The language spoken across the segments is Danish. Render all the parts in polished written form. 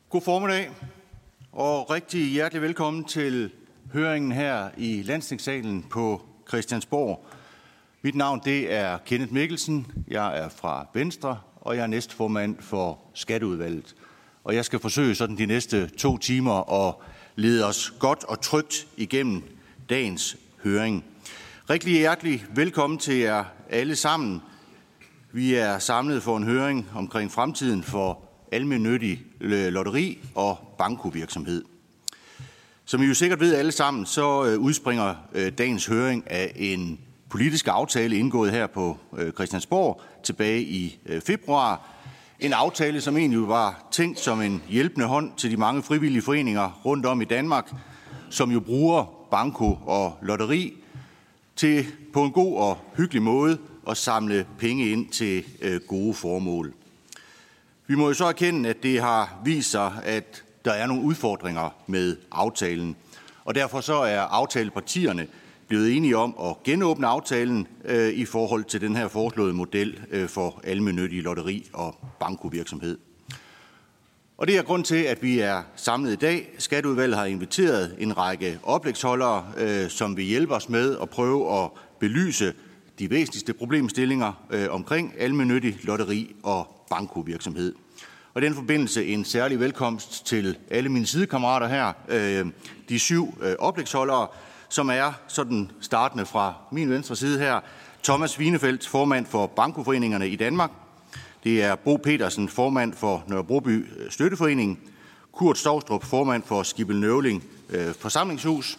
God formiddag, og rigtig hjertelig velkommen til høringen her i Landstingssalen på Christiansborg. Mit navn det er Kenneth Mikkelsen, jeg er fra Venstre, og jeg er næstformand for Skatteudvalget. Og jeg skal forsøge sådan de næste 2 timer at lede os godt og trygt igennem dagens høring. Rigtig hjertelig velkommen til jer alle sammen. Vi er samlet for en høring omkring fremtiden for almennyttig lotteri og bankovirksomhed. Som I jo sikkert ved alle sammen, så udspringer dagens høring af en politisk aftale indgået her på Christiansborg tilbage i februar. En aftale, som egentlig var tænkt som en hjælpende hånd til de mange frivillige foreninger rundt om i Danmark, som jo bruger banko og lotteri til på en god og hyggelig måde at samle penge ind til gode formål. Vi må jo så erkende, at det har vist sig, at der er nogle udfordringer med aftalen. Og derfor så er aftalepartierne blevet enige om at genåbne aftalen i forhold til den her foreslåede model for almennyttig lotteri og bankovirksomhed. Og det er grund til, at vi er samlet i dag. Skatteudvalget har inviteret en række oplægsholdere, som vil hjælpe os med at prøve at belyse de væsentligste problemstillinger omkring almennyttig lotteri og bankovirksomhed. Og i den forbindelse en særlig velkomst til alle mine sidekammerater her, de 7 oplægsholdere, som er sådan startende fra min venstre side her. Thomas Wienfeldt, formand for Bankoforeningerne i Danmark. Det er Bo Petersen, formand for Nørrebroby Støtteforening. Kurt Stoustrup, formand for Skibelnøvling Forsamlingshus.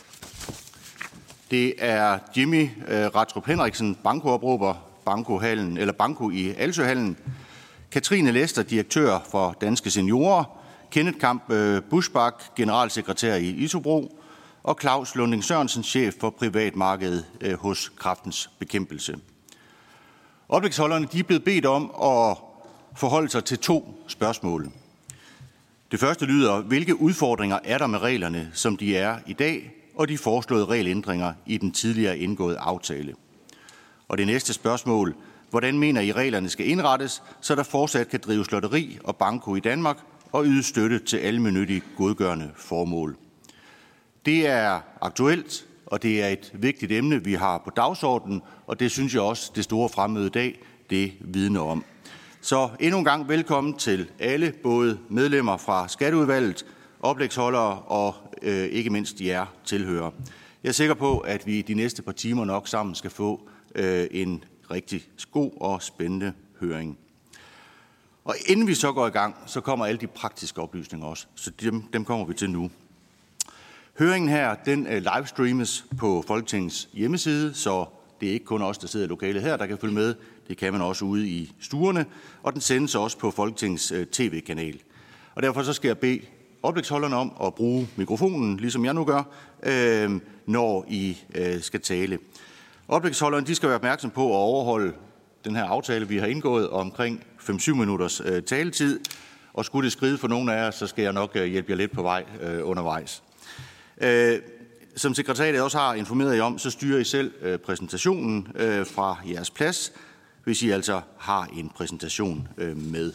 Det er Jimmy Ratrup Henriksen, bankoopråber, Banko i Alsøhallen. Katrine Lester, direktør for Danske Seniorer. Kenneth Kamp Buschbach, generalsekretær i Isobro. Og Claus Lunding Sørensen, chef for privatmarkedet hos Kræftens Bekæmpelse. Oplægsholderne de er blevet bedt om at forholde sig til 2 spørgsmål. Det første lyder, hvilke udfordringer er der med reglerne, som de er i dag, og de foreslåede regelændringer i den tidligere indgåede aftale. Og det næste spørgsmål, hvordan mener I reglerne skal indrettes, så der fortsat kan drives lotteri og banko i Danmark og yde støtte til almennyttige godgørende formål. Det er aktuelt, og det er et vigtigt emne, vi har på dagsordenen, og det synes jeg også, det store fremmøde i dag, det vidner om. Så endnu en gang velkommen til alle, både medlemmer fra Skatteudvalget, oplægsholdere og ikke mindst jer tilhørere. Jeg er sikker på, at vi de næste par timer nok sammen skal få en rigtig god og spændende høring. Og inden vi så går i gang, så kommer alle de praktiske oplysninger også, så dem kommer vi til nu. Høringen her, den livestreames på Folketingets hjemmeside, så det er ikke kun os, der sidder i lokalet her, der kan følge med. Det kan man også ude i stuerne, og den sendes også på Folketingets tv-kanal. Og derfor så skal jeg bede oplægsholderne om at bruge mikrofonen, ligesom jeg nu gør, når I skal tale. Oplægsholderne de skal være opmærksom på at overholde den her aftale, vi har indgået omkring 5-7 minutters taletid. Og skulle det skride for nogen af jer, så skal jeg nok hjælpe jer lidt på vej undervejs. Som sekretariatet også har informeret jer om, så styrer I selv præsentationen fra jeres plads, hvis I altså har en præsentation med.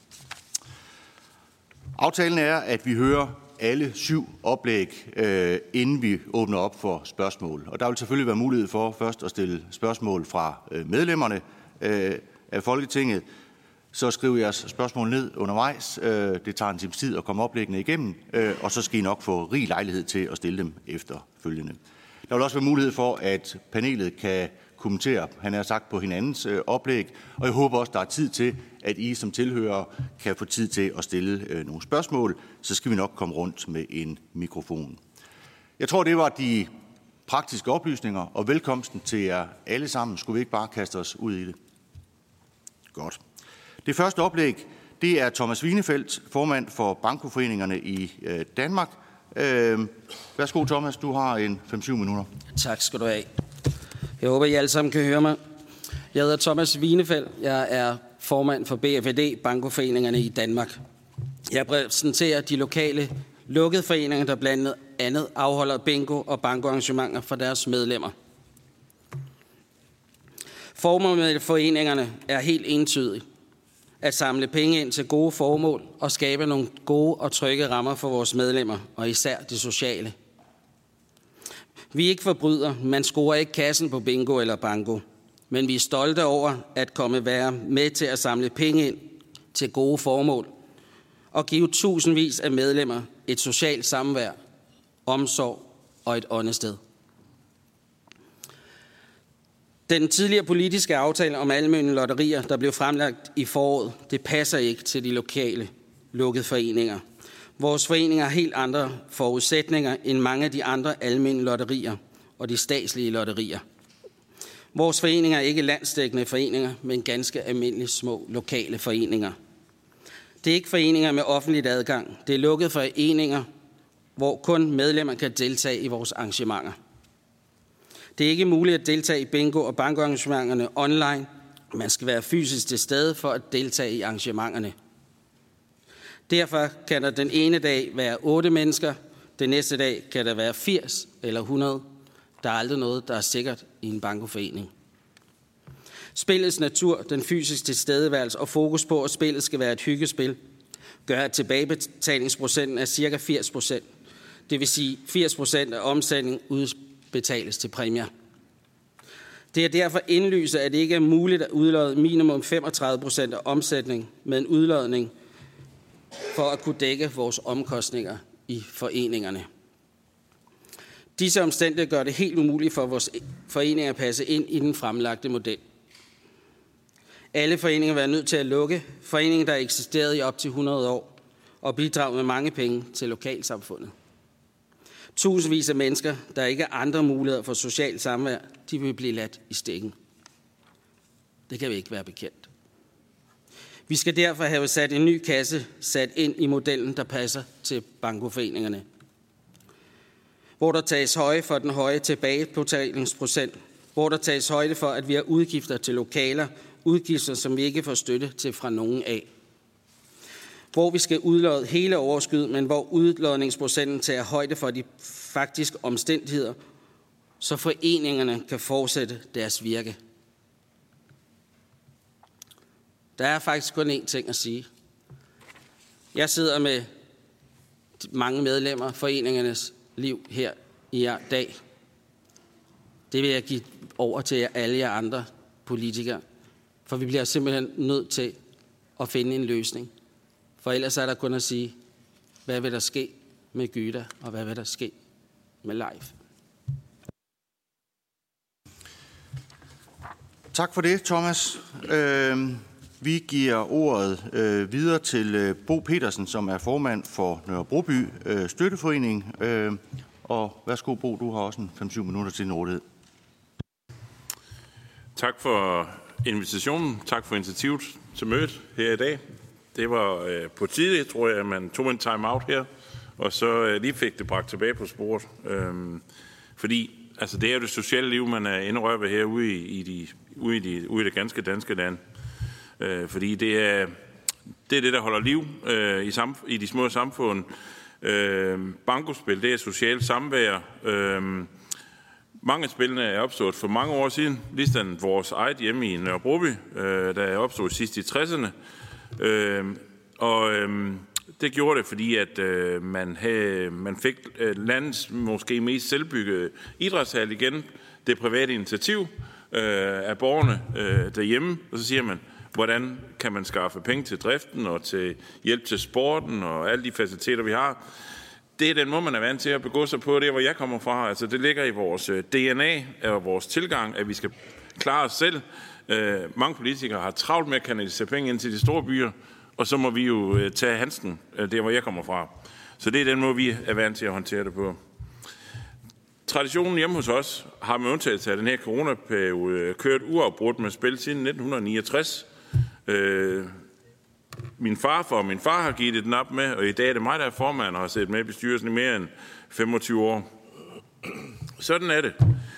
Aftalen er, at vi hører alle 7 oplæg, inden vi åbner op for spørgsmål. Og der vil selvfølgelig være mulighed for først at stille spørgsmål fra medlemmerne af Folketinget. Så skriv jeres spørgsmål ned undervejs. Det tager en times tid at komme oplæggene igennem, og så skal I nok få rig lejlighed til at stille dem efterfølgende. Der vil også være mulighed for, at panelet kan kommentere, han har sagt, på hinandens oplæg, og jeg håber også, der er tid til, at I som tilhører kan få tid til at stille nogle spørgsmål, så skal vi nok komme rundt med en mikrofon. Jeg tror, det var de praktiske oplysninger, og velkomsten til jer alle sammen. Skulle vi ikke bare kaste os ud i det? Godt. Det første oplæg, det er Thomas Wienfeldt, formand for Bankoforeningerne i Danmark. Værsgo, Thomas, du har en 5-7 minutter. Tak skal du have. Jeg håber, I alle sammen kan høre mig. Jeg hedder Thomas Wienfeldt. Jeg er formand for BFD, Bankoforeningerne i Danmark. Jeg repræsenterer de lokale lukkede foreninger, der blandt andet afholder bingo og bankoarrangementer for deres medlemmer. Formålet med foreningerne er helt entydigt. at samle penge ind til gode formål og skabe nogle gode og trygge rammer for vores medlemmer, og især det sociale. Vi er ikke forbrydere, man scorer ikke kassen på bingo eller banko, men vi er stolte over at være med til at samle penge ind til gode formål og give tusindvis af medlemmer et socialt samvær, omsorg og et åndested. Den tidligere politiske aftale om almene lotterier, der blev fremlagt i foråret, det passer ikke til de lokale lukkede foreninger. Vores foreninger har helt andre forudsætninger end mange af de andre almene lotterier og de statslige lotterier. Vores foreninger er ikke landsdækkende foreninger, men ganske almindelige små lokale foreninger. Det er ikke foreninger med offentlig adgang. Det er lukkede foreninger, hvor kun medlemmer kan deltage i vores arrangementer. Det er ikke muligt at deltage i bingo- og bankoarrangementerne online. Man skal være fysisk til stede for at deltage i arrangementerne. Derfor kan der den ene dag være 8 mennesker, den næste dag kan der være 80 eller 100. Der er aldrig noget, der er sikkert i en bankoforening. Spillets natur, den fysiske tilstedeværelse og fokus på, at spillet skal være et hyggespil, gør, at tilbagebetalingsprocenten er ca. 80%. Det vil sige, 80% af omsætningen udbetales til præmier. Det er derfor indlyset, at det ikke er muligt at udlodde minimum 35% af omsætningen med en udlodning for at kunne dække vores omkostninger i foreningerne. Disse omstændigheder gør det helt umuligt for vores foreninger at passe ind i den fremlagte model. Alle foreninger vil være nødt til at lukke. Foreninger, der har eksisteret i op til 100 år og bidrager med mange penge til lokalsamfundet. Tusindvis af mennesker, der ikke har andre muligheder for socialt samvær, de vil blive ladt i stikken. Det kan vi ikke være bekendt. Vi skal derfor have sat en ny kasse sat ind i modellen, der passer til bankoforeningerne. Hvor der tages højde for den høje tilbagebetalingsprocent. Hvor der tages højde for, at vi har udgifter til lokaler, udgifter, som vi ikke får støtte til fra nogen af. Hvor vi skal udlodde hele overskud, men hvor udlodningsprocenten tager højde for de faktiske omstændigheder, så foreningerne kan fortsætte deres virke. Der er faktisk kun én ting at sige. Jeg sidder med mange medlemmer af foreningernes liv her i dag. Det vil jeg give over til alle jer andre politikere, for vi bliver simpelthen nødt til at finde en løsning. For ellers er der kun at sige, hvad vil der ske med Gyda, og hvad vil der ske med Leif. Tak for det, Thomas. Vi giver ordet videre til Bo Petersen, som er formand for Nørre Broby Støtteforening. Og værsgo, Bo, du har også en 5-7 minutter til din rådighed. Tak for invitationen. Tak for initiativet til mødet her i dag. Det var på tide, tror jeg, at man tog en time-out her, og så lige fik det bragt tilbage på sporet. Fordi altså, det er jo det sociale liv, man er indrørt ved herude i det ganske danske land. Fordi det er det, der holder liv i de små samfund. Bankospil, det er socialt samvær. Mange af spillene er opstået for mange år siden, ligesom vores eget hjemme i Nørre Broby, der er opstået sidst i 60'erne. Det gjorde det, fordi at man fik landets måske mest selvbyggede idrætshal igen, det private initiativ af borgerne derhjemme, og så siger man, hvordan kan man skaffe penge til driften og til hjælp til sporten og alle de faciliteter, vi har. Det er den måde, man er vant til at begå sig på, det hvor jeg kommer fra. Altså, det ligger i vores DNA og vores tilgang, at vi skal klare os selv. Mange politikere har travlt med at kanalisere penge ind til de store byer, og så må vi jo tage handsken, der hvor jeg kommer fra. Så det er den måde, vi er vant til at håndtere det på. Traditionen hjemme hos os har med undtagelse af den her coronaperiode kørt uafbrudt med spil siden 1969. Min far har givet den op med, og i dag er det mig, der er formand og har siddet med i bestyrelsen i mere end 25 år. Sådan er det.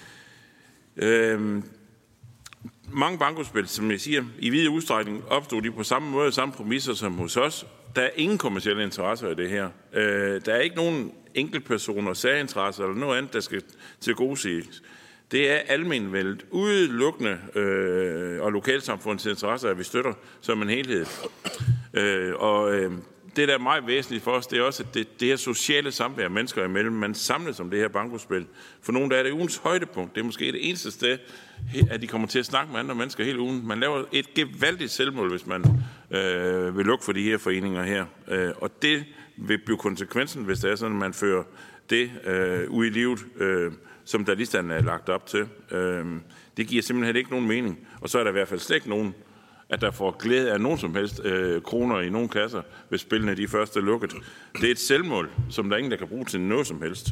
Mange bankospil, som jeg siger, i vid udstrækning opstod de på samme måde, samme præmisser som hos os. Der er ingen kommercielle interesser i det her. Der er ikke nogen enkeltpersoner, særinteresser eller noget andet, der skal tilgodeses. Det er almenvældet udelukkende og lokalsamfundets interesser, at vi støtter som en helhed. Det, der er meget væsentligt for os, det er også, at det her sociale samvær mennesker imellem, man samles om det her bankospil. For nogle der er det ugens højdepunkt. Det er måske det eneste sted, at de kommer til at snakke med andre mennesker hele ugen. Man laver et gevaldigt selvmål, hvis man vil lukke for de her foreninger her. Og det vil blive konsekvensen, hvis det er sådan, at man fører det ud i livet, som der listanden er lagt op til. Det giver simpelthen ikke nogen mening. Og så er der i hvert fald slet ikke nogen, at der får glæde af nogen som helst kroner i nogle kasser, hvis spillene de først er lukket. Det er et selvmål, som der ingen, der kan bruge til noget som helst.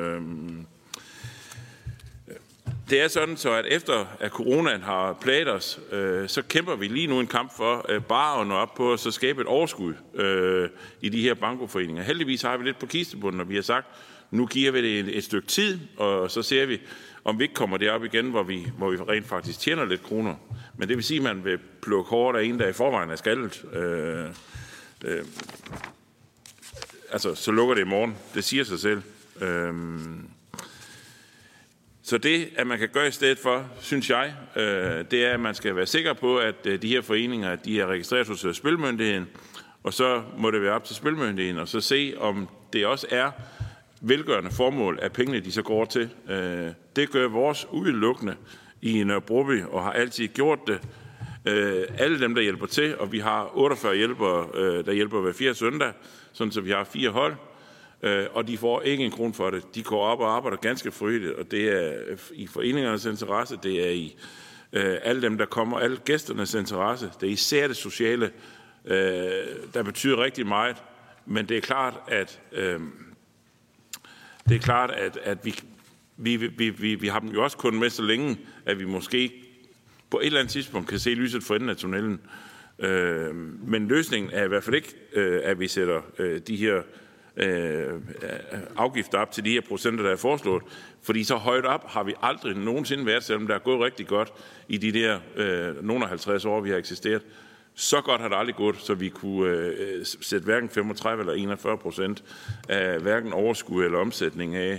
Det er sådan, så at efter at coronaen har plaget os, så kæmper vi lige nu en kamp for bare at nå op på at så skabe et overskud i de her bankoforeninger. Heldigvis har vi lidt på kistebunden, og vi har sagt, nu giver vi det et stykke tid, og så ser vi, om vi ikke kommer derop igen, hvor vi rent faktisk tjener lidt kroner. Men det vil sige, at man vil plukke hårdt af en, der i forvejen er skaldet. Altså, så lukker det i morgen. Det siger sig selv. Så det, at man kan gøre i stedet for, synes jeg, det er, at man skal være sikker på, at de her foreninger, de er registreret hos Spilmyndigheden, og så må det være op til Spilmyndigheden, og så se, om det også er velgørende formål, at pengene de så går til. Det gør vores udelukkende i Nørre Broby, og har altid gjort det. Alle dem, der hjælper til, og vi har 48 hjælpere, der hjælper hver 4. søndag, sådan så vi har 4 hold, og de får ikke en krone for det. De går op og arbejder ganske frivilligt, og det er i foreningernes interesse, det er i alle dem, der kommer, alle gæsternes interesse, det er især det sociale, der betyder rigtig meget, men det er klart, at vi har dem jo også kun med så længe, at vi måske på et eller andet tidspunkt kan se lyset for enden af tunnelen. Men løsningen er i hvert fald ikke, at vi sætter de her afgifter op til de her procenter, der er foreslået. Fordi så højt op har vi aldrig nogensinde været, selvom der er gået rigtig godt i de der nogle af 50 år, vi har eksisteret. Så godt har det aldrig gået, så vi kunne sætte hverken 35 eller 41% af hverken overskud eller omsætning af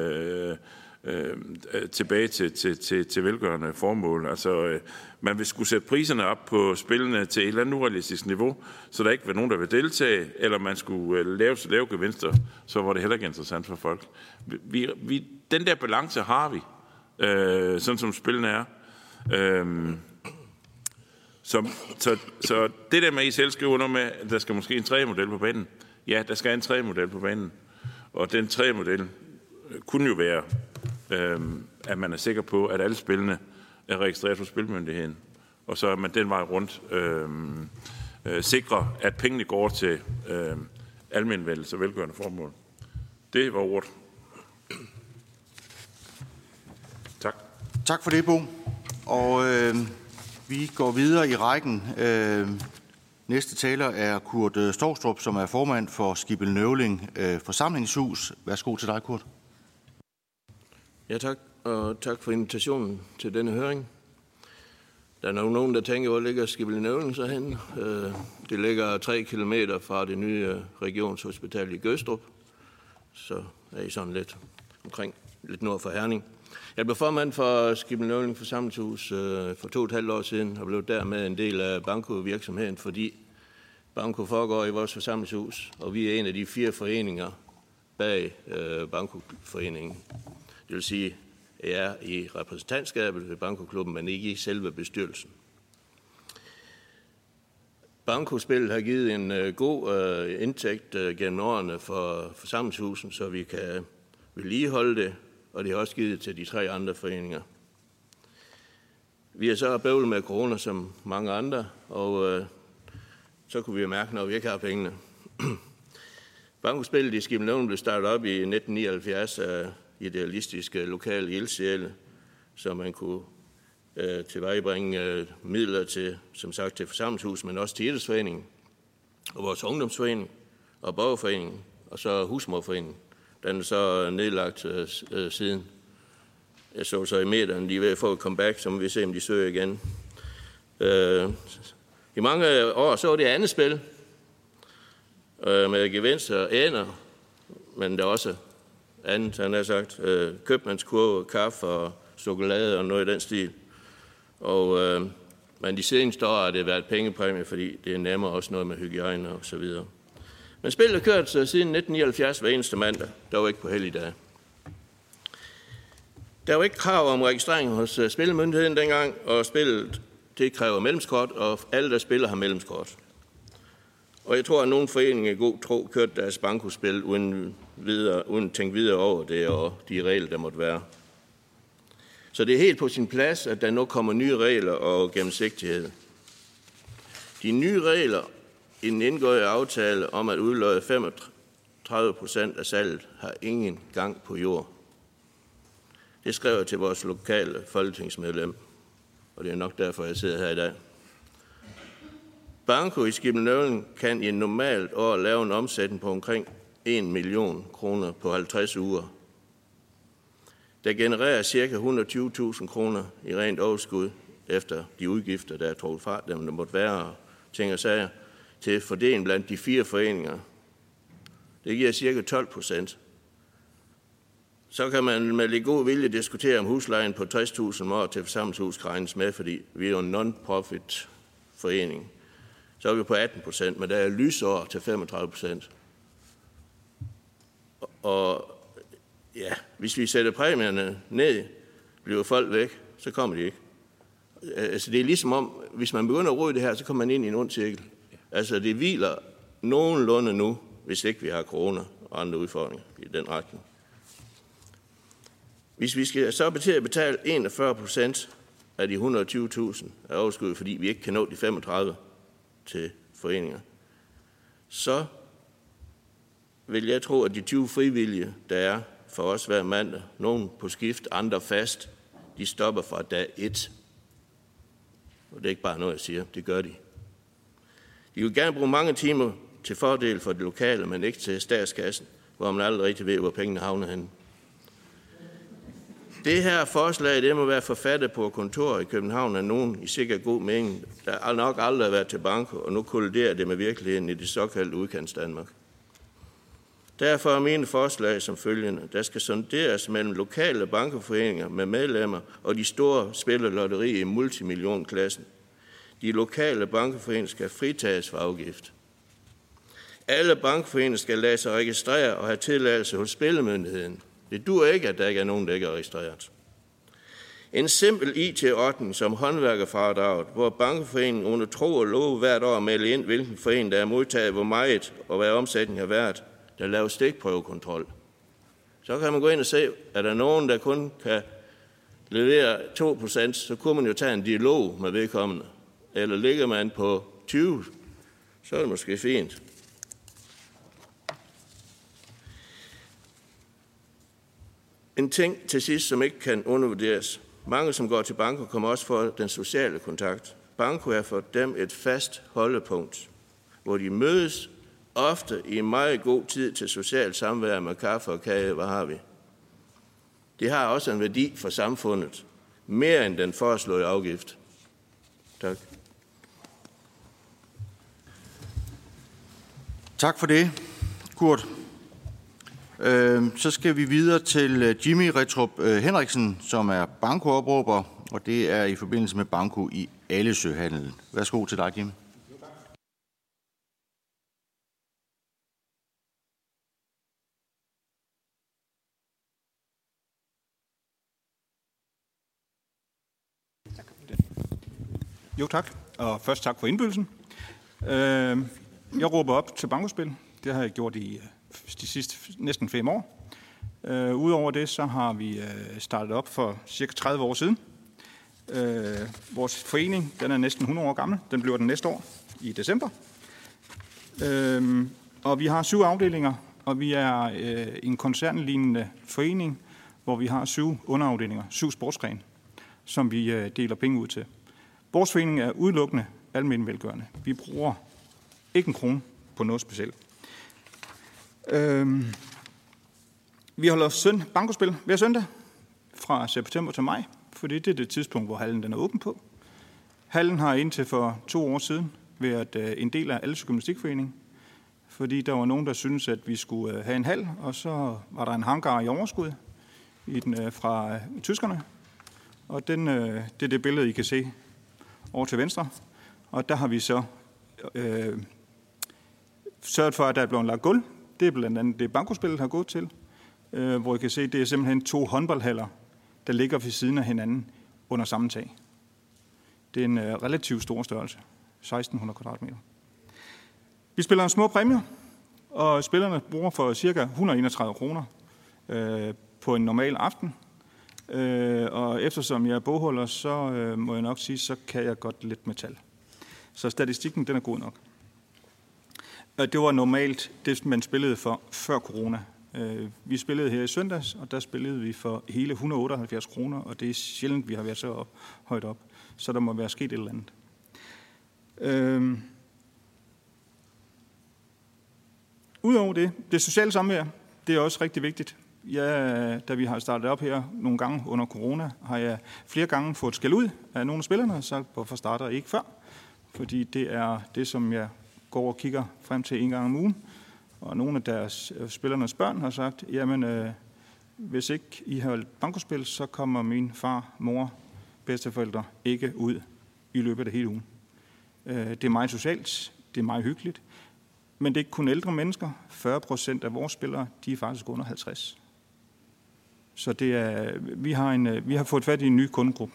tilbage til velgørende formål. Altså, man vil skulle sætte priserne op på spillene til et eller andet urealistisk niveau, så der ikke var nogen, der vil deltage, eller man skulle lave gevinster, så var det heller ikke interessant for folk. Den der balance har vi, sådan som spillene er. Så det der med, I selv skriver noget med, at der skal måske en 3-model på banen. Ja, der skal en 3-model på banen. Og den 3-model kunne jo være, at man er sikker på, at alle spillene er registreret hos Spilmyndigheden. Og så er man den vej rundt sikre, at pengene går til almenvældelse og velgørende formål. Det var ordet. Tak. Tak for det, Bo. Og vi går videre i rækken. Næste taler er Kurt Stovstrup, som er formand for Skibelnøvling Forsamlingshus. Værsgo til dig, Kurt. Ja, tak. Og tak for invitationen til denne høring. Der er nok nogen, der tænker, hvor ligger Skibelnøvling så hen? Det ligger 3 kilometer fra det nye regionshospital i Gødstrup. Så er I sådan lidt omkring, lidt nord for Herning. Jeg blev formand for Skibelnøvling Forsamlingshus for 2,5 år siden, og blev dermed en del af Banko-virksomheden, fordi Banko foregår i vores forsamlingshus, og vi er en af de 4 foreninger bag Banko-foreningen. Det vil sige, at jeg er i repræsentantskabet ved Banko-klubben, men ikke i selve bestyrelsen. Banko-spillet har givet en god indtægt gennem årene for forsamlingshusen, så vi kan vedligeholde det, og det har også givet til de 3 andre foreninger. Vi har så bøvlet med corona som mange andre, og så kunne vi mærke, når vi ikke har pengene. Bankospillet i Skibelnøvling blev startet op i 1979 af idealistiske lokale ildsjæle, så man kunne tilvejebringe midler til, som sagt, til forsamlingshus, men også til idrætsforeningen, og vores ungdomsforening, og borgerforeningen, og så husmorforeningen. Den er så nedlagt siden. Jeg så i meteren, de er ved at få et comeback, så må vi se, om de søger igen. I mange år så var det andet spil med gevinster og ænder, men der er også andet, han har sagt, købmandskurve, kaffe og chokolade og noget i den stil. Men de seneste år har det været pengepræmie, fordi det er nemmere også noget med hygiejne og så videre. Men spillet har kørt siden 1979 hver eneste mandag, dog ikke på helligdage. Der var ikke krav om registrering hos spillemyndigheden dengang, og spillet det kræver medlemskort, og alle, der spiller, har medlemskort. Og jeg tror, at nogle foreninger i god tro kørte deres bankospil uden at tænke videre over det og de regler, der måtte være. Så det er helt på sin plads, at der nu kommer nye regler og gennemsigtighed. De nye regler i den indgåede aftale om at udløje 35% af salget har ingen gang på jord. Det skrev jeg til vores lokale folketingsmedlem, og det er nok derfor, jeg sidder her i dag. Banko i Skibelnøvlen kan i en normalt år lave en omsætning på omkring 1 million kroner på 50 uger. Der genererer ca. 120.000 kroner i rent overskud efter de udgifter, der er trukket fra dem, der måtte være ting og sager, til fordeling blandt de 4 foreninger. Det giver ca. 12%. Så kan man med lidt god vilje diskutere, om huslejen på 60.000 om året til forsamlingshus kan regnes med, fordi vi er jo en non-profit forening. Så er vi på 18%, men der er lysår til 35%. Og ja, hvis vi sætter præmierne ned, bliver folk væk, så kommer de ikke. Altså det er ligesom om, hvis man begynder at rode det her, så kommer man ind i en ond cirkel. Altså det hviler nogenlunde nu, hvis ikke vi har corona og andre udfordringer i den retning. Hvis vi skal så betale 41% af de 120.000 af overskud, fordi vi ikke kan nå de 35 til foreninger, så vil jeg tro, at de 20 frivillige, der er for os hver mandag, nogen på skift, andre fast, de stopper fra dag 1. Og det er ikke bare noget, jeg siger, det gør de. De vil gerne bruge mange timer til fordel for det lokale, men ikke til statskassen, hvor man aldrig rigtig ved, hvor pengene havner henne. Det her forslag, det må være forfattet på kontor i København af nogen i sikkert god mening, der nok aldrig har været til banko, og nu kolliderer det med virkeligheden i det såkaldte udkants Danmark. Derfor er mine forslag som følgende. Der skal sonderes mellem lokale bankoforeninger med medlemmer og de store spillelotterier i multimillionklassen. De lokale bankoforeninger skal fritages for afgift. Alle bankforeninger skal lade sig registrere og have tilladelse hos spillemyndigheden. Det dur ikke, at der ikke er nogen, der ikke er registreret. En simpel IT-ordning som håndværkerfradraget, hvor bankoforeningen under tro og lov hvert år melder ind, hvilken forening der er modtaget, hvor meget og hvad omsætningen har været, der laver stikprøvekontrol. Så kan man gå ind og se, at der er nogen, der kun kan levere 2%, så kunne man jo tage en dialog med vedkommende. Eller ligger man på 20, så er det måske fint. En ting til sidst, som ikke kan undervurderes. Mange, som går til banko, kommer også for den sociale kontakt. Banko er for dem et fast holdepunkt, hvor de mødes ofte i meget god tid til socialt samvær med kaffe og kage. Hvad har vi? Det har også en værdi for samfundet, mere end den foreslåede afgift. Tak. Tak for det, Kurt. Så skal vi videre til Jimmy Retrup Henriksen, som er bankoopråber, og det er i forbindelse med banko i Allesøhandel. Værsgo til dig, Jimmy. Jo, tak. Og først tak for indbydelsen. Jeg råber op til bankospil. Det har jeg gjort i de sidste næsten 5 år. Udover det, så har vi startet op for cirka 30 år siden. Vores forening, den er næsten 100 år gammel. Den bliver den næste år i december. Og vi har 7 afdelinger, og vi er en koncernlignende forening, hvor vi har 7 underafdelinger, 7 sportsgrene, som vi deler penge ud til. Vores forening er udelukkende almenvelgørende. Vi bruger ikke en krone på noget specielt. Vi holder bankospil hver søndag fra september til maj, fordi det er det tidspunkt, hvor hallen den er åben på. Hallen har indtil for 2 år siden været en del af Allesø Gymnastikforening, fordi der var nogen, der syntes, at vi skulle have en hal, og så var der en hangar i overskud fra tyskerne. og det er det billede, I kan se over til venstre. Og der har vi så sørget for, at der er blevet lagt gulv. Det er blandt andet det, bankospillet har gået til, hvor I kan se, det er simpelthen 2 håndboldhaller, der ligger ved siden af hinanden under samme tag. Det er en relativt stor størrelse, 1600 kvadratmeter. Vi spiller en små præmier, og spillerne bruger for ca. 131 kroner på en normal aften. Og eftersom jeg er bogholder, så må jeg nok sige, så kan jeg godt lidt med tal. Så statistikken, den er god nok. Det var normalt det, man spillede for før corona. Vi spillede her i søndags, og der spillede vi for hele 178 kroner, og det er sjældent, vi har været så højt op. Så der må være sket et eller andet. Udover det sociale samvær, det er også rigtig vigtigt. Da vi har startet op her nogle gange under corona, har jeg flere gange fået skæld ud af nogle af spillerne og sagt, hvorfor starter I ikke før? Fordi det er det, som jeg går og kigger frem til en gang om ugen. Og nogle af deres spillernes børn har sagt, jamen hvis ikke I har bankospil, så kommer min far, mor, bedsteforældre ikke ud i løbet af hele ugen. Det er meget socialt, det er meget hyggeligt, men det er ikke kun ældre mennesker. 40% af vores spillere, de er faktisk under 50. Så det er, vi har fået fat i en ny kundegruppe.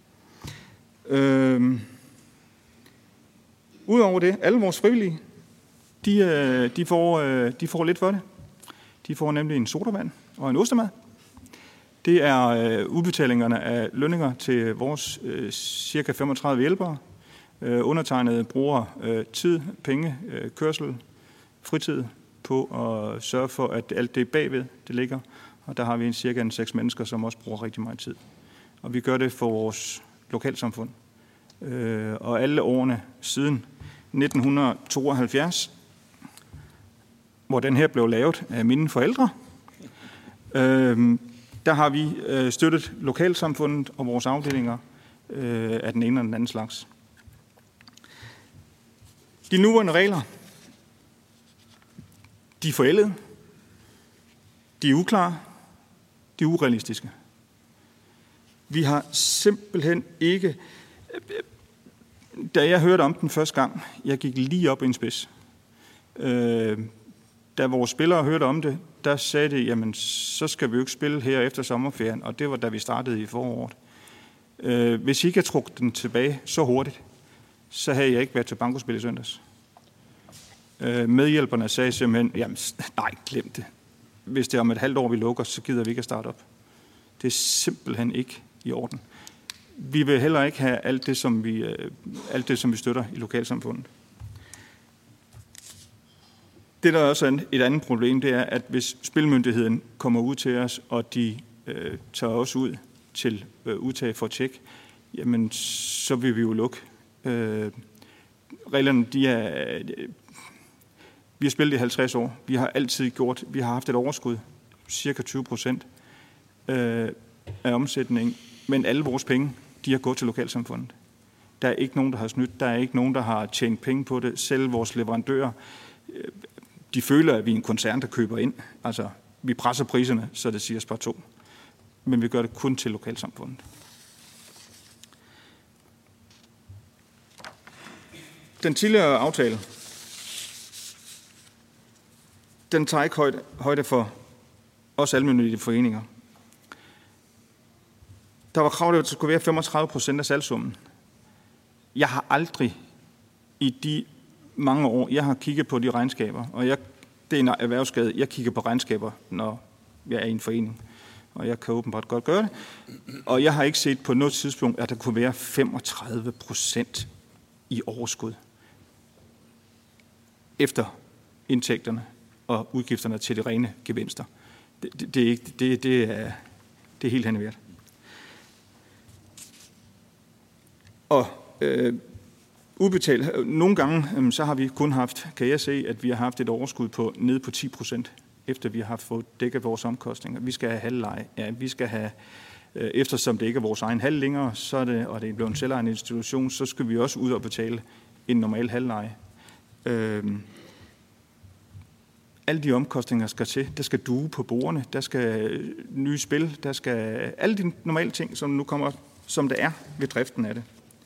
Udover det, alle vores frivillige, de får lidt for det. De får nemlig en sodavand og en ostemad. Det er udbetalingerne af lønninger til vores cirka 35 hjælpere. Undertegnede bruger tid, penge, kørsel, fritid på at sørge for, at alt det bagved, det ligger. Og der har vi cirka 6 mennesker, som også bruger rigtig meget tid. Og vi gør det for vores lokalsamfund. Og alle årene siden 1972, hvor den her blev lavet af mine forældre, der har vi støttet lokalsamfundet og vores afdelinger af den ene og den anden slags. De nuværende regler, de er forældede, de er uklare, de er urealistiske. Vi har simpelthen ikke... Da jeg hørte om den første gang, jeg gik lige op i en spids. Da vores spillere hørte om det, der sagde det, jamen så skal vi jo ikke spille her efter sommerferien, og det var da vi startede i foråret. Hvis I ikke havde trukket den tilbage så hurtigt, så havde jeg ikke været til bankospil i søndags. Medhjælperne sagde simpelthen, jamen nej, glem det. Hvis det er om et halvt år, vi lukker, så gider vi ikke at starte op. Det er simpelthen ikke i orden. Vi vil heller ikke have alt det, som vi støtter i lokalsamfundet. Det, der også er et andet problem, det er, at hvis spilmyndigheden kommer ud til os, og de tager os ud til udtag for tjek, jamen så vil vi jo lukke. Reglerne, vi har spillet i 50 år. Vi har haft et overskud, cirka 20% af omsætningen, men alle vores penge, de har gået til lokalsamfundet. Der er ikke nogen, der har snydt. Der er ikke nogen, der har tjent penge på det. Selv vores leverandører, de føler, at vi er en koncern, der køber ind. Altså, vi presser priserne, så det siger spar 2. Men vi gør det kun til lokalsamfundet. Den tidligere aftale, den tager ikke højde for os almennyttige foreninger. Der var krav, at det skulle være 35% af salgssummen. Jeg har aldrig i de mange år, jeg har kigget på de regnskaber, og det er en erhvervsskade, jeg kigger på regnskaber, når jeg er i en forening, og jeg kan åbenbart godt gøre det. Og jeg har ikke set på noget tidspunkt, at der kunne være 35% i overskud efter indtægterne og udgifterne til de rene gevinster. Det er helt hen i vejret. Og udbetalt, nogle gange, så har vi kun haft, kan jeg se, at vi har haft et overskud nede på 10%, efter vi har fået dækket vores omkostninger. Vi skal have halvleje. Ja, vi skal have, eftersom det ikke er vores egen hal længere, og det er blevet en selvejende institution, så skal vi også ud og betale en normal halvleje. Alle de omkostninger skal til. Der skal duge på bordene, der skal nye spil, der skal alle de normale ting, som nu kommer som der er ved driften af det.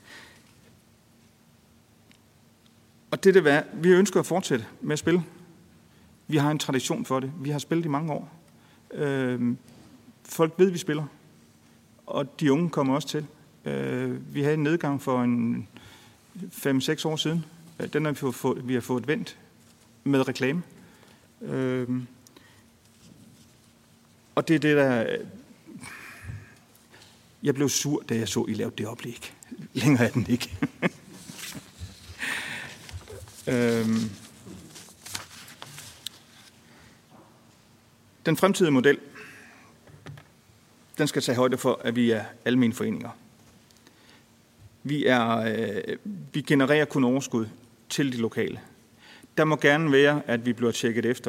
Og det er vi ønsker at fortsætte med at spille. Vi har en tradition for det. Vi har spillet i mange år. Folk ved, vi spiller. Og de unge kommer også til. Vi havde en nedgang for en 5-6 år siden. Den har vi har fået vendt med reklame. Og det er det, der... Jeg blev sur, da jeg så, I lavede det oplæg. Længere er den ikke. Den fremtidige model, den skal tage højde for, at vi er almene foreninger. Vi genererer kun overskud til de lokale. Der må gerne være, at vi bliver tjekket efter.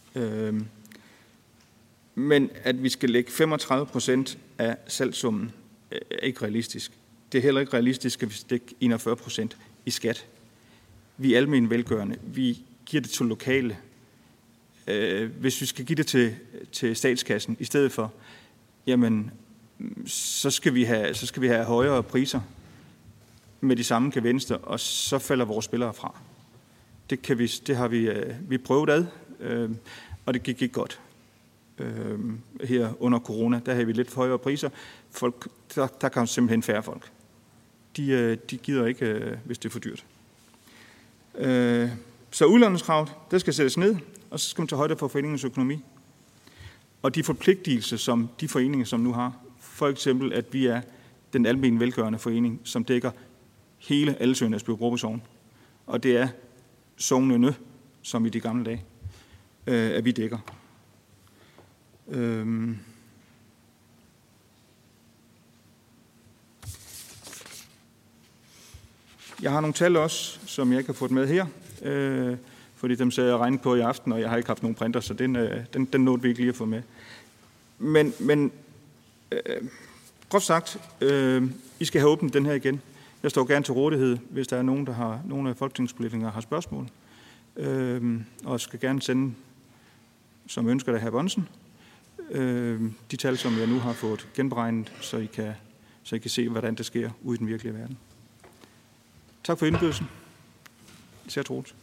Men at vi skal lægge 35% af salgssummen, er ikke realistisk. Det er heller ikke realistisk, at vi skal lægge 41% i skat. Vi er almen velgørende. Vi giver det til lokale. Hvis vi skal give det til statskassen i stedet for, jamen, så skal vi have højere priser med de samme gevinster, og så falder vores spillere fra. Det har vi prøvet ad, og det gik ikke godt. Her under corona, der havde vi lidt højere priser. Der kan simpelthen færre folk. De gider ikke, hvis det er for dyrt. Så udlånskravet, det skal sættes ned, og så skal man tage højde for foreningens økonomi. Og de forpligtelser, som de foreninger, som nu har, for eksempel, at vi er den almene velgørende forening, som dækker hele Alsø Næsby Sogn. Og det er sognene, som i de gamle dage, at vi dækker. Jeg har nogle tal også, som jeg ikke har fået med her, fordi dem sad jeg og regnede på i aften, og jeg har ikke haft nogen printer, så den nåede vi ikke lige at få med. Men groft sagt, I skal have åbnet den her igen. Jeg står gerne til rådighed, hvis der er nogen, nogle af folketingspolitikere har spørgsmål. Og skal gerne sende, som ønsker det, hr. Bonsen, de tal, som jeg nu har fået genberegnet, så I kan se, hvordan det sker ude i den virkelige verden. Tak for indbydelsen. Især Troels.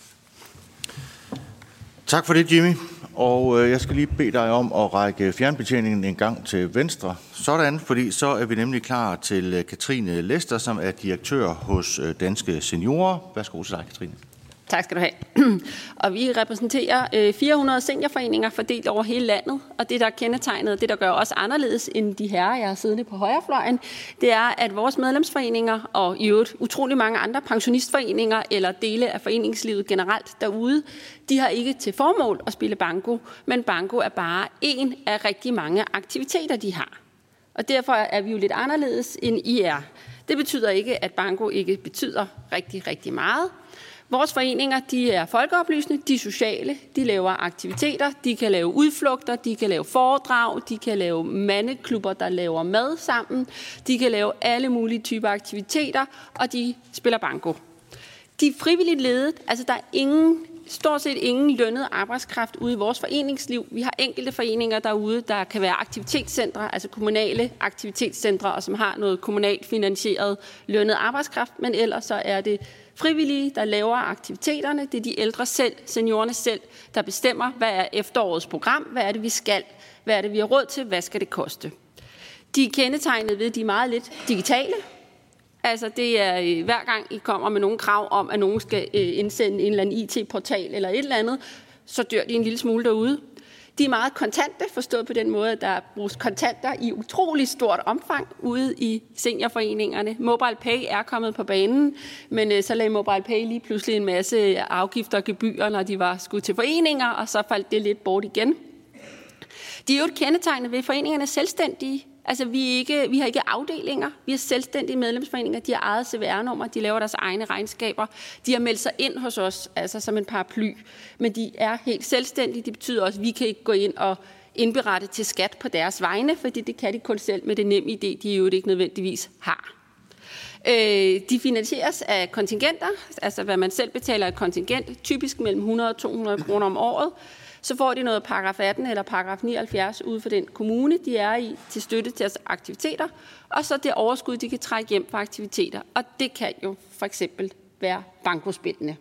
Tak for det, Jimmy. Og jeg skal lige bede dig om at række fjernbetjeningen en gang til venstre. Sådan, fordi så er vi nemlig klar til Katrine Lester, som er direktør hos Danske Seniorer. Værsgo til dig, Katrine. Tak skal du have. Og vi repræsenterer 400 seniorforeninger fordelt over hele landet, og det, der er kendetegnet, det, der gør os anderledes end de herrer, jeg har siddende på højrefløjen, det er, at vores medlemsforeninger og i øvrigt utrolig mange andre pensionistforeninger eller dele af foreningslivet generelt derude, de har ikke til formål at spille banko, men banko er bare en af rigtig mange aktiviteter, de har. Og derfor er vi jo lidt anderledes end I er. Det betyder ikke, at banko ikke betyder rigtig, rigtig meget. Vores foreninger, de er folkeoplysende, de er sociale, de laver aktiviteter, de kan lave udflugter, de kan lave foredrag, de kan lave mandeklubber, der laver mad sammen, de kan lave alle mulige typer aktiviteter, og de spiller banko. De er frivilligt ledet, altså der er stort set ingen lønnet arbejdskraft ude i vores foreningsliv. Vi har enkelte foreninger derude, der kan være aktivitetscentre, altså kommunale aktivitetscentre, og som har noget kommunalt finansieret lønnet arbejdskraft, men ellers så er det frivillige, der laver aktiviteterne. Det er de ældre selv, seniorerne selv, der bestemmer, hvad er efterårets program, hvad er det, vi skal, hvad er det, vi har råd til, hvad skal det koste. De er kendetegnet ved, at de er meget lidt digitale. Altså det er hver gang I kommer med nogle krav om, at nogen skal indsende en eller anden IT-portal eller et eller andet, så dør de en lille smule derude. De er meget kontante, forstået på den måde, at der bruges kontanter i utrolig stort omfang ude i seniorforeningerne. MobilePay er kommet på banen, men så lagde MobilePay lige pludselig en masse afgifter og gebyrer, når de var skudt til foreninger, og så faldt det lidt bort igen. De er jo et kendetegn ved foreningerne selvstændige. Altså vi har ikke afdelinger, vi har selvstændige medlemsforeninger, de har eget CVR-nummer, de laver deres egne regnskaber, de har meldt sig ind hos os, altså som en paraply, men de er helt selvstændige, det betyder også, at vi kan ikke gå ind og indberette til skat på deres vegne, fordi det kan de kun selv med det nemme idé, de jo ikke nødvendigvis har. De finansieres af kontingenter, altså hvad man selv betaler af kontingent, typisk mellem 100 og 200 kroner om året. så får de noget paragraf 18 eller paragraf 79 ude for den kommune, de er i, til støtte til deres aktiviteter, og så det overskud, de kan trække hjem fra aktiviteter. Og det kan jo for eksempel være bankospillene.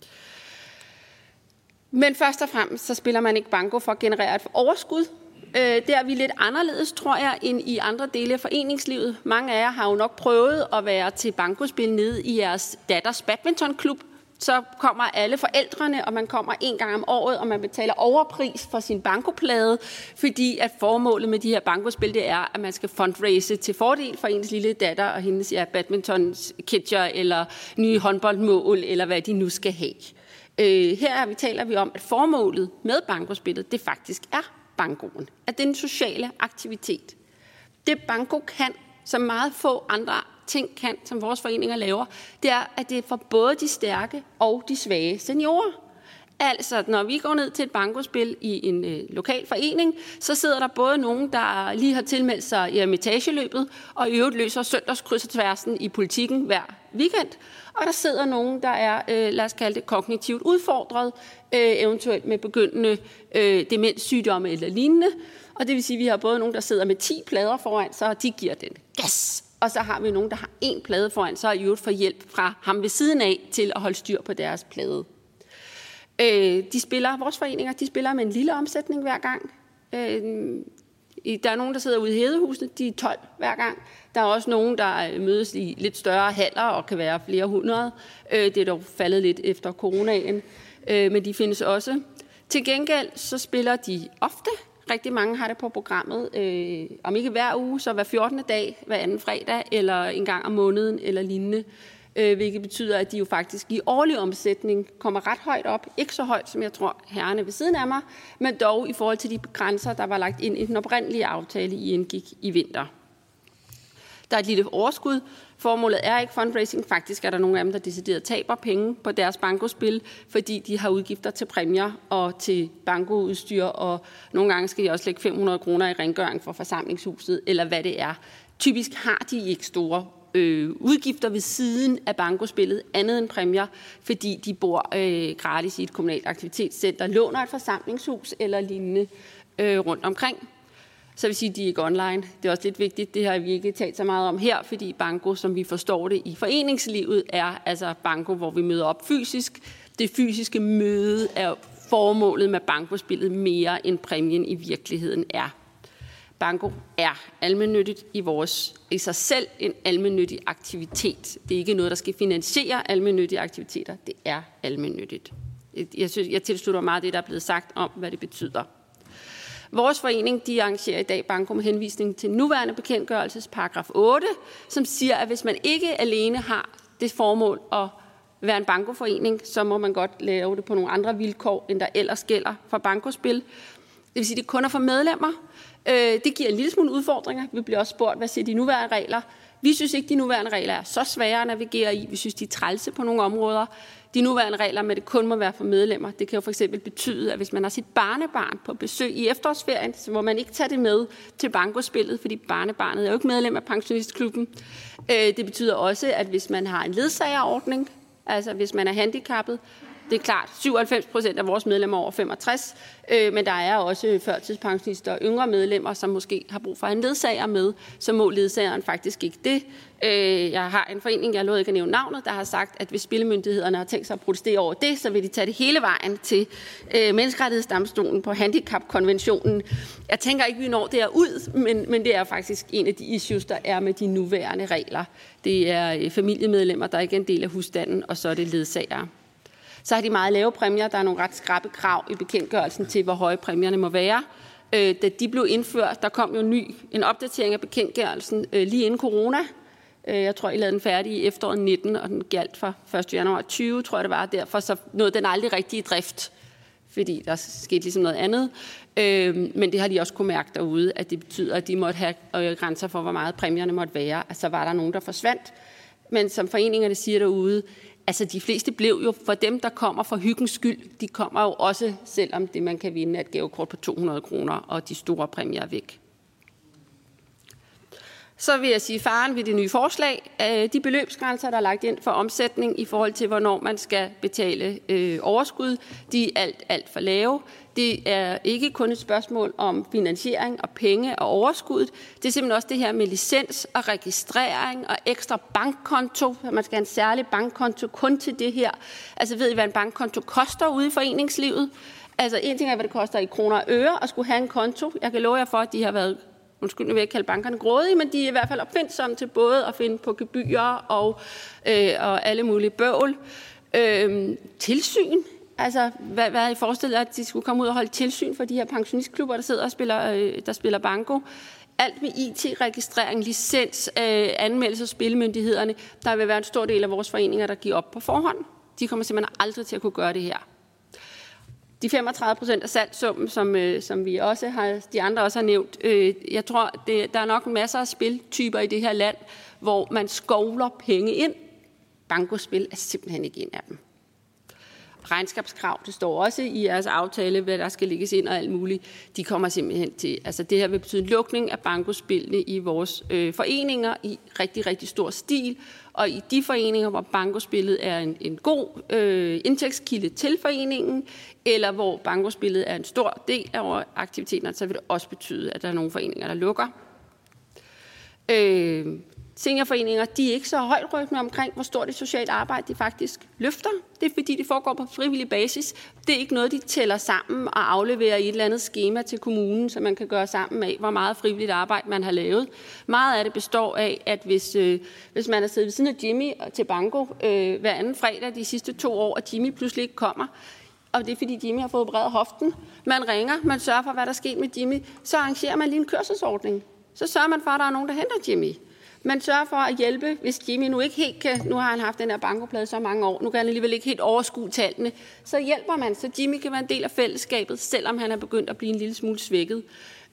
Men først og fremmest, så spiller man ikke banko for at generere et overskud. Der er vi lidt anderledes, tror jeg, end i andre dele af foreningslivet. Mange af jer har jo nok prøvet at være til bankospil nede i jeres datters badmintonklub. Så kommer alle forældrene, og man kommer en gang om året, og man betaler overpris for sin bankoplade, fordi at formålet med de her bankospil, det er, at man skal fundraise til fordel for ens lille datter og hendes badminton-catcher eller nye håndboldmål, eller hvad de nu skal have. Her taler vi om, at formålet med bankospillet, det faktisk er bankoen. At det er en sociale aktivitet. Det banko kan, som meget få andre ting kan, som vores foreninger laver, det er, at det er for både de stærke og de svage seniorer. Altså, når vi går ned til et bankospil i en lokal forening, så sidder der både nogen, der lige har tilmeldt sig i ermitageløbet, og i øvrigt løser søndagskryds og tværsen i politikken hver weekend. Og der sidder nogen, der er, lad os kalde det, kognitivt udfordret, eventuelt med begyndende demenssygdomme eller lignende. Og det vil sige, at vi har både nogen, der sidder med 10 plader foran sig, og de giver den gas. Og så har vi nogen, der har 1 plade foran sig, og i øvrigt får hjælp fra ham ved siden af til at holde styr på deres plade. Vores foreninger, de spiller med en lille omsætning hver gang. Der er nogen, der sidder ude i Hedehusene, de er 12 hver gang. Der er også nogen, der mødes i lidt større haller og kan være flere hundrede. Det er dog faldet lidt efter coronaen, men de findes også. Til gengæld så spiller de ofte. Rigtig mange har det på programmet, om ikke hver uge, så hver 14. dag, hver anden fredag, eller en gang om måneden, eller lignende. Hvilket betyder, at de jo faktisk i årlig omsætning kommer ret højt op. Ikke så højt, som jeg tror herrerne ved siden af mig, men dog i forhold til de grænser, der var lagt ind i den oprindelige aftale, I indgik i vinter. Der er et lille overskud. Formålet er ikke fundraising. Faktisk er der nogle af dem, der decideret taber penge på deres bankospil, fordi de har udgifter til præmier og til bankoudstyr, og nogle gange skal de også lægge 500 kroner i rengøring for forsamlingshuset, eller hvad det er. Typisk har de ikke store udgifter ved siden af bankospillet, andet end præmier, fordi de bor gratis i et kommunalt aktivitetscenter, låner et forsamlingshus eller lignende rundt omkring. Så vil sige, at de er ikke online. Det er også lidt vigtigt, det har vi ikke talt så meget om her, fordi banko, som vi forstår det i foreningslivet, er altså banko, hvor vi møder op fysisk. Det fysiske møde er formålet med bankospillet mere end præmien i virkeligheden er. Banko er almennyttigt i sig selv en almennyttig aktivitet. Det er ikke noget, der skal finansiere almennyttige aktiviteter. Det er almennyttigt. Jeg tilslutter meget det, der er blevet sagt om, hvad det betyder. Vores forening, de arrangerer i dag banko med henvisning til nuværende bekendtgørelses paragraf 8, som siger, at hvis man ikke alene har det formål at være en bankoforening, så må man godt lave det på nogle andre vilkår, end der ellers gælder for bankospil. Det vil sige, at det kun er for medlemmer. Det giver en lille smule udfordringer. Vi bliver også spurgt, hvad siger de nuværende regler? Vi synes ikke, de nuværende regler er så svære at navigere i. Vi synes, de er trælse på nogle områder. De nuværende regler med det kun må være for medlemmer. Det kan jo for eksempel betyde, at hvis man har sit barnebarn på besøg i efterårsferien, så må man ikke tage det med til bankospillet, fordi barnebarnet er jo ikke medlem af pensionistklubben. Det betyder også, at hvis man har en ledsagerordning, altså hvis man er handicappet, det er klart, 97% af vores medlemmer over 65, men der er også førtidspensionister og yngre medlemmer, som måske har brug for en ledsager med, så må ledsageren faktisk ikke det. Jeg har en forening, jeg lovede ikke at nævne navnet, der har sagt, at hvis spillemyndighederne har tænkt sig at protestere over det, så vil de tage det hele vejen til Menneskerettighedsdomstolen på handicapkonventionen. Jeg tænker ikke, vi når derud, men det er faktisk en af de issues, der er med de nuværende regler. Det er familiemedlemmer, der ikke er en del af husstanden, og så er det ledsagere. Så har de meget lave præmier. Der er nogle ret skrappe krav i bekendtgørelsen til, hvor høje præmierne må være. Da de blev indført, der kom jo en opdatering af bekendtgørelsen lige inden corona. Jeg tror, I lavede den færdig i efteråret 19, og den galt fra 1. januar 20, tror jeg det var. Derfor så nåede den aldrig rigtig i drift, fordi der skete ligesom noget andet. Men det har de også kunne mærke derude, at det betyder, at de måtte have grænser for, hvor meget præmierne måtte være. Altså var der nogen, der forsvandt. Men som foreningerne siger derude, altså de fleste blev jo for dem, der kommer for hyggens skyld, de kommer jo også, selvom det man kan vinde er et gavekort på 200 kroner, og de store præmier er væk. Så vil jeg sige, faren ved det nye forslag, de beløbsgrænser, der er lagt ind for omsætning i forhold til, hvornår man skal betale overskud, de er alt for lave. Det er ikke kun et spørgsmål om finansiering og penge og overskud. Det er simpelthen også det her med licens og registrering og ekstra bankkonto. Man skal have en særlig bankkonto kun til det her. Altså ved I, hvad en bankkonto koster ude i foreningslivet? Altså en ting er, hvad det koster i kroner og øre at skulle have en konto. Jeg kan love jer for, at de har været, undskyld, nu vil jeg ikke kalde bankerne grådige, men de er i hvert fald opfindsomme til både at finde på gebyrer og alle mulige bøvl. Tilsyn. Altså, hvad I forestiller at de skulle komme ud og holde tilsyn for de her pensionistklubber, der sidder og spiller banko. Alt med IT-registrering, licens, anmeldelse af spillemyndighederne. Der vil være en stor del af vores foreninger, der giver op på forhånd. De kommer simpelthen aldrig til at kunne gøre det her. De 35% af salgssummen, som vi også har, de andre også har nævnt, jeg tror, der er nok masser af spiltyper i det her land, hvor man skovler penge ind. Bankospil er simpelthen ikke en af dem. Regnskabskrav, det står også i jeres aftale, hvad der skal lægges ind og alt muligt. De kommer simpelthen til, altså det her vil betyde en lukning af bankospillene i vores foreninger i rigtig, rigtig stor stil. Og i de foreninger, hvor bankospillet er en god indtægtskilde til foreningen, eller hvor bankospillet er en stor del af aktiviteterne, så vil det også betyde, at der er nogle foreninger, der lukker. Seniorforeninger, de er ikke så højtrykne omkring, hvor stort det socialt arbejde de faktisk løfter. Det er fordi, det foregår på frivillig basis. Det er ikke noget, de tæller sammen og afleverer i et eller andet skema til kommunen, så man kan gøre sammen af, hvor meget frivilligt arbejde man har lavet. Meget af det består af, at hvis man har siddet ved siden af Jimmy til banko hver anden fredag de sidste 2 år, og Jimmy pludselig ikke kommer, og det er fordi Jimmy har fået opereret hoften. Man ringer, man sørger for, hvad der er sket med Jimmy, så arrangerer man lige en kørselsordning. Så sørger man for, at der er nogen, der henter Jimmy. Man sørger for at hjælpe, hvis Jimmy nu ikke helt kan, nu har han haft den her bankoplade så mange år, nu kan han alligevel ikke helt overskue tallene, så hjælper man, så Jimmy kan være en del af fællesskabet, selvom han er begyndt at blive en lille smule svækket.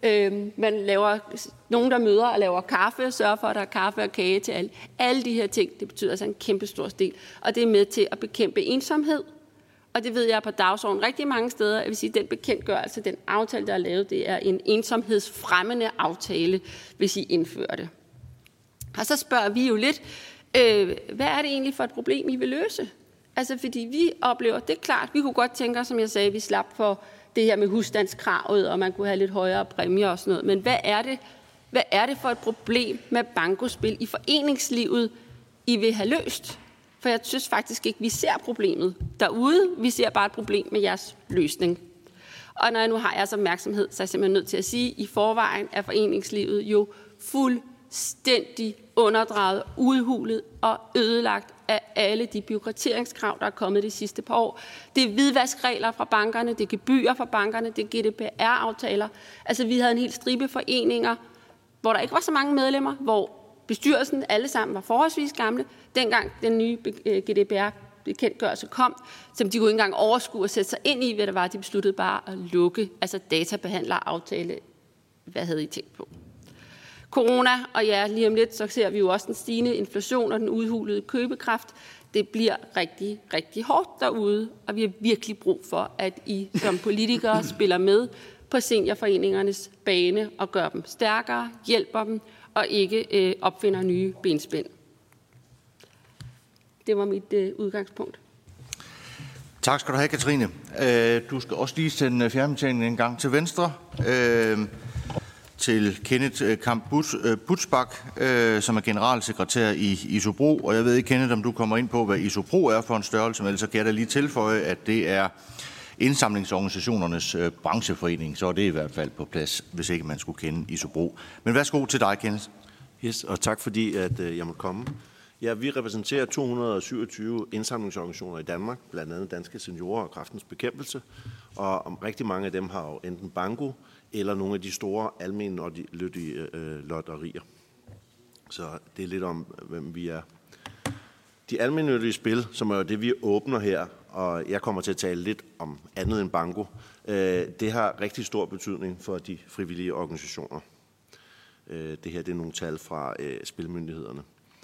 Man laver nogen, der møder og laver kaffe, og sørger for, at der er kaffe og kage til alle de her ting. Det betyder altså en kæmpe stor del, og det er med til at bekæmpe ensomhed. Og det ved jeg på dagsordenen rigtig mange steder. Jeg vil sige, at den bekendtgørelse, den aftale, der er lavet, det er en ensomhedsfremmende aftale, hvis I indfører det. Og så spørger vi jo lidt, hvad er det egentlig for et problem, I vil løse? Altså fordi vi oplever, det er klart, vi kunne godt tænke os, som jeg sagde, vi slap for det her med husstandskravet, og man kunne have lidt højere præmier og sådan noget. Men hvad er det for et problem med bankospil i foreningslivet, I vil have løst? For jeg synes faktisk ikke, vi ser problemet derude. Vi ser bare et problem med jeres løsning. Og når jeg nu har jeres opmærksomhed, så er jeg simpelthen nødt til at sige, at i forvejen er foreningslivet jo fuldstændig underdrejet, udhulet og ødelagt af alle de bureaukratiseringskrav, der er kommet de sidste par år. Det er hvidvaskregler fra bankerne, det er gebyrer fra bankerne, det er GDPR-aftaler. Altså vi havde en hel stribe foreninger, hvor der ikke var så mange medlemmer, hvor bestyrelsen alle sammen var forholdsvis gamle. Dengang den nye GDPR-bekendtgørelse kom, som de kunne ikke engang overskue og sætte sig ind i, hvad det var, de besluttede bare at lukke. Altså databehandleraftale. Hvad havde I tænkt på? Corona, og ja, lige om lidt, så ser vi jo også den stigende inflation og den udhulede købekraft. Det bliver rigtig, rigtig hårdt derude, og vi har virkelig brug for, at I som politikere spiller med på seniorforeningernes bane og gør dem stærkere, hjælper dem og ikke opfinder nye benspænd. Det var mit udgangspunkt. Tak skal du have, Katrine. Du skal også lige sende fjernbetjeningen en gang til venstre. Til Kenneth Kamp Butzbach, som er generalsekretær i ISOBRO. Og jeg ved ikke, Kenneth, om du kommer ind på, hvad ISOBRO er for en størrelse, men ellers kan jeg da lige tilføje, at det er indsamlingsorganisationernes brancheforening, så er det i hvert fald på plads, hvis ikke man skulle kende ISOBRO. Men værsgo til dig, Kenneth. Yes, og tak fordi, at jeg måtte komme. Ja, vi repræsenterer 227 indsamlingsorganisationer i Danmark, blandt andet Danske Seniorer og Kræftens Bekæmpelse, og rigtig mange af dem har jo enten banko eller nogle af de store almennyttige lotterier. Så det er lidt om, hvem vi er. De almennyttige spil, som er jo det, vi åbner her, og jeg kommer til at tale lidt om andet end banko, det har rigtig stor betydning for de frivillige organisationer. Det her det er nogle tal fra spilmyndighederne.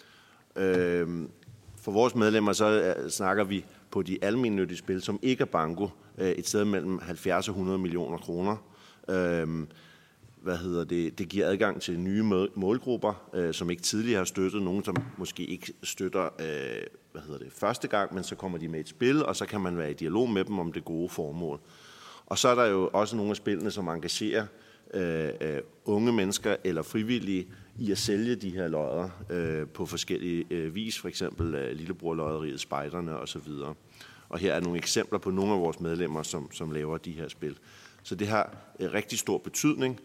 For vores medlemmer så snakker vi på de almennyttige spil, som ikke er banko, et sted mellem 70 og 100 millioner kroner. det giver adgang til nye målgrupper, som ikke tidligere har støttet. Nogen, som måske ikke støtter første gang, men så kommer de med et spil, og så kan man være i dialog med dem om det gode formål. Og så er der jo også nogle af spillene, som engagerer unge mennesker eller frivillige i at sælge de her lodder på forskellige vis, for eksempel Lillebror-lodderiet, Spejderne osv. Og her er nogle eksempler på nogle af vores medlemmer, som laver de her spil. Så det har rigtig stor betydning,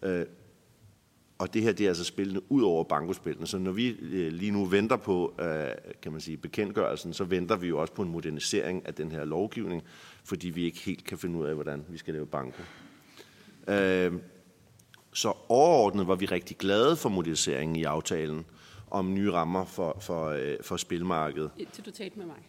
og det her det er altså spillene ud over bankospillene. Så når vi lige nu venter på, kan man sige, bekendtgørelsen, så venter vi jo også på en modernisering af den her lovgivning, fordi vi ikke helt kan finde ud af, hvordan vi skal lave banko. Så overordnet var vi rigtig glade for moderniseringen i aftalen om nye rammer for spilmarkedet. Indtil du talte med mig.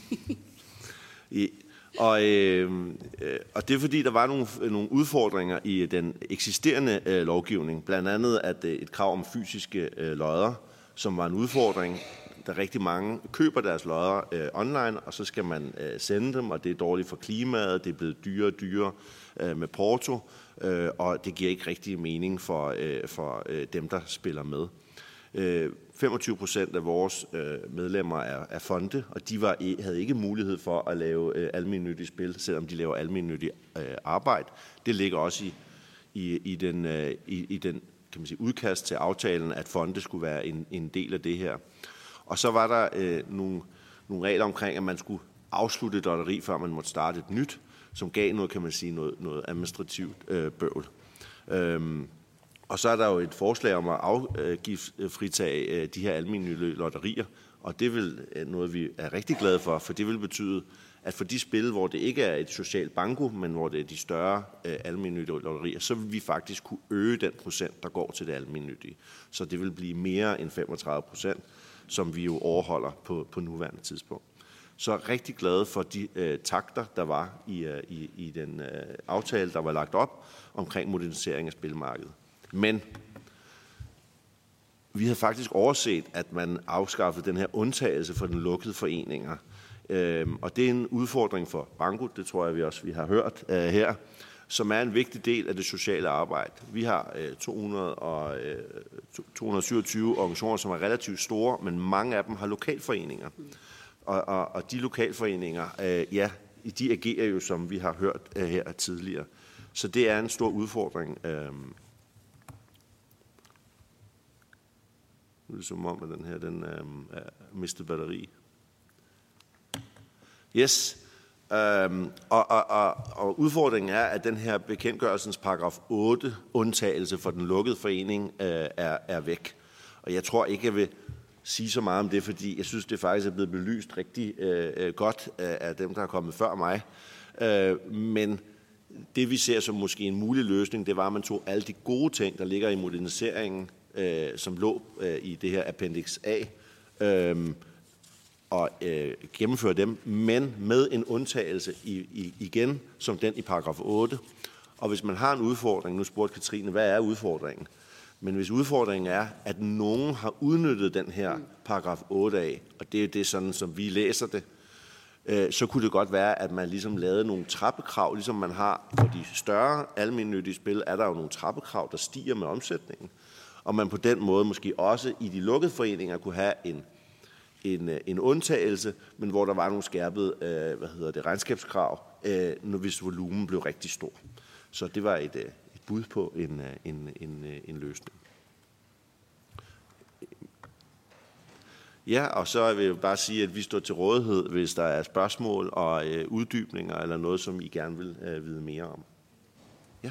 Og det er fordi, der var nogle udfordringer i den eksisterende lovgivning. Blandt andet at et krav om fysiske lodder, som var en udfordring. Der rigtig mange køber deres lodder online, og så skal man sende dem, og det er dårligt for klimaet, det er blevet dyrere og dyrere med porto, og det giver ikke rigtig mening for dem, der spiller med. 25% af vores medlemmer er fonde, og de havde ikke mulighed for at lave almennyttige spil, selvom de laver almennyttigt arbejde. Det ligger også i den kan man sige, udkast til aftalen, at fonde skulle være en del af det her. Og så var der nogle regler omkring, at man skulle afslutte et lotteri, før man måtte starte et nyt, som gav noget, kan man sige, noget administrativt bøvl. Og så er der jo et forslag om at afgiftsfritage de her almennyttige lotterier, og det er vel noget, vi er rigtig glade for det vil betyde, at for de spil, hvor det ikke er et socialt banko, men hvor det er de større almennyttige lotterier, så vil vi faktisk kunne øge den procent, der går til det almennyttige. Så det vil blive mere end 35%, som vi jo overholder på nuværende tidspunkt. Så rigtig glade for de takter, der var i den aftale, der var lagt op omkring modernisering af spilmarkedet. Men vi havde faktisk overset, at man afskaffede den her undtagelse for den lukkede foreninger. Og det er en udfordring for banko, det tror jeg vi har hørt her, som er en vigtig del af det sociale arbejde. Vi har 227 organisationer, som er relativt store, men mange af dem har lokalforeninger. Og de lokalforeninger, de agerer jo, som vi har hørt her tidligere. Så det er en stor udfordring. Nu er det som om, at den her er mistet batteri. Yes. Og udfordringen er, at den her bekendtgørelsens paragraf 8 undtagelse for den lukkede forening er væk. Og jeg tror ikke, jeg vil sige så meget om det, fordi jeg synes, det faktisk er blevet belyst rigtig godt af dem, der er kommet før mig. Men det, vi ser som måske en mulig løsning, det var, at man tog alle de gode ting, der ligger i moderniseringen, som lå i det her Appendix A, og gennemføre dem, men med en undtagelse igen, som den i paragraf 8. Og hvis man har en udfordring, nu spurgte Katrine, hvad er udfordringen? Men hvis udfordringen er, at nogen har udnyttet den her paragraf 8 af, og det er det sådan, som vi læser det, så kunne det godt være, at man ligesom lavede nogle trappekrav, ligesom man har for de større almennyttige spil, er der jo nogle trappekrav, der stiger med omsætningen. Og man på den måde måske også i de lukkede foreninger kunne have en undtagelse, men hvor der var nogle skærpede regnskabskrav, hvis volumen blev rigtig stor. Så det var et bud på en løsning. Ja, og så vil jeg bare sige, at vi står til rådighed, hvis der er spørgsmål og uddybninger eller noget, som I gerne vil vide mere om. Ja.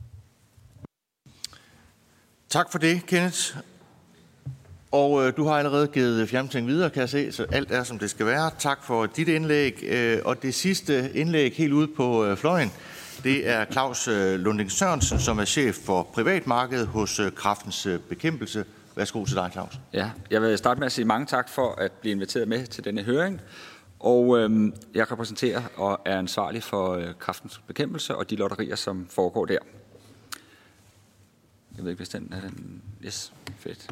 Tak for det, Kenneth. Og du har allerede givet fjernbetjening videre, kan jeg se, så alt er, som det skal være. Tak for dit indlæg. Og det sidste indlæg helt ude på fløjen, det er Claus Lunding Sørensen, som er chef for privatmarkedet hos Kræftens Bekæmpelse. Værsgo til dig, Claus. Ja, jeg vil starte med at sige mange tak for at blive inviteret med til denne høring. Og jeg repræsenterer og er ansvarlig for Kræftens Bekæmpelse og de lotterier, som foregår der. Jeg ved ikke, hvis den er den. Yes, fedt.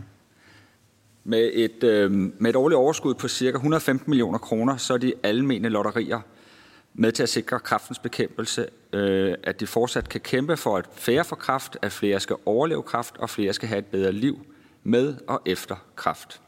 Med et årligt overskud på ca. 115 millioner kroner, så er de almene lotterier med til at sikre kræftens bekæmpelse, at de fortsat kan kæmpe for, at færre får kræft, at flere skal overleve kræft, og flere skal have et bedre liv med og efter kræft.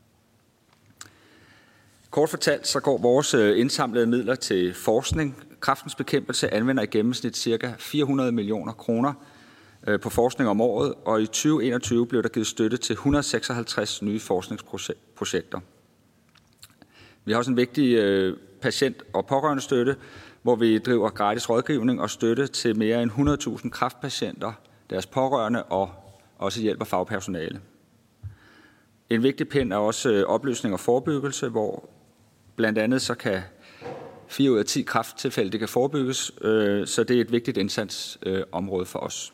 Kort fortalt, så går vores indsamlede midler til forskning. Kræftens bekæmpelse anvender i gennemsnit ca. 400 millioner kroner på forskning om året, og i 2021 blev der givet støtte til 156 nye forskningsprojekter. Vi har også en vigtig patient- og pårørendestøtte, hvor vi driver gratis rådgivning og støtte til mere end 100.000 kræftpatienter, deres pårørende og også hjælper fagpersonale. En vigtig pind er også oplysning og forebyggelse, hvor blandt andet så kan 4 ud af 10 kræfttilfælde kan forebygges, så det er et vigtigt indsatsområde for os.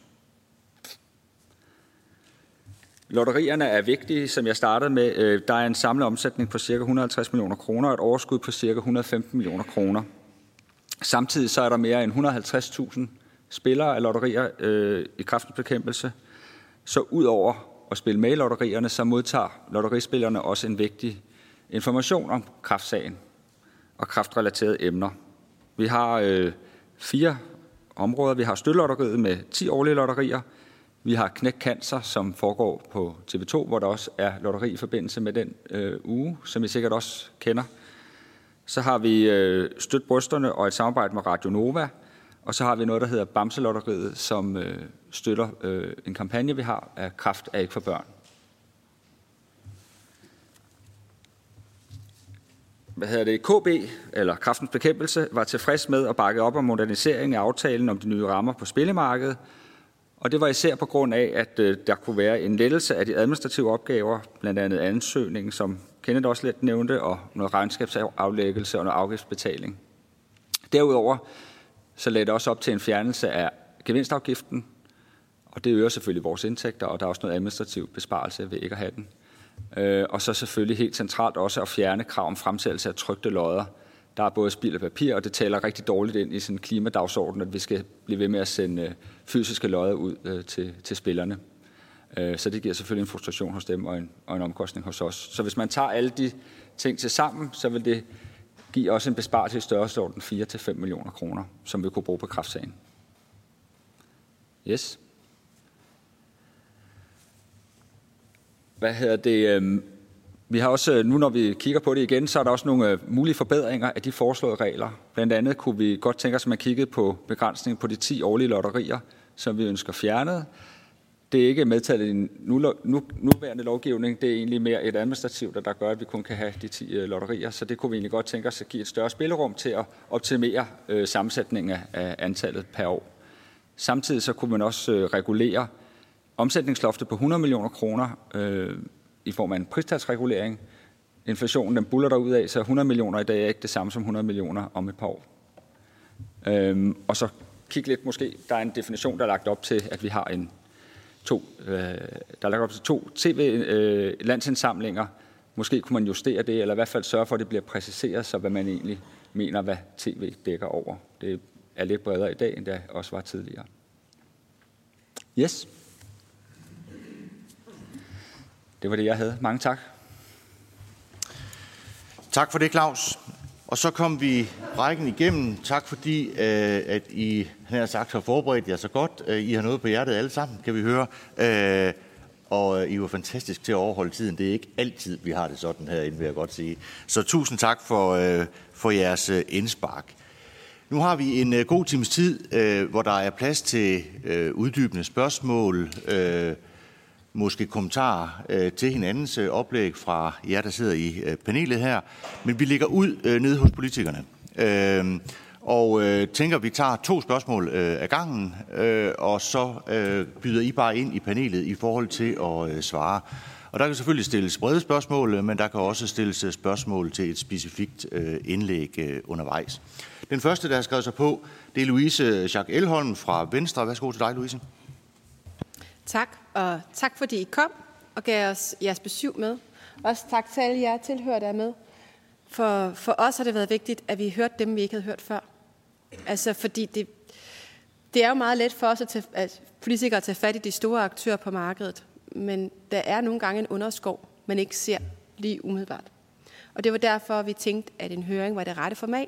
Lotterierne er vigtige, som jeg startede med. Der er en samlet omsætning på ca. 150 millioner kroner og et overskud på ca. 115 millioner kroner. Samtidig så er der mere end 150.000 spillere af lotterier i kræftens bekæmpelse. Så ud over at spille med i lotterierne, så modtager lotterispillerne også en vigtig information om kræftsagen og kræftrelaterede emner. Vi har 4 områder. Vi har støttelotteriet med 10 årlige lotterier. Vi har Knæk Cancer, som foregår på TV2, hvor der også er lotteri i forbindelse med den uge, som I sikkert også kender. Så har vi Støt Brysterne og et samarbejde med Radio Nova. Og så har vi noget, der hedder Bamselotteriet, som støtter en kampagne, vi har af Kræft er ikke for børn. KB, eller Kræftens Bekæmpelse, var tilfreds med at bakke op om moderniseringen af aftalen om de nye rammer på spillemarkedet. Og det var især på grund af, at der kunne være en lettelse af de administrative opgaver, blandt andet ansøgningen, som Kenneth også lidt nævnte, og noget regnskabsaflæggelse og noget afgiftsbetaling. Derudover så lagde det også op til en fjernelse af gevinstafgiften, og det øger selvfølgelig vores indtægter, og der er også noget administrativ besparelse ved ikke at have den. Og så selvfølgelig helt centralt også at fjerne krav om fremsættelse af trykte lodder. Der er både spild af papir, og det taler rigtig dårligt ind i sådan en klimadagsorden, at vi skal blive ved med at sende fysiske lodder ud til spillerne. Så det giver selvfølgelig en frustration hos dem og en omkostning hos os. Så hvis man tager alle de ting til sammen, så vil det give også en besparelse i størrelsesorden 4-5 millioner kroner, som vi kunne bruge på kræftsagen. Yes. Vi har også, nu når vi kigger på det igen, så er der også nogle mulige forbedringer af de foreslåede regler. Blandt andet kunne vi godt tænke os, at man kiggede på begrænsningen på de 10 årlige lotterier, som vi ønsker fjernet. Det er ikke medtaget i den nuværende lovgivning. Det er egentlig mere et administrativt, der gør, at vi kun kan have de 10 lotterier. Så det kunne vi egentlig godt tænke os at give et større spillerum til at optimere sammensætningen af antallet per år. Samtidig så kunne man også regulere omsætningsloftet på 100 millioner kroner i form af en pristalsregulering. Inflationen den buller derud af, så 100 millioner i dag er ikke det samme som 100 millioner om et par år. Og så kig lidt måske, der er en definition, der er lagt op til, at vi har to tv-landsindsamlinger. Måske kunne man justere det, eller i hvert fald sørge for, at det bliver præciseret, så hvad man egentlig mener, hvad tv dækker over. Det er lidt bredere i dag, end det også var tidligere. Yes. Det var det, jeg havde. Mange tak. Tak for det, Claus. Og så kom vi rækken igennem. Tak fordi, at I har sagt har forberedt jer så godt. I har noget på hjertet alle sammen, kan vi høre. Og I var fantastisk til at overholde tiden. Det er ikke altid, vi har det sådan herinde, vil jeg godt sige. Så tusind tak for jeres indspark. Nu har vi en god times tid, hvor der er plads til uddybende spørgsmål, måske kommentarer til hinandens oplæg fra jer, der sidder i panelet her. Men vi ligger ud nede hos politikerne. Og tænker, vi tager 2 spørgsmål ad gangen, og så byder I bare ind i panelet i forhold til at svare. Og der kan selvfølgelig stilles brede spørgsmål, men der kan også stilles spørgsmål til et specifikt indlæg undervejs. Den første, der har skrevet sig på, det er Louise Jacques Elholm fra Venstre. Værsgo til dig, Louise. Tak, og tak fordi I kom og gav os jeres besøg med. Også tak til alle jer tilhører, der er med. For os har det været vigtigt, at vi hørte dem, vi ikke havde hørt før. Altså, fordi det er jo meget let for os at politikere at tage fat i de store aktører på markedet. Men der er nogle gange en underskov, man ikke ser lige umiddelbart. Og det var derfor, vi tænkte, at en høring var det rette format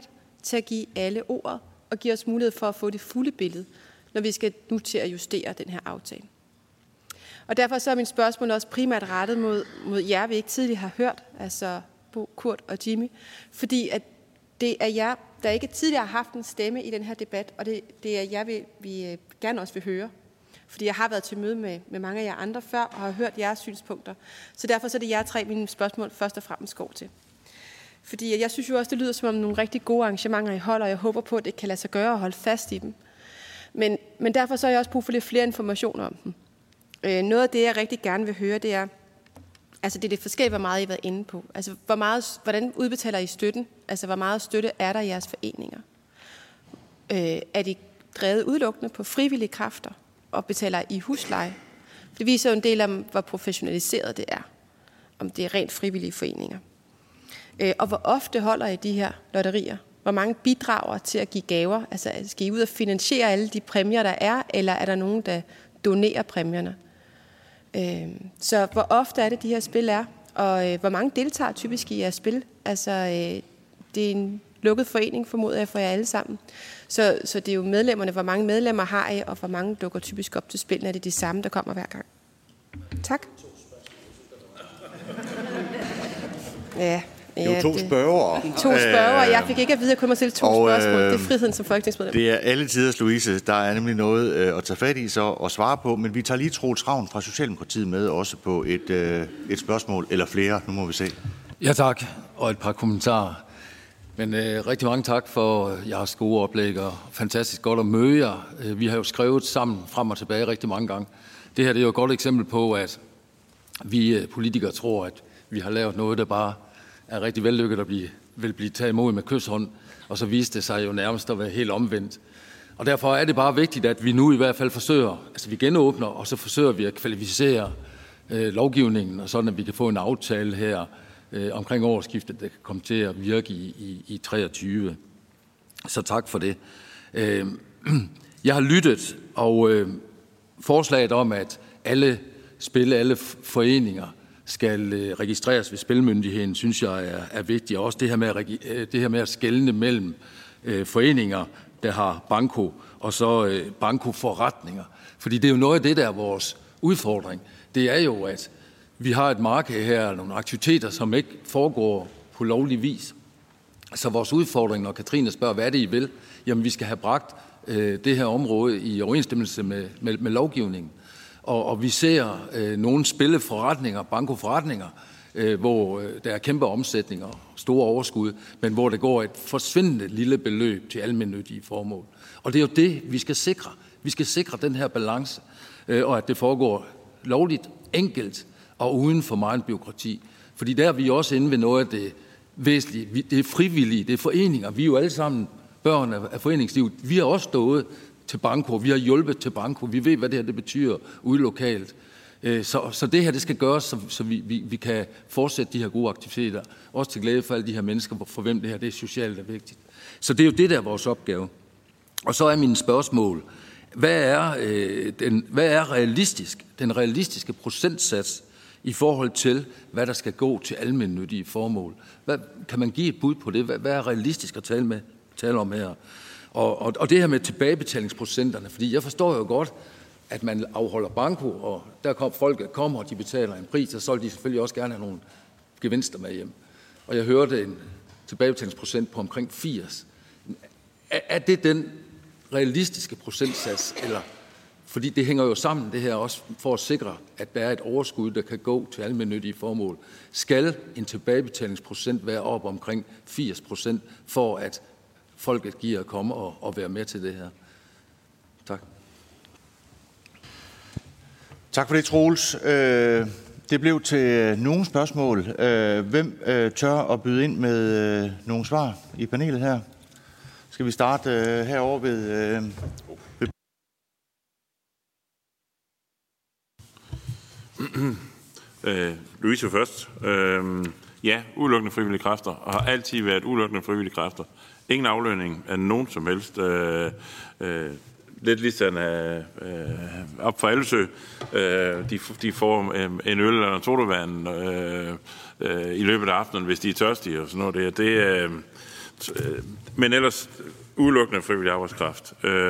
til at give alle ordet og give os mulighed for at få det fulde billede, når vi skal nu til at justere den her aftale. Og derfor så er min spørgsmål også primært rettet mod jer, vi ikke tidligere har hørt, altså Bo, Kurt og Jimmy, fordi at det er jer, der ikke tidligere har haft en stemme i den her debat, og det er jer, vi gerne også vil høre. Fordi jeg har været til møde med mange af jer andre før, og har hørt jeres synspunkter. Så derfor så er det jer tre, mine spørgsmål først og fremmest går til. Fordi jeg synes jo også, det lyder som om nogle rigtig gode arrangementer, I holder, og jeg håber på, at det kan lade sig gøre at holde fast i dem. Men derfor så har jeg også brug for lidt flere informationer om dem. Noget af det, jeg rigtig gerne vil høre, det er, altså det forskellige, hvor meget I har været inde på. Altså hvordan udbetaler I støtten? Altså hvor meget støtte er der i jeres foreninger? Er de drevet udelukkende på frivillige kræfter? Og betaler I husleje? Det viser jo en del om, hvor professionaliseret det er. Om det er rent frivillige foreninger. Og hvor ofte holder I de her lotterier? Hvor mange bidrager til at give gaver? Altså skal I ud og finansiere alle de præmier, der er? Eller er der nogen, der donerer præmierne? Så hvor ofte er det, de her spil er? Og hvor mange deltager typisk i jeres spil? Altså det er en lukket forening, formoder jeg, for jer alle sammen. Så det er jo medlemmerne. Hvor mange medlemmer har I, og hvor mange dukker typisk op til spillene? Er det de samme, der kommer hver gang? Tak. Ja. Det er jo to spørgere. To spørgere. Jeg fik ikke at vide, at jeg kun må stille to spørgsmål. Det er friheden som folketingsmedlem. Det er alle tiders, Louise. Der er nemlig noget at tage fat i og svare på, men vi tager lige Troels Ravn fra Socialdemokratiet med også på et spørgsmål, eller flere, nu må vi se. Ja tak, og et par kommentarer. Men rigtig mange tak for jeres gode oplæg, og fantastisk godt at møde jer. Vi har jo skrevet sammen frem og tilbage rigtig mange gange. Det her det er jo et godt eksempel på, at vi politikere tror, at vi har lavet noget, der bare er rigtig vellykket og vil blive taget imod med kysshånd, og så viste det sig jo nærmest at være helt omvendt. Og derfor er det bare vigtigt, at vi nu i hvert fald forsøger, altså vi genåbner, og så forsøger vi at kvalificere lovgivningen, og sådan at vi kan få en aftale her omkring årsskiftet, der kan komme til at virke i 23. Så tak for det. Jeg har lyttet, og forslaget om, at alle foreninger skal registreres ved Spilmyndigheden, synes jeg er vigtigt. Og også det her med at skelne mellem foreninger, der har banko, og så bankoforretninger. Fordi det er jo noget af det, der er vores udfordring. Det er jo, at vi har et marked her, nogle aktiviteter, som ikke foregår på lovlig vis. Så vores udfordring, når Katrine spørger, hvad er det, I vil? Jamen, vi skal have bragt det her område i overensstemmelse med lovgivningen. Og vi ser nogle spilleforretninger, bankoforretninger, hvor der er kæmpe omsætning og store overskud, men hvor der går et forsvindende lille beløb til almennyttige formål. Og det er jo det, vi skal sikre. Vi skal sikre den her balance, og at det foregår lovligt, enkelt og uden for meget byråkrati. Fordi der er vi også inde ved noget af det væsentlige. Det er frivillige, det er foreninger. Vi er jo alle sammen børn af foreningslivet. Vi har også stået til banko, vi har hjulpet til banko, vi ved, hvad det her det betyder ude lokalt. Så det her det skal gøres, så vi kan fortsætte de her gode aktiviteter, også til glæde for alle de her mennesker, for hvem det her det er socialt og vigtigt. Så det er jo det, der er vores opgave. Og så er mine spørgsmål, hvad er den realistiske procentsats i forhold til, hvad der skal gå til almennyttige formål? Kan man give et bud på det? Hvad er realistisk at tale om her? Og det her med tilbagebetalingsprocenterne, fordi jeg forstår jo godt, at man afholder banko, og der folk kommer, og de betaler en pris, og så vil de selvfølgelig også gerne have nogle gevinster med hjem. Og jeg hørte en tilbagebetalingsprocent på omkring 80. Er det den realistiske procentsats, eller fordi det hænger jo sammen, det her også, for at sikre, at der er et overskud, der kan gå til almennyttige formål. Skal en tilbagebetalingsprocent være op omkring 80%, for at folket giver at komme og være med til det her? Tak. Tak for det, Troels. Det blev til nogle spørgsmål. Hvem tør at byde ind med nogle svar i panelet her? Skal vi starte herovre ved... Louise først. Ja, udelukkende frivillige kræfter, og har altid været udelukkende frivillige kræfter. Ingen aflønning af nogen som helst. Lidt ligesom op for Alsø. De får en øl eller en sodavand i løbet af aftenen, hvis de er tørstige og sådan noget. men ellers udelukkende frivillig arbejdskraft.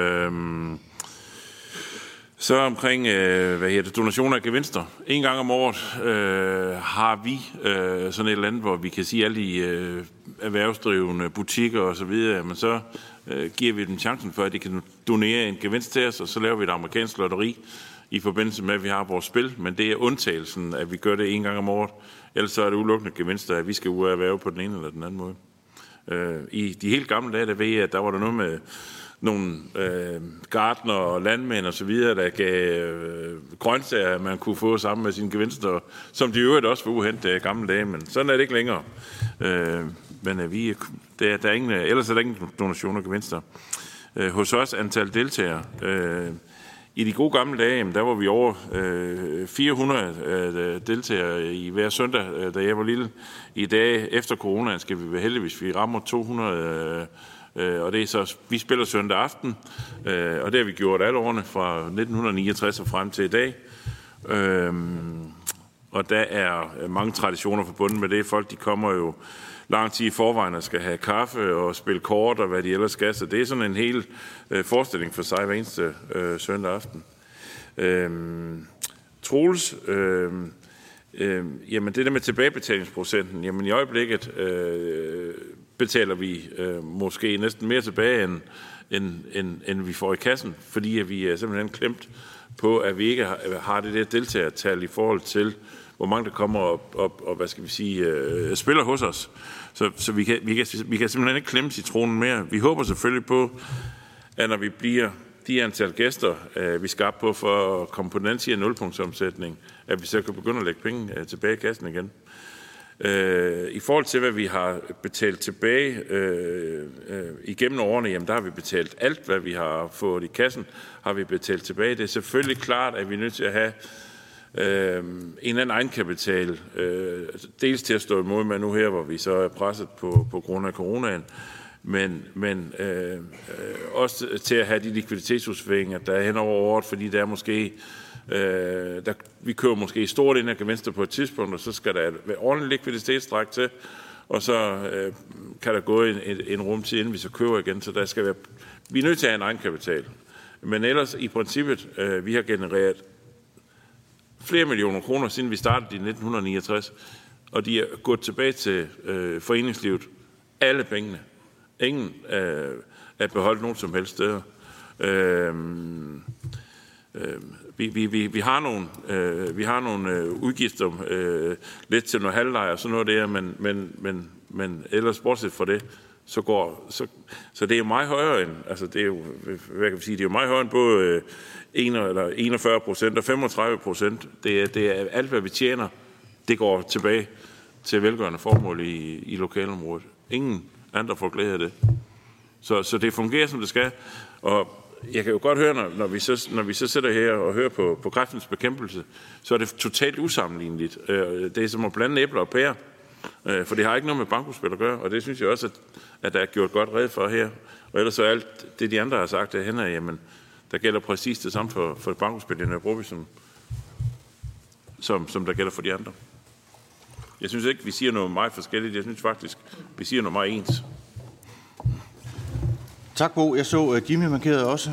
Så omkring donationer af gevinster. En gang om året har vi sådan et eller andet, hvor vi kan sige alle de erhvervsdrivende butikker og så videre, men så giver vi dem chancen for, at de kan donere en gevinst til os, og så laver vi et amerikansk lotteri i forbindelse med, at vi har vores spil, men det er undtagelsen, at vi gør det en gang om året. Ellers så er det udelukkende gevinster, at vi skal ud og erhverve på den ene eller den anden måde. I de helt gamle dage, der ved jeg, at der var der noget med nogle gartner og landmænd og så videre, der gav grøntsager, man kunne få sammen med sine gevinster, som de øvrigt også var uhentet i gamle dage, men sådan er det ikke længere. Men der er ingen, ellers er der ingen donationer og gevinster. Hos os antal deltagere. I de gode gamle dage, der var vi over 400 deltagere i hver søndag, da jeg var lille. I dag efter coronaen skal vi være heldige, hvis vi rammer 200, og det er så, vi spiller søndag aften, og det har vi gjort alle årene fra 1969 og frem til i dag. Og der er mange traditioner forbundet med det. Folk, de kommer jo lang tid i forvejen og skal have kaffe og spille kort og hvad de ellers skal. Så det er sådan en hel forestilling for sig hver eneste søndag aften. Troels, jamen det der med tilbagebetalingsprocenten, jamen i øjeblikket betaler vi måske næsten mere tilbage, end vi får i kassen, fordi at vi er simpelthen klemt på, at vi ikke har det der deltagertal i forhold til, hvor mange der kommer og hvad skal vi sige, spiller hos os. Så vi kan simpelthen ikke klemme citronen mere. Vi håber selvfølgelig på, at når vi bliver de antal gæster, vi skal op på for at komme på den anden side af nulpunktsomsætning, at vi så kan begynde at lægge penge tilbage i kassen igen. I forhold til, hvad vi har betalt tilbage igennem årene, jamen der har vi betalt alt, hvad vi har fået i kassen, har vi betalt tilbage. Det er selvfølgelig klart, at vi er nødt til at have en eller anden egenkapital, dels til at stå imod med nu her, hvor vi så er presset på grund af coronaen, men også til at have de likviditetsudsvinginger, der er hen over året, fordi der er måske vi køber måske stort ind af gevinster på et tidspunkt, og så skal der være ordentlig likviditetstræk til, og så kan der gå en rum til, inden vi så køber igen, så der skal være, vi er nødt til at have en egenkapital. Men ellers i princippet, vi har genereret flere millioner kroner, siden vi startede i 1969, og de er gået tilbage til foreningslivet. Alle pengene. Ingen er beholdt nogen som helst steder. Vi har nogle udgifter lidt til noget halvleje og sådan noget der, men ellers bortset fra det, så det er jo meget højere end, altså det er jo, hvad kan vi sige, det er jo meget højere end både 41% og 35%. Det er alt, hvad vi tjener, det går tilbage til velgørende formål i lokalområdet. Ingen andre får glæde af det. Så det fungerer, som det skal, og jeg kan jo godt høre, når vi så sidder her og hører på Kræftens Bekæmpelse, så er det totalt usammenligneligt. Det er som at blande æbler og pærer, for det har ikke noget med bankospil at gøre, og det synes jeg også, at der er gjort godt red for her. Og ellers så alt det, de andre har sagt, jamen, der gælder præcis det samme for bankospil i Nørrebro, som der gælder for de andre. Jeg synes ikke, vi siger noget meget forskelligt. Jeg synes faktisk, vi siger noget meget ens. Tak, Bo. Jeg så Jimmy markerede også.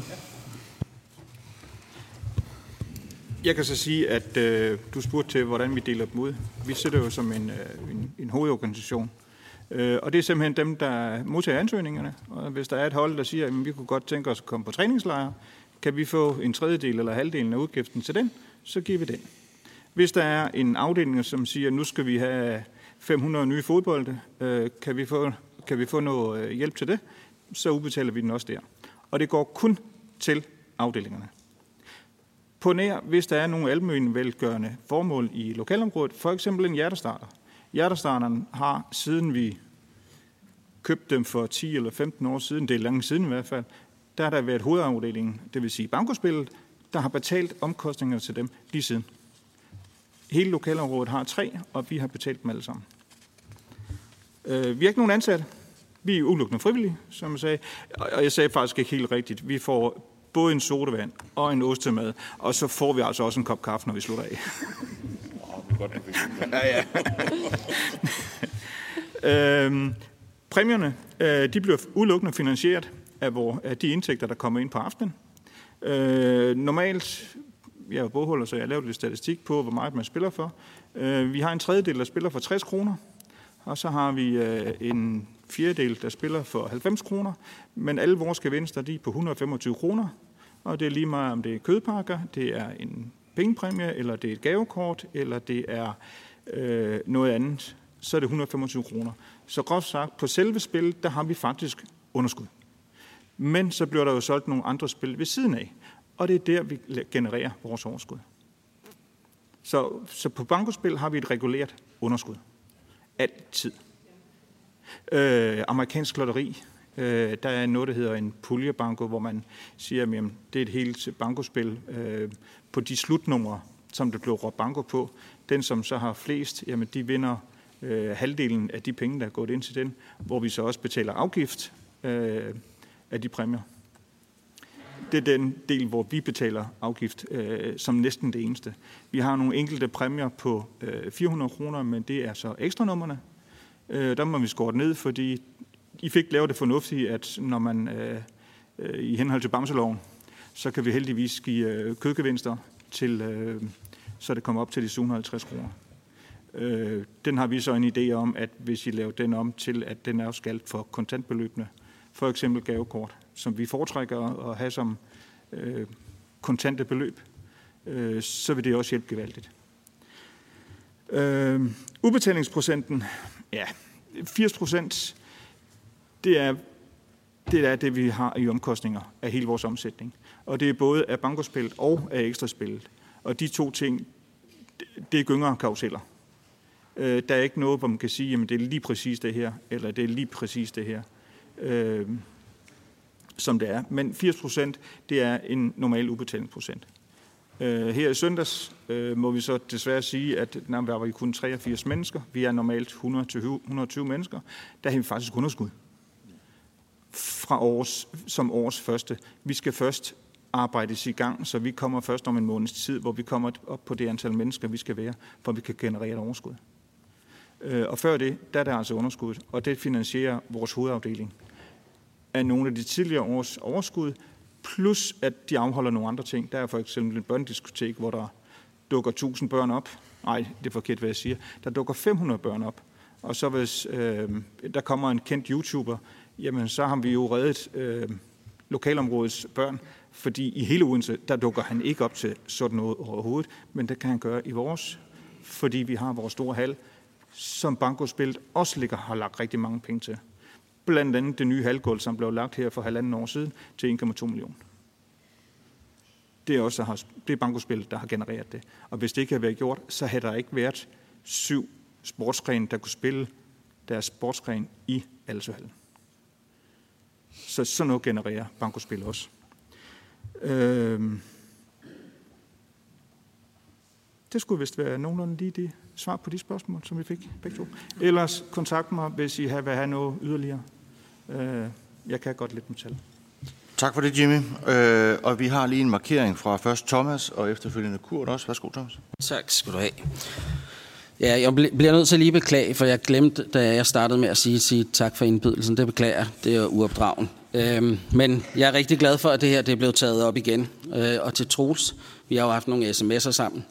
Jeg kan så sige, at du spurgte til, hvordan vi deler dem ud. Vi sætter jo som en hovedorganisation. Og det er simpelthen dem, der modtager ansøgningerne. Og hvis der er et hold, der siger, at vi kunne godt tænke os at komme på træningslejre, kan vi få en tredjedel eller halvdelen af udgiften til den, så giver vi den. Hvis der er en afdeling, som siger, at nu skal vi have 500 nye fodbolde, kan vi få noget hjælp til det, så udbetaler vi den også der. Og det går kun til afdelingerne. På nær, hvis der er nogle almenvelgørende formål i lokalområdet, for eksempel en hjertestarter. Hjertestarteren har, siden vi købte dem for 10 eller 15 år siden, det er længe siden i hvert fald, der har der været hovedafdelingen, det vil sige bankospillet, der har betalt omkostninger til dem lige siden. Hele lokalområdet har 3, og vi har betalt dem alle sammen. Vi har ikke nogen ansatte. Vi er udelukkende frivillige, som jeg sagde. Og jeg sagde faktisk ikke helt rigtigt. Vi får både en sodavand og en ostemad, og så får vi altså også en kop kaffe, når vi slutter af. Præmierne de bliver udelukkende finansieret af de indtægter, der kommer ind på aftenen. Normalt, jeg er jo bogholder, så jeg har lavet lidt statistik på, hvor meget man spiller for. Vi har en tredjedel, der spiller for 60 kroner, og så har vi en fjerdedel, der spiller for 90 kroner, men alle vores gevinster de er på 125 kroner, og det er lige meget, om det er kødpakker, det er en pengepræmie, eller det er et gavekort, eller det er noget andet, så er det 125 kroner. Så groft sagt, på selve spillet, der har vi faktisk underskud. Men så bliver der jo solgt nogle andre spil ved siden af, og det er der, vi genererer vores overskud. Så på bankospil har vi et regulært underskud. Altid. Amerikansk lotteri, der er noget, der hedder en puljebanko, hvor man siger, at det er et helt bankospil på de slutnumre, som der bliver råbt banko på. Den, som så har flest, jamen, de vinder halvdelen af de penge, der er gået ind til den, hvor vi så også betaler afgift af de præmier. Det er den del, hvor vi betaler afgift som næsten det eneste. Vi har nogle enkelte præmier på 400 kroner, men det er så ekstranummerne. Der må vi skåre ned, fordi I fik lavet det fornuftigt, at når man i henhold til Bamseloven, så kan vi heldigvis give kødgevinster til, så det kommer op til de 750 kroner. Den har vi så en idé om, at hvis I laver den om til, at den er skal for kontantbeløbene, for eksempel gavekort, som vi foretrækker at have som kontante beløb, så vil det også hjælpe gevaldigt. Udbetalingsprocenten, ja, 80%, det er det, vi har i omkostninger af hele vores omsætning. Og det er både af bankospillet og af ekstraspillet. Og de to ting, det er gynger og karuseller. Der er ikke noget, hvor man kan sige, at det er lige præcis det her, eller det er lige præcis det her, som det er. Men 80%, det er en normal udbetalingsprocent. Her i søndags må vi så desværre sige, at der var vi kun 83 mennesker. Vi er normalt 100-120 mennesker. Der har vi faktisk underskud som års første. Vi skal først arbejdes i gang, så vi kommer først om en måneds tid, hvor vi kommer op på det antal mennesker, vi skal være, for vi kan generere et overskud. Og før det, der er der altså underskud, og det finansierer vores hovedafdeling af nogle af de tidligere års overskud, plus at de afholder nogle andre ting. Der er for eksempel en børnediskotek, hvor der dukker 1000 børn op. Nej, det er forkert, hvad jeg siger. Der dukker 500 børn op. Og så hvis der kommer en kendt YouTuber, jamen så har vi jo reddet lokalområdets børn, fordi i hele Odense, der dukker han ikke op til sådan noget overhovedet, men det kan han gøre i vores, fordi vi har vores store hal, som bankospillet også har lagt rigtig mange penge til. Blandt andet det nye halvgulv, som blev lagt her for 1,5 år siden til 1,2 millioner. Det er bankospillet, der har genereret det. Og hvis det ikke havde været gjort, så havde der ikke været 7 sportsgrene, der kunne spille deres sportsgren i Alsøhallen. Så sådan noget genererer bankospil også. Det skulle vist være nogenlunde lige det svar på de spørgsmål, som vi fik begge to. Ellers kontakt mig, hvis I vil have noget yderligere. Jeg kan godt lidt med tal. Tak for det, Jimmy. Og vi har lige en markering fra først Thomas og efterfølgende Kurt også. Værsgo, Thomas. Tak skal du have. Ja, jeg bliver nødt til at lige beklage, for jeg glemte, da jeg startede med at sige tak for indbydelsen. Det beklager jeg. Det er uopdragen. Men jeg er rigtig glad for, at det her det er blevet taget op igen. Og til Troels, vi har jo haft nogle sms'er sammen.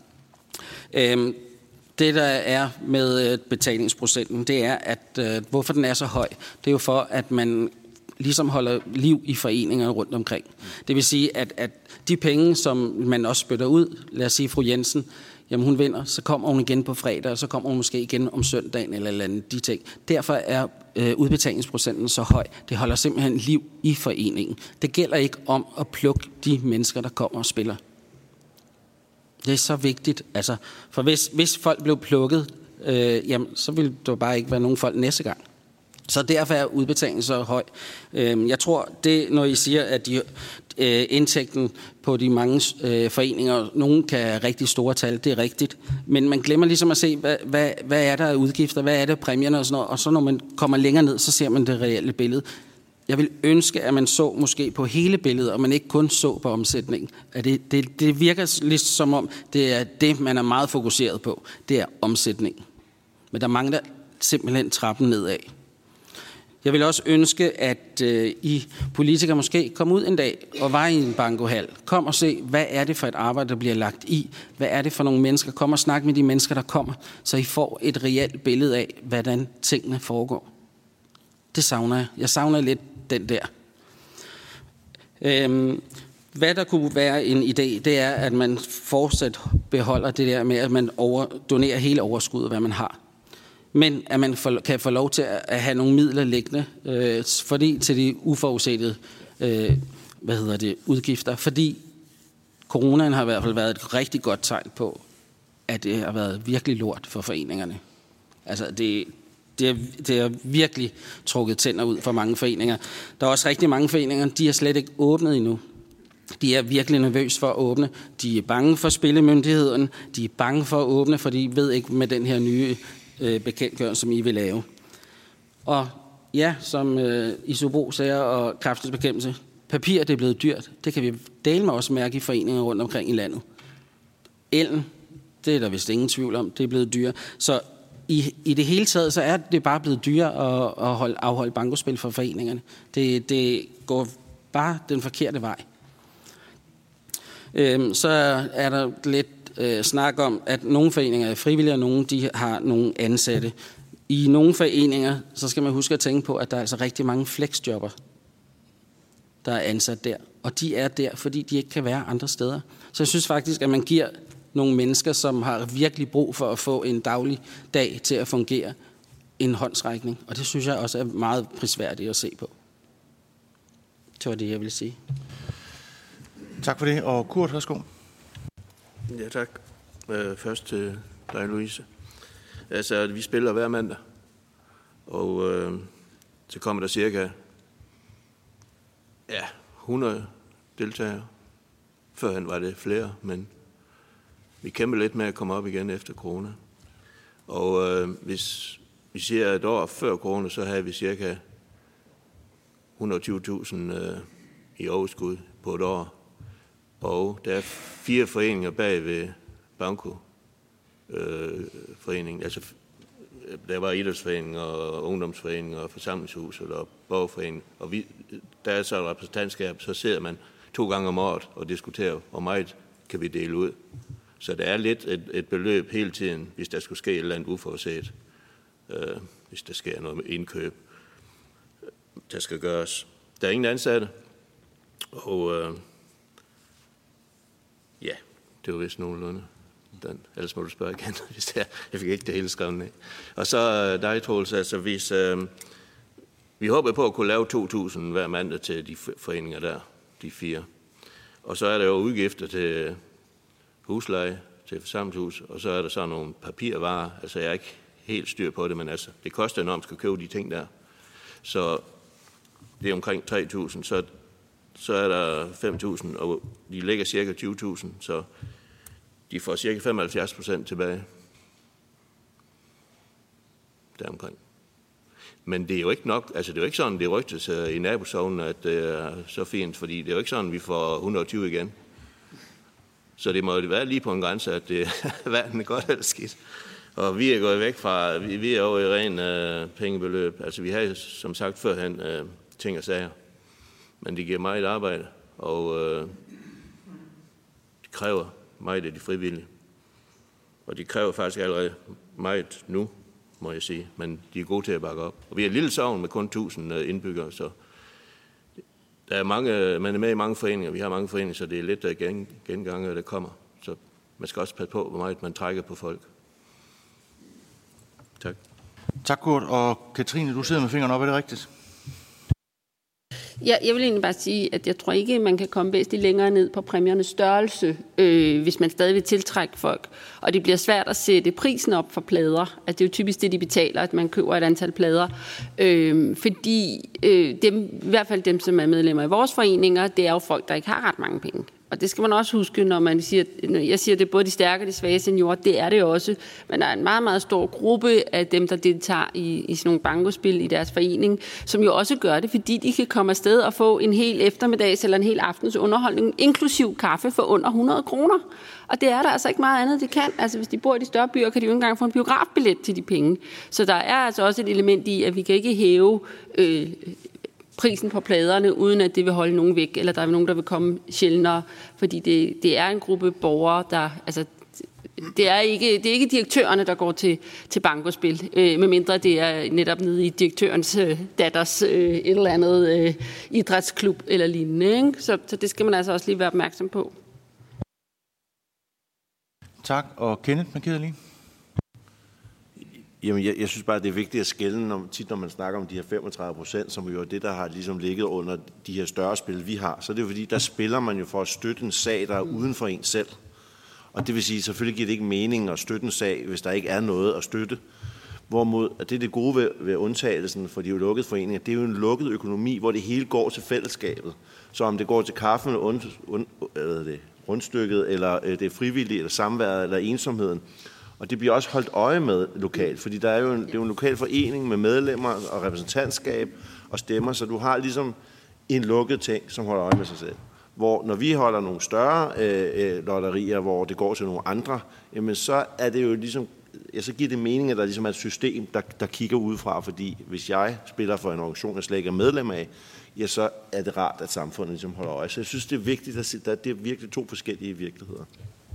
Det, der er med betalingsprocenten, det er, at hvorfor den er så høj. Det er jo for, at man ligesom holder liv i foreninger rundt omkring. Det vil sige, at de penge, som man også spytter ud, lad os sige fru Jensen, jamen hun vinder, så kommer hun igen på fredag, og så kommer hun måske igen om søndagen eller andet, de ting. Derfor er udbetalingsprocenten så høj. Det holder simpelthen liv i foreningen. Det gælder ikke om at plukke de mennesker, der kommer og spiller. Det er så vigtigt, altså, for hvis folk blev plukket, jamen, så ville der bare ikke være nogen folk næste gang. Så derfor er udbetalingen så høj. Jeg tror, det når I siger, at indtægten på de mange foreninger, nogen kan have rigtig store tal, det er rigtigt. Men man glemmer ligesom at se, hvad er der af udgifter, hvad er der præmierne og sådan noget. Og så når man kommer længere ned, så ser man det reelle billede. Jeg vil ønske, at man så måske på hele billedet, og man ikke kun så på omsætningen. Det virker lidt som om, det er det, man er meget fokuseret på. Det er omsætningen. Men der mangler simpelthen trappen nedad. Jeg vil også ønske, at I politikere måske kom ud en dag og var i en bankohal. Kom og se, hvad er det for et arbejde, der bliver lagt i? Hvad er det for nogle mennesker? Kom og snak med de mennesker, der kommer, så I får et reelt billede af, hvordan tingene foregår. Det savner jeg. Jeg savner lidt den der. Hvad der kunne være en idé, det er, at man fortsat beholder det der med, at man donerer hele overskuddet, hvad man har. Men at man kan få lov til at have nogle midler liggende, fordi til de uforudsete udgifter. Fordi coronaen har i hvert fald været et rigtig godt tegn på, at det har været virkelig lort for foreningerne. Altså det er virkelig trukket tænder ud for mange foreninger. Der er også rigtig mange foreninger, de er slet ikke åbnet endnu. De er virkelig nervøse for at åbne. De er bange for spillemyndigheden. De er bange for at åbne, for de ved ikke med den her nye bekendtgørelse, som I vil lave. Og ja, som Isobro siger, og Kræftens Bekæmpelse, papir det er blevet dyrt. Det kan vi dele med også mærke i foreninger rundt omkring i landet. Ellen, det er der vist ingen tvivl om, det er blevet dyrt. Så i det hele taget, så er det bare blevet dyrere at afholde bankospil for foreningerne. Det går bare den forkerte vej. Så er der lidt snak om, at nogle foreninger er frivillige, og nogle de har nogle ansatte. I nogle foreninger, så skal man huske at tænke på, at der er altså rigtig mange flexjobber, der er ansat der. Og de er der, fordi de ikke kan være andre steder. Så jeg synes faktisk, at man giver nogle mennesker, som har virkelig brug for at få en daglig dag til at fungere, en håndsrækning. Og det synes jeg også er meget prisværdigt at se på. Det var det, jeg ville sige. Tak for det. Og Kurt, værsgo. Ja, tak. Først til dig, Louise. Altså, vi spiller hver mandag, og så kommer der cirka 100 deltagere. Førhen var det flere, men vi kæmper lidt med at komme op igen efter corona. Og hvis vi siger et år før corona, så havde vi cirka 120.000 i overskud på et år. Og der er 4 foreninger bag ved Banko-foreningen. Altså, der var idrætsforening og ungdomsforening og forsamlingshus og borgerforening. Og der er så et repræsentantskab, så sidder man 2 gange om året og diskuterer, hvor meget kan vi dele ud. Så der er lidt et beløb hele tiden, hvis der skulle ske et eller andet uforudset. Hvis der sker noget med indkøb, der skal gøres. Der er ingen ansatte, og ja, det var vist nogenlunde. Ellers må du spørge igen, hvis det er. Jeg fik ikke det hele skrevet ned. Og så dig, Troels, altså hvis vi håber på at kunne lave 2.000 hver mandag til de foreninger der, de 4. Og så er der jo udgifter til husleje, til forsamlingshus, og så er der så nogle papirvarer. Altså jeg er ikke helt styr på det, men altså det koster enormt at købe de ting der. Så det er omkring 3.000, så er der 5.000, og de ligger cirka 20.000, så de får cirka 75% tilbage. Deromkring. Men det er jo ikke nok, altså det er jo ikke sådan, det rygtes i nabosognen, at det er så fint, fordi det er jo ikke sådan, vi får 120 igen. Så det må jo være lige på en grænse, at det hverken er godt eller skidt. Og vi er gået væk fra, vi er over i ren pengebeløb. Altså vi har som sagt førhen ting og sager. Men det giver meget arbejde, og det kræver meget af de frivillige. Og de kræver faktisk allerede meget nu, må jeg sige. Men de er gode til at bakke op. Og vi er et lille sogn med kun 1.000 indbyggere, så der er mange, man er med i mange foreninger. Vi har mange foreninger, så det er lidt gengange, der kommer. Så man skal også passe på, hvor meget man trækker på folk. Tak. Tak, Kurt. Og Katrine, du sidder med fingrene op, er det rigtigt? Ja, jeg vil egentlig bare sige, at jeg tror ikke, man kan komme væsentligt længere ned på præmiernes størrelse, hvis man stadig vil tiltrække folk. Og det bliver svært at sætte prisen op for plader. Altså, det er jo typisk det, de betaler, at man køber et antal plader. Fordi dem, i hvert fald dem, som er medlemmer i vores foreninger, det er jo folk, der ikke har ret mange penge. Og det skal man også huske, når jeg siger, det er både de stærke og de svage seniorer, det er det også. Men der er en meget, meget stor gruppe af dem, der deltager i sådan nogle bankospil i deres forening, som jo også gør det, fordi de kan komme afsted og få en hel eftermiddags eller en hel aftens underholdning, inklusiv kaffe for under 100 kroner. Og det er der altså ikke meget andet, det kan. Altså hvis de bor i de større byer, kan de jo ikke engang få en biografbillet til de penge. Så der er altså også et element i, at vi kan ikke hæve prisen på pladerne, uden at det vil holde nogen væk, eller der er nogen, der vil komme sjældnere, fordi det er en gruppe borgere, der, altså, det er ikke direktørerne, der går til bankospil, medmindre det er netop nede i direktørens datters et eller andet idrætsklub eller lignende. Ikke? Så det skal man altså også lige være opmærksom på. Tak. Og Kenneth McKiddley. Jamen, jeg synes bare, det er vigtigt at skelne, når man snakker om de her 35%, som jo er det, der har ligesom ligget under de her større spil, vi har. Så det er jo fordi, der spiller man jo for at støtte en sag, der er uden for en selv. Og det vil sige, selvfølgelig giver det ikke mening at støtte en sag, hvis der ikke er noget at støtte. Hvorimod, at det er det gode ved undtagelsen for de lukkede foreninger, det er jo en lukket økonomi, hvor det hele går til fællesskabet. Så om det går til kaffen, rundstykket, eller det er frivilligt, eller samværet, eller ensomheden. Og det bliver også holdt øje med lokalt, fordi det er jo en lokal forening med medlemmer og repræsentantskab og stemmer, så du har ligesom en lukket ting, som holder øje med sig selv. Hvor når vi holder nogle større lotterier, hvor det går til nogle andre, jamen så er det jo ligesom, så giver det mening, at der ligesom er et system, der kigger udefra, fordi hvis jeg spiller for en organisation, jeg slet ikke er medlem af, ja, så er det rart, at samfundet ligesom holder øje. Så jeg synes, det er vigtigt at sige, at det er virkelig to forskellige virkeligheder.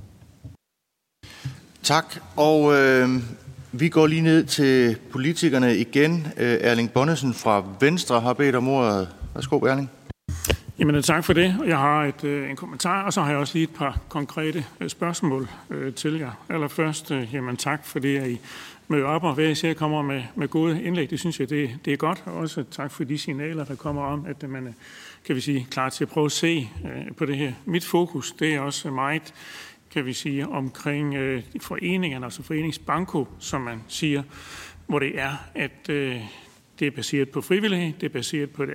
Tak, og vi går lige ned til politikerne igen. Erling Bonnesen fra Venstre har bedt om ordet. Værsgo, Erling. Jamen, tak for det. Jeg har en kommentar, og så har jeg også lige et par konkrete spørgsmål til jer. Allerførst, jamen tak for det, at I møder op, og hver især kommer med gode indlæg. Det synes jeg, det er godt. Og også tak for de signaler, der kommer om, at man kan vi sige, klar til at prøve at se på det her. Mit fokus, det er også meget, kan vi sige, omkring foreningerne, altså foreningsbanko, som man siger, hvor det er, at det er baseret på frivillighed, det er baseret på det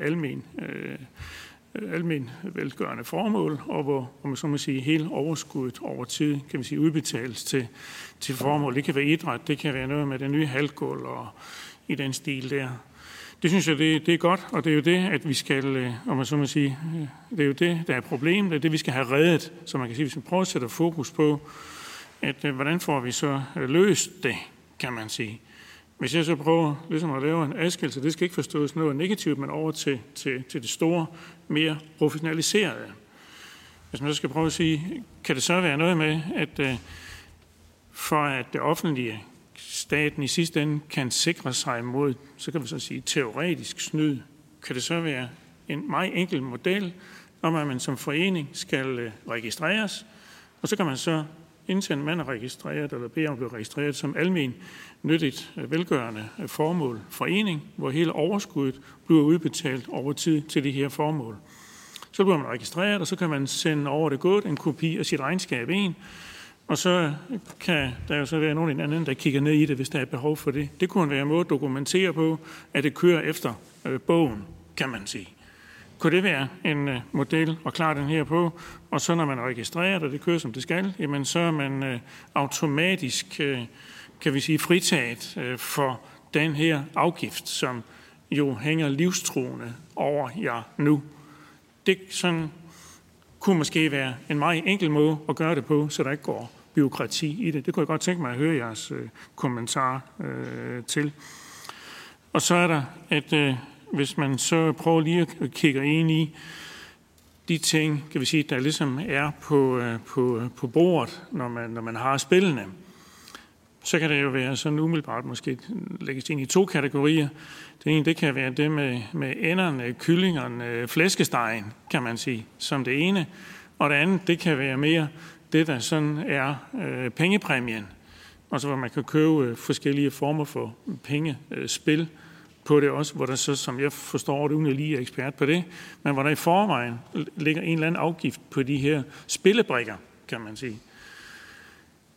almen velgørende formål, og hvor man så må sige, hele overskuddet over tid, kan vi sige, udbetales til formål. Det kan være idræt, det kan være noget med den nye halvgulv og i den stil der. Det synes jeg, det er godt, og det er jo det, at vi skal, om man så må sige, det er jo det, der er problemet, det er det, vi skal have reddet, så man kan sige, hvis vi prøver at sætte fokus på, at hvordan får vi så løst det, kan man sige. Hvis jeg så prøver ligesom at lave en adskillelse, det skal ikke forstås noget negativt, men over til det store, mere professionaliserede. Hvis man så skal prøve at sige, kan det så være noget med, at for at det offentlige, staten i sidste ende kan sikre sig mod, så kan vi så sige, teoretisk snyd, kan det så være en meget enkel model, om at man som forening skal registreres, og så kan man så indtil man er registreret, eller beder om at blive registreret som almen nyttigt velgørende formål forening, hvor hele overskuddet bliver udbetalt over tid til de her formål. Så bliver man registreret, og så kan man sende over det gået en kopi af sit regnskab ind, og så kan der jo så være nogen anden, der kigger ned i det, hvis der er behov for det. Det kunne være en måde at dokumentere på, at det kører efter bogen, kan man sige. Kunne det være en model at klare den her på, og så når man er registreret, og det kører som det skal, jamen så er man automatisk, kan vi sige, fritaget for den her afgift, som jo hænger livstruende over jer nu. Det sådan kunne måske være en meget enkel måde at gøre det på, så der ikke går bureaukrati i det. Det kunne jeg godt tænke mig at høre jeres kommentar til. Og så er der, at hvis man så prøver lige at kigge ind i de ting, kan vi sige, der ligesom er på bordet, når man har spillene, så kan det jo være sådan umiddelbart måske lægges ind i to kategorier. Det ene, det kan være det med enderne, kyllingerne, flæskestegen, kan man sige, som det ene. Og det andet, det kan være mere det, der sådan er pengepræmien. Altså hvor man kan købe forskellige former for pengespil på det også, hvor der så, som jeg forstår det, uden jeg lige er ekspert på det, men hvor der i forvejen ligger en eller anden afgift på de her spillebrikker, kan man sige.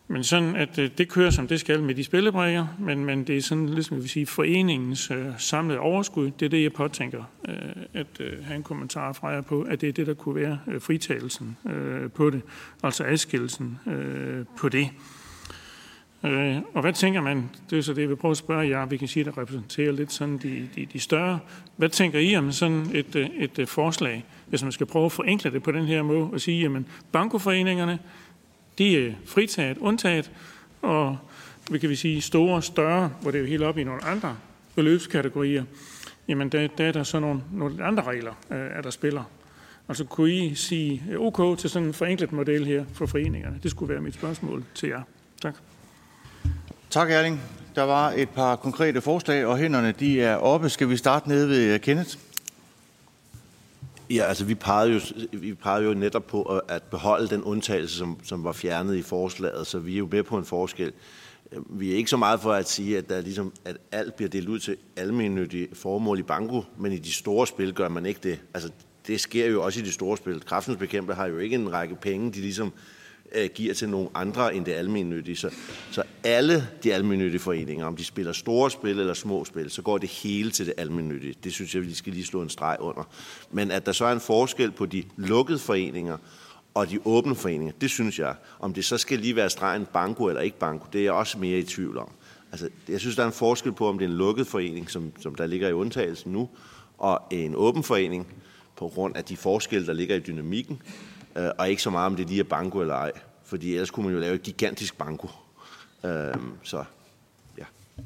Men sådan, at det kører, som det skal med de spillebrikker, men det er sådan, ligesom vi vil sige, foreningens samlede overskud. Det er det, jeg påtænker at have en kommentar fra jer på, at det er det, der kunne være fritagelsen på det, altså adskillelsen på det. Og hvad tænker man, det er så det, jeg vil prøve at spørge jer, vi kan sige, der repræsenterer lidt sådan de større. Hvad tænker I om sådan et forslag, hvis man skal prøve at forenkle det på den her måde, og sige, jamen bankoforeningerne, de er fritaget, undtaget, og vi kan sige store, større, hvor det er jo helt op i nogle andre beløbskategorier, jamen der er der så nogle andre regler, der spiller. Altså kunne I sige OK til sådan en forenklet model her for foreningerne? Det skulle være mit spørgsmål til jer. Tak. Tak, Erling. Der var et par konkrete forslag, og hænderne de er oppe. Skal vi starte nede ved Kenneth? Ja, altså vi pegede jo netop på at beholde den undtagelse, som var fjernet i forslaget, så vi er jo med på en forskel. Vi er ikke så meget for at sige, at, at alt bliver delt ud til almennyttige formål i banko, men i de store spil gør man ikke det. Altså, det sker jo også i de store spil. Kræftens Bekæmpelse har jo ikke en række penge, de ligesom giver til nogle andre end det almennyttige. Så alle de almennyttige foreninger, om de spiller store spil eller små spil, så går det hele til det almennyttige. Det synes jeg, vi skal lige slå en streg under. Men at der så er en forskel på de lukkede foreninger og de åbne foreninger, det synes jeg. Om det så skal lige være stregen banko eller ikke banko, det er jeg også mere i tvivl om. Altså, jeg synes, der er en forskel på, om det er en lukket forening, som der ligger i undtagelsen nu, og en åben forening, på grund af de forskelle, der ligger i dynamikken, og ikke så meget, om det lige er banko eller ej. Fordi ellers kunne man jo lave et gigantisk banko. Så, ja.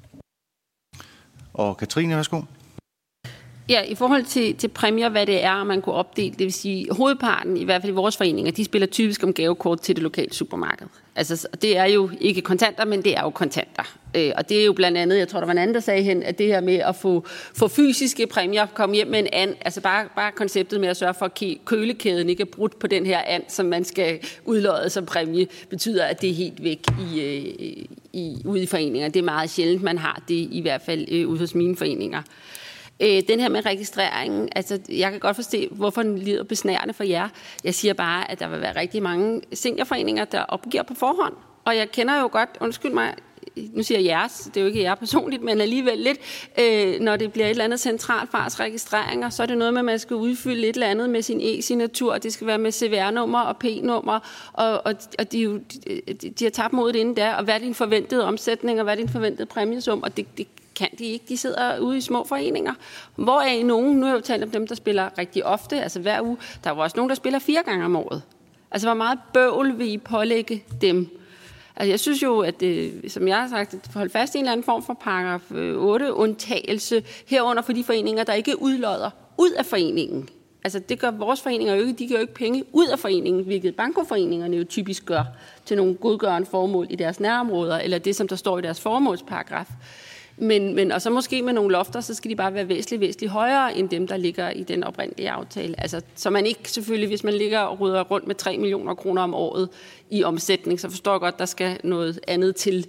Og Katrine, værsgo. Ja, i forhold til præmier, hvad det er, man kunne opdele, det vil sige, hovedparten, i hvert fald i vores foreninger, de spiller typisk om gavekort til det lokale supermarked. Altså, det er jo ikke kontanter, men det er jo kontanter. Og det er jo blandt andet, jeg tror, der var en anden, der sagde hen, at det her med at få fysiske præmier, komme hjem med en and, altså bare konceptet med at sørge for, at kølekæden ikke er brudt på den her and, som man skal udlodde som præmie, betyder, at det er helt væk ude i foreninger. Det er meget sjældent, man har det, i hvert fald ude hos mine foreninger. Den her med registreringen, altså jeg kan godt forstå, hvorfor den lyder besnærende for jer. Jeg siger bare, at der vil være rigtig mange seniorforeninger, der opgiver på forhånd. Og jeg kender jo godt, undskyld mig, nu siger jeg jeres, det er jo ikke jer personligt, men alligevel lidt, når det bliver et eller andet centralfartsregistreringer, så er det noget med, at man skal udfylde et eller andet med sin e-signatur, det skal være med CVR-nummer og P-nummer, og de har tabt modet inden der, og hvad er din forventede omsætning, og hvad er din forventede præmiesum, og det kan de ikke. De sidder ude i små foreninger. Hvor er I nogen? Nu har jeg jo talt om dem, der spiller rigtig ofte, altså hver uge. Der er jo også nogen, der spiller 4 gange om året. Altså, hvor meget bøvl vil I pålægge dem? Altså, jeg synes jo, at som jeg har sagt, at holde fast i en eller anden form for paragraf 8-undtagelse herunder for de foreninger, der ikke udlodder ud af foreningen. Altså, det gør vores foreninger jo ikke. De gør jo ikke penge ud af foreningen, hvilket bankoforeningerne jo typisk gør til nogle godgørende formål i deres nærområder, eller det, som der står i deres formålsparagraf. Men og så måske med nogle lofter, så skal de bare være væsentligt højere end dem, der ligger i den oprindelige aftale. Altså, så man ikke selvfølgelig, hvis man ligger og rydder rundt med 3 millioner kroner om året i omsætning, så forstår jeg godt, der skal noget andet til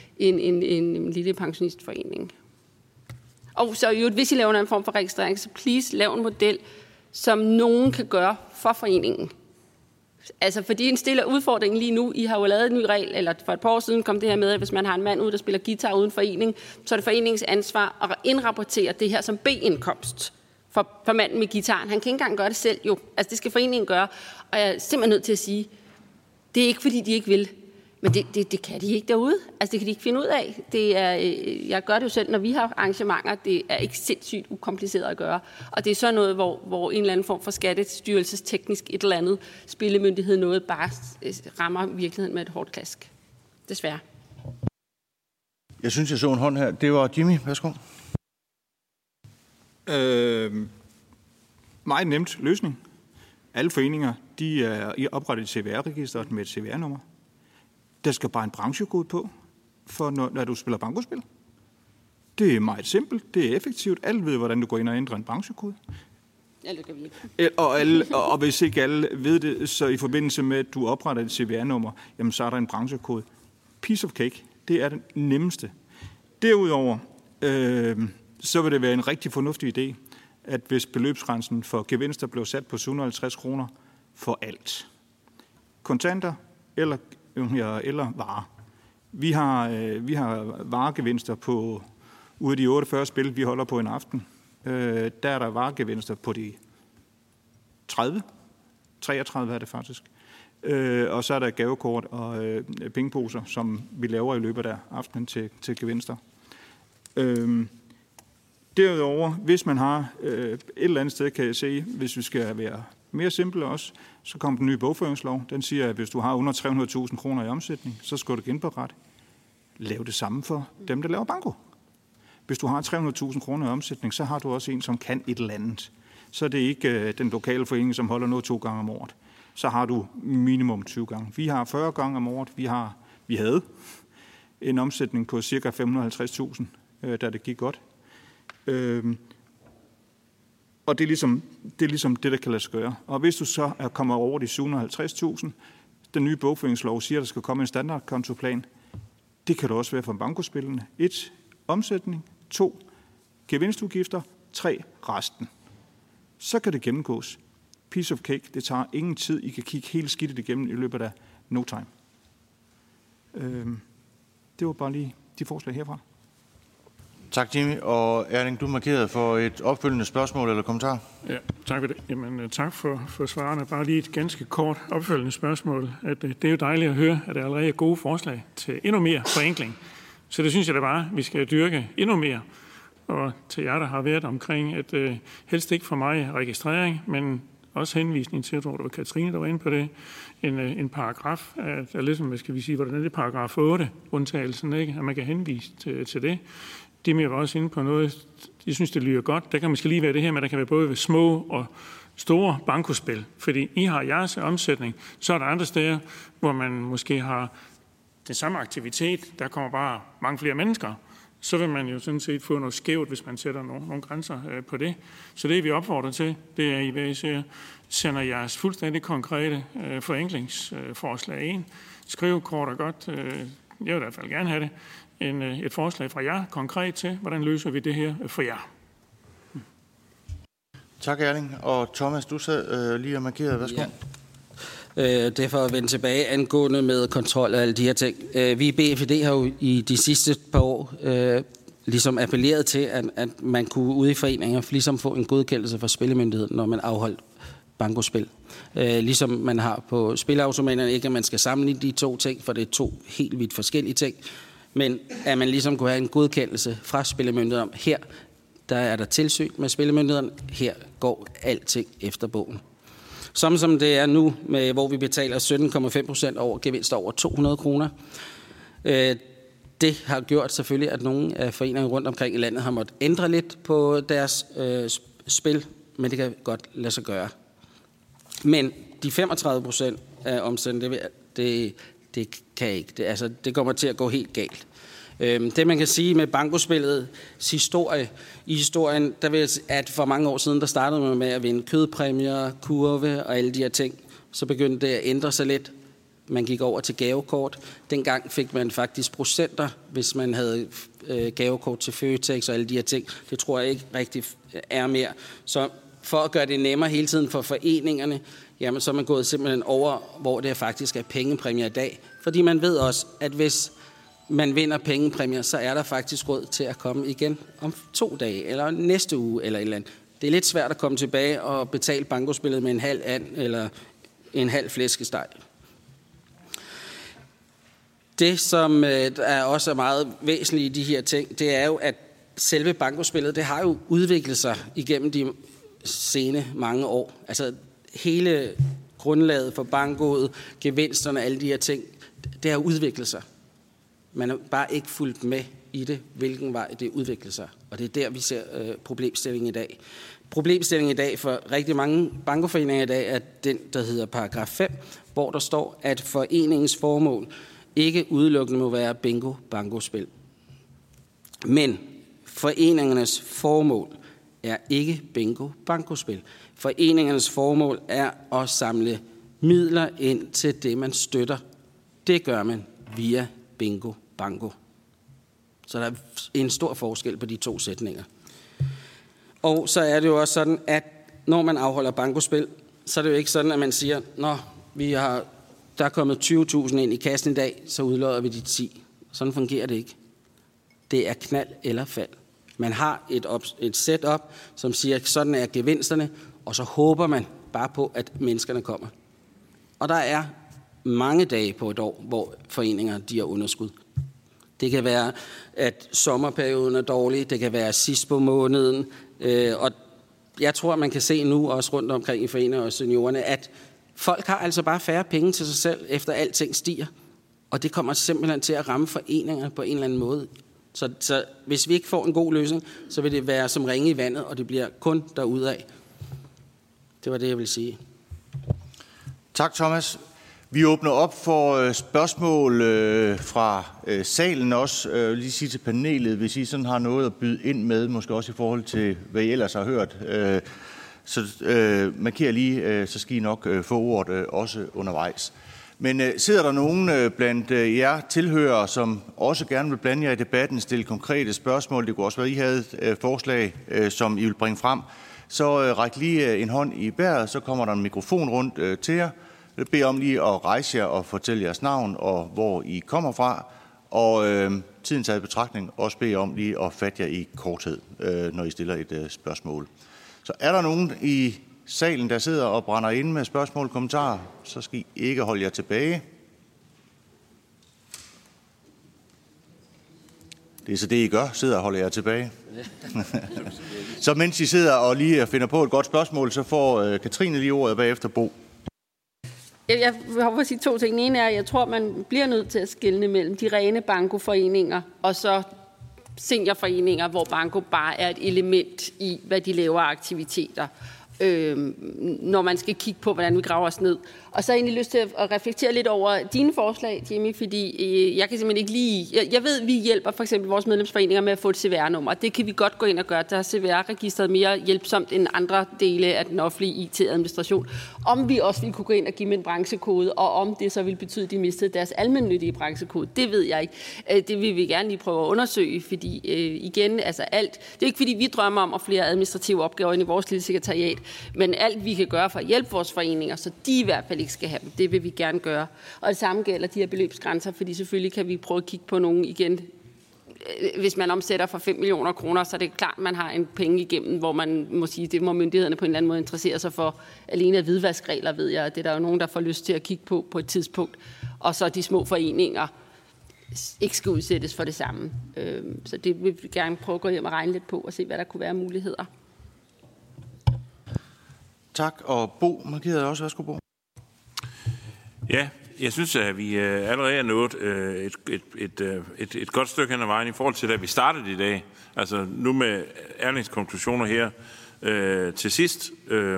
en lille pensionistforening. Og så jo, hvis I laver en form for registrering, så please lav en model, som nogen kan gøre for foreningen. Altså, fordi en stille udfordring lige nu, I har jo lavet en ny regel, eller for et par år siden kom det her med, at hvis man har en mand ude, der spiller guitar uden forening, så er det foreningens ansvar at indrapportere det her som B-indkomst for manden med guitaren. Han kan ikke engang gøre det selv, jo. Altså, det skal foreningen gøre. Og jeg er simpelthen nødt til at sige, det er ikke, fordi de ikke vil, men det kan de ikke derude. Altså, det kan de ikke finde ud af. Jeg gør det jo selv, når vi har arrangementer. Det er ikke sindssygt ukompliceret at gøre. Og det er så noget, hvor en eller anden form for skattestyrelsesteknisk et eller andet spillemyndighed noget bare rammer virkeligheden med et hårdt klask. Desværre. Jeg synes, jeg så en hånd her. Det var Jimmy. Værsgo. Meget nemt løsning. Alle foreninger, de er oprettet i CVR-registeret med et CVR-nummer. Der skal bare en branchekode på, for når du spiller bankospil. Det er meget simpelt, det er effektivt. Alle ved, hvordan du går ind og ændrer en branchekode. Ja, det kan vi ikke. Og hvis ikke alle ved det, så i forbindelse med, at du opretter et CVR-nummer, jamen så er der en branchekode. Piece of cake, det er den nemmeste. Derudover, så vil det være en rigtig fornuftig idé, at hvis beløbsgrænsen for gevinster blev sat på 750 kroner for alt, kontanter eller varer, Vi har varegevinster på, ud af de 48 spil, vi holder på en aften, der er der varegevinster på de 33 er det faktisk. Og så er der gavekort og pengeposer, som vi laver i løbet af aftenen til gevinster. Derudover, hvis man har et eller andet sted, kan jeg se, hvis vi skal være mere simple også, så kommer den nye bogføringslov. Den siger, at hvis du har under 300.000 kroner i omsætning, så skal du genberette. Lav det samme for dem, der laver banko. Hvis du har 300.000 kroner i omsætning, så har du også en, som kan et eller andet. Så er det ikke den lokale forening, som holder noget 2 gange om året. Så har du minimum 20 gange. Vi har 40 gange om året. Vi havde en omsætning på ca. 550.000, da det gik godt. Og det er ligesom det, der kan lade sig gøre. Og hvis du så kommer over de 750.000, den nye bogføringslov siger, at der skal komme en standardkontoplan. Det kan det også være for bankospillene. 1. Omsætning. 2. Gevinstudgifter. 3. Resten. Så kan det gennemgås. Piece of cake. Det tager ingen tid. I kan kigge helt skidtet igennem i løbet af no time. Det var bare lige de forslag herfra. Tak, Jimmy. Og Erling, du markerede for et opfølgende spørgsmål eller kommentar. Ja, tak for det. Jamen, tak for svarene. Bare lige et ganske kort opfølgende spørgsmål. Det er jo dejligt at høre, at der allerede er gode forslag til endnu mere forenkling. Så det synes jeg da bare, vi skal dyrke endnu mere. Og til jer, der har været omkring, at helst ikke for mig registrering, men også henvisning til, jeg tror, det var Katrine, der var inde på det, en paragraf, at ligesom, hvad skal vi sige, hvordan er det paragraf 8, undtagelsen, ikke? At man kan henvise til det. De er også inde på noget, jeg synes, det lyder godt. Der kan måske lige være det her, men der kan være både ved små og store bankospil. Fordi I har jeres omsætning, så er der andre steder, hvor man måske har den samme aktivitet. Der kommer bare mange flere mennesker. Så vil man jo sådan set få noget skævt, hvis man sætter nogle grænser på det. Så det, vi opfordrer til, det er, at I hver især sender jeres fuldstændig konkrete forenklingsforslag ind. Skriv kort og godt. Jeg vil i hvert fald gerne have det. Et forslag fra jer konkret til, hvordan løser vi det her for jer. Tak, Erling. Og Thomas, du sad lige og markerede. Værsgo. Ja. Det er for at vende tilbage angående med kontrol og alle de her ting. Vi i BFD har jo i de sidste par år ligesom appelleret til, at man kunne ude i foreninger ligesom få en godkendelse fra Spillemyndigheden, når man afholdt bankospil. Ligesom man har på spilleautomaterne, ikke at man skal sammenligne de to ting, for det er to helt vidt forskellige ting. Men at man ligesom kunne have en godkendelse fra Spillemyndigheden om, her der er der tilsyn med Spillemyndigheden, her går alting efter bogen. Som det er nu, hvor vi betaler 17,5% over gevinst over 200 kroner. Det har gjort selvfølgelig, at nogle af foreningerne rundt omkring i landet har måttet ændre lidt på deres spil, men det kan godt lade sig gøre. Men de 35% af omsætningen, det kan ikke. Det kommer til at gå helt galt. Det man kan sige med bankospillets historien, der vil at for mange år siden, der startede man med at vinde kødpræmier, kurve og alle de her ting. Så begyndte det at ændre sig lidt. Man gik over til gavekort. Dengang fik man faktisk procenter, hvis man havde gavekort til Føtex og alle de her ting. Det tror jeg ikke rigtig er mere. Så for at gøre det nemmere hele tiden for foreningerne, jamen så er man gået simpelthen over, hvor det faktisk er pengepræmier i dag. Fordi man ved også, at hvis man vinder pengepræmier, så er der faktisk råd til at komme igen om 2 dage, eller næste uge, eller et eller andet. Det er lidt svært at komme tilbage og betale bankospillet med en halv and, eller en halv flæskesteg. Det, som er også meget væsentligt i de her ting, det er jo, at selve bankospillet, det har jo udviklet sig igennem de sene mange år. Altså hele grundlaget for bankoet, gevinsterne, alle de her ting, det har udviklet sig. Man har bare ikke fulgt med i det, hvilken vej det udvikler sig. Og det er der, vi ser problemstillingen i dag. Problemstillingen i dag for rigtig mange bankoforeninger i dag er den, der hedder paragraf 5, hvor der står, at foreningens formål ikke udelukkende må være bingo-bankospil. Men foreningernes formål er ikke bingo-bankospil. Foreningernes formål er at samle midler ind til det, man støtter. Det gør man via bingo-banko. Så der er en stor forskel på de to sætninger. Og så er det jo også sådan, at når man afholder bankospil, så er det jo ikke sådan, at man siger, der er kommet 20.000 ind i kassen i dag, så udlodder vi de 10. Sådan fungerer det ikke. Det er knald eller fald. Man har et setup, som siger, sådan er gevinsterne, og så håber man bare på, at menneskerne kommer. Og der er mange dage på et år, hvor foreninger de har underskud. Det kan være, at sommerperioden er dårlig, det kan være sidst på måneden, og jeg tror, man kan se nu også rundt omkring i foreninger og seniorerne, at folk har altså bare færre penge til sig selv, efter alting stiger. Og det kommer simpelthen til at ramme foreningerne på en eller anden måde. Så hvis vi ikke får en god løsning, så vil det være som ringe i vandet, og det bliver kun derudad. Det var det, jeg ville sige. Tak, Thomas. Vi åbner op for spørgsmål fra salen også. Jeg vil lige sige til panelet, hvis I sådan har noget at byde ind med, måske også i forhold til, hvad I ellers har hørt, så marker lige, så skal I nok få ordet også undervejs. Men sidder der nogen blandt jer tilhørere, som også gerne vil blande jer i debatten, stille konkrete spørgsmål, det kunne også være, I havde et forslag, som I vil bringe frem, så ræk lige en hånd i bæret, så kommer der en mikrofon rundt til jer. Jeg beder om lige at rejse jer og fortælle jeres navn og hvor I kommer fra. Og tiden taget i betragtning også beder om lige at fatte jer i korthed, når I stiller et spørgsmål. Så er der nogen i salen, der sidder og brænder inde med spørgsmål og kommentarer, så skal I ikke holde jer tilbage. Det er så det, I gør, sidder og holder jer tilbage. Så mens I sidder og lige finder på et godt spørgsmål, så får Katrine lige ordet bagefter Bo. Jeg håber at sige to ting. Den ene er, at jeg tror, man bliver nødt til at skelne mellem de rene bankoforeninger og så seniorforeninger, hvor banko bare er et element i, hvad de laver af aktiviteter, når man skal kigge på, hvordan vi graver os ned. Og så har jeg egentlig lyst til at reflektere lidt over dine forslag, Jimmy, fordi jeg kan simpelthen ikke lide... Jeg ved, at vi hjælper for eksempel vores medlemsforeninger med at få et CVR-nummer. Det kan vi godt gå ind og gøre. Der er CVR-registret mere hjælpsomt end andre dele af den offentlige IT-administration. Om vi også ville kunne gå ind og give dem en branchekode, og om det så ville betyde, at de mistede deres almennyttige branchekode, det ved jeg ikke. Det vil vi gerne lige prøve at undersøge, fordi igen, altså alt... Det er ikke, fordi vi drømmer om at flere administrative opgaver ind i vores lille sekretariat, men alt vi kan gøre for at hjælpe vores foreninger, så de i hvert fald ikke skal have dem. Det vil vi gerne gøre. Og det samme gælder de her beløbsgrænser, fordi selvfølgelig kan vi prøve at kigge på nogen igen. Hvis man omsætter for 5 millioner kroner, så er det klart, at man har en penge igennem, hvor man må sige, det må myndighederne på en eller anden måde interessere sig for. Alene af hvidvaskregler ved jeg, at det er der jo nogen, der får lyst til at kigge på et tidspunkt. Og så de små foreninger ikke skal udsættes for det samme. Så det vil vi gerne prøve at gå hjem og regne lidt på og se, hvad der kunne være muligheder. Tak, og Bo markerede også. Værsgo, Bo. Ja, jeg synes, at vi allerede er nået et godt stykke hen ad vejen i forhold til, da vi startede i dag. Altså nu med Erlings konklusioner her til sidst.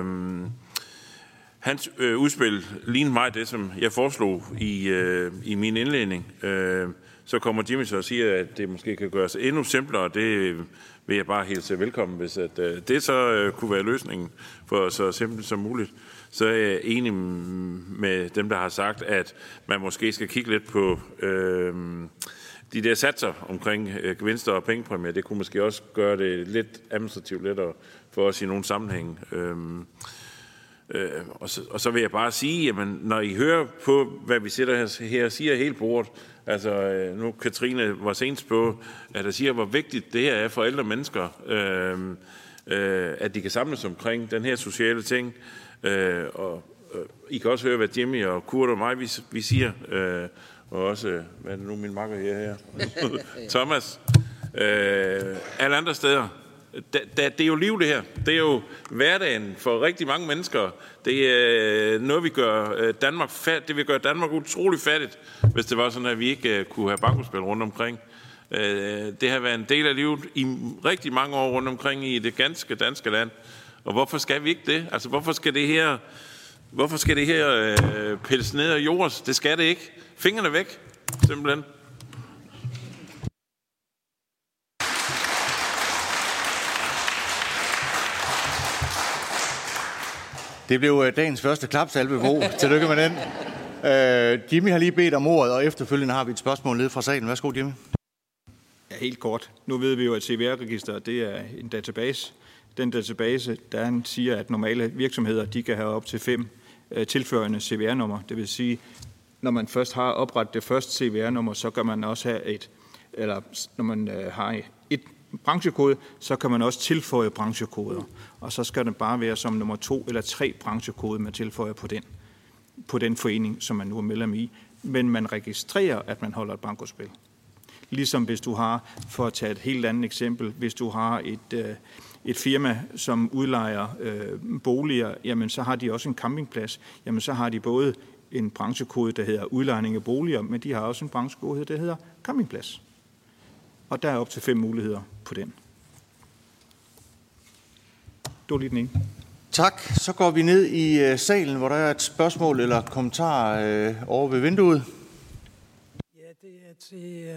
Hans udspil lignede mig det, som jeg foreslog i min indledning. Så kommer Jimmy så og siger, at det måske kan gøres endnu simplere. Det vil jeg bare hilse velkommen, hvis at, det så kunne være løsningen for så simpelt som muligt. Så er jeg enig med dem, der har sagt, at man måske skal kigge lidt på de der satser omkring gevinster og pengepræmier. Det kunne måske også gøre det lidt administrativt lettere for os i nogle sammenhæng. Og så vil jeg bare sige, jamen, når I hører på, hvad vi sætter her og siger helt på ordet, altså nu Katrine var senest på, at der siger, hvor vigtigt det her er for ældre mennesker, at de kan samles omkring den her sociale ting. Og I kan også høre, hvad Jimmy og Kurt og mig, vi siger, og også, hvad er det nu, min makker her? Thomas. Alle andre steder. Det er jo liv, det her. Det er jo hverdagen for rigtig mange mennesker. Det er noget, vi gør Danmark det vil gøre Danmark utrolig fattigt, hvis det var sådan, at vi ikke kunne have bankospil rundt omkring. Det har været en del af livet i rigtig mange år rundt omkring i det ganske danske land. Og hvorfor skal vi ikke det? Altså, hvorfor skal det her pilles ned af jords? Det skal det ikke. Fingrene væk, simpelthen. Det blev dagens første klapsalve, Bo. Tillykke med den. Jimmy har lige bedt om ordet, og efterfølgende har vi et spørgsmål nede fra salen. Værsgo, Jimmy. Ja, helt kort. Nu ved vi jo, at CVR-register det er en database. Den database, der siger, at normale virksomheder de kan have op til 5 tilførende CVR-nummer. Det vil sige, når man først har oprettet det første CVR-nummer, så kan man også have når man har et branchekode, så kan man også tilføje branchekoder. Og så skal det bare være som nummer 2 eller 3 branchekode, man tilføjer på den forening, som man nu er medlem i. Men man registrerer, at man holder et bankospil. Ligesom hvis du har, for at tage et helt andet eksempel, hvis du har et firma, som udlejer boliger, jamen så har de også en campingplads. Jamen så har de både en branchekode, der hedder udlejning af boliger, men de har også en branchekode, der hedder campingplads. Og der er op til 5 muligheder på den. Det var lige den ene. Tak. Så går vi ned i salen, hvor der er et spørgsmål eller kommentar over ved vinduet. Ja, det er til,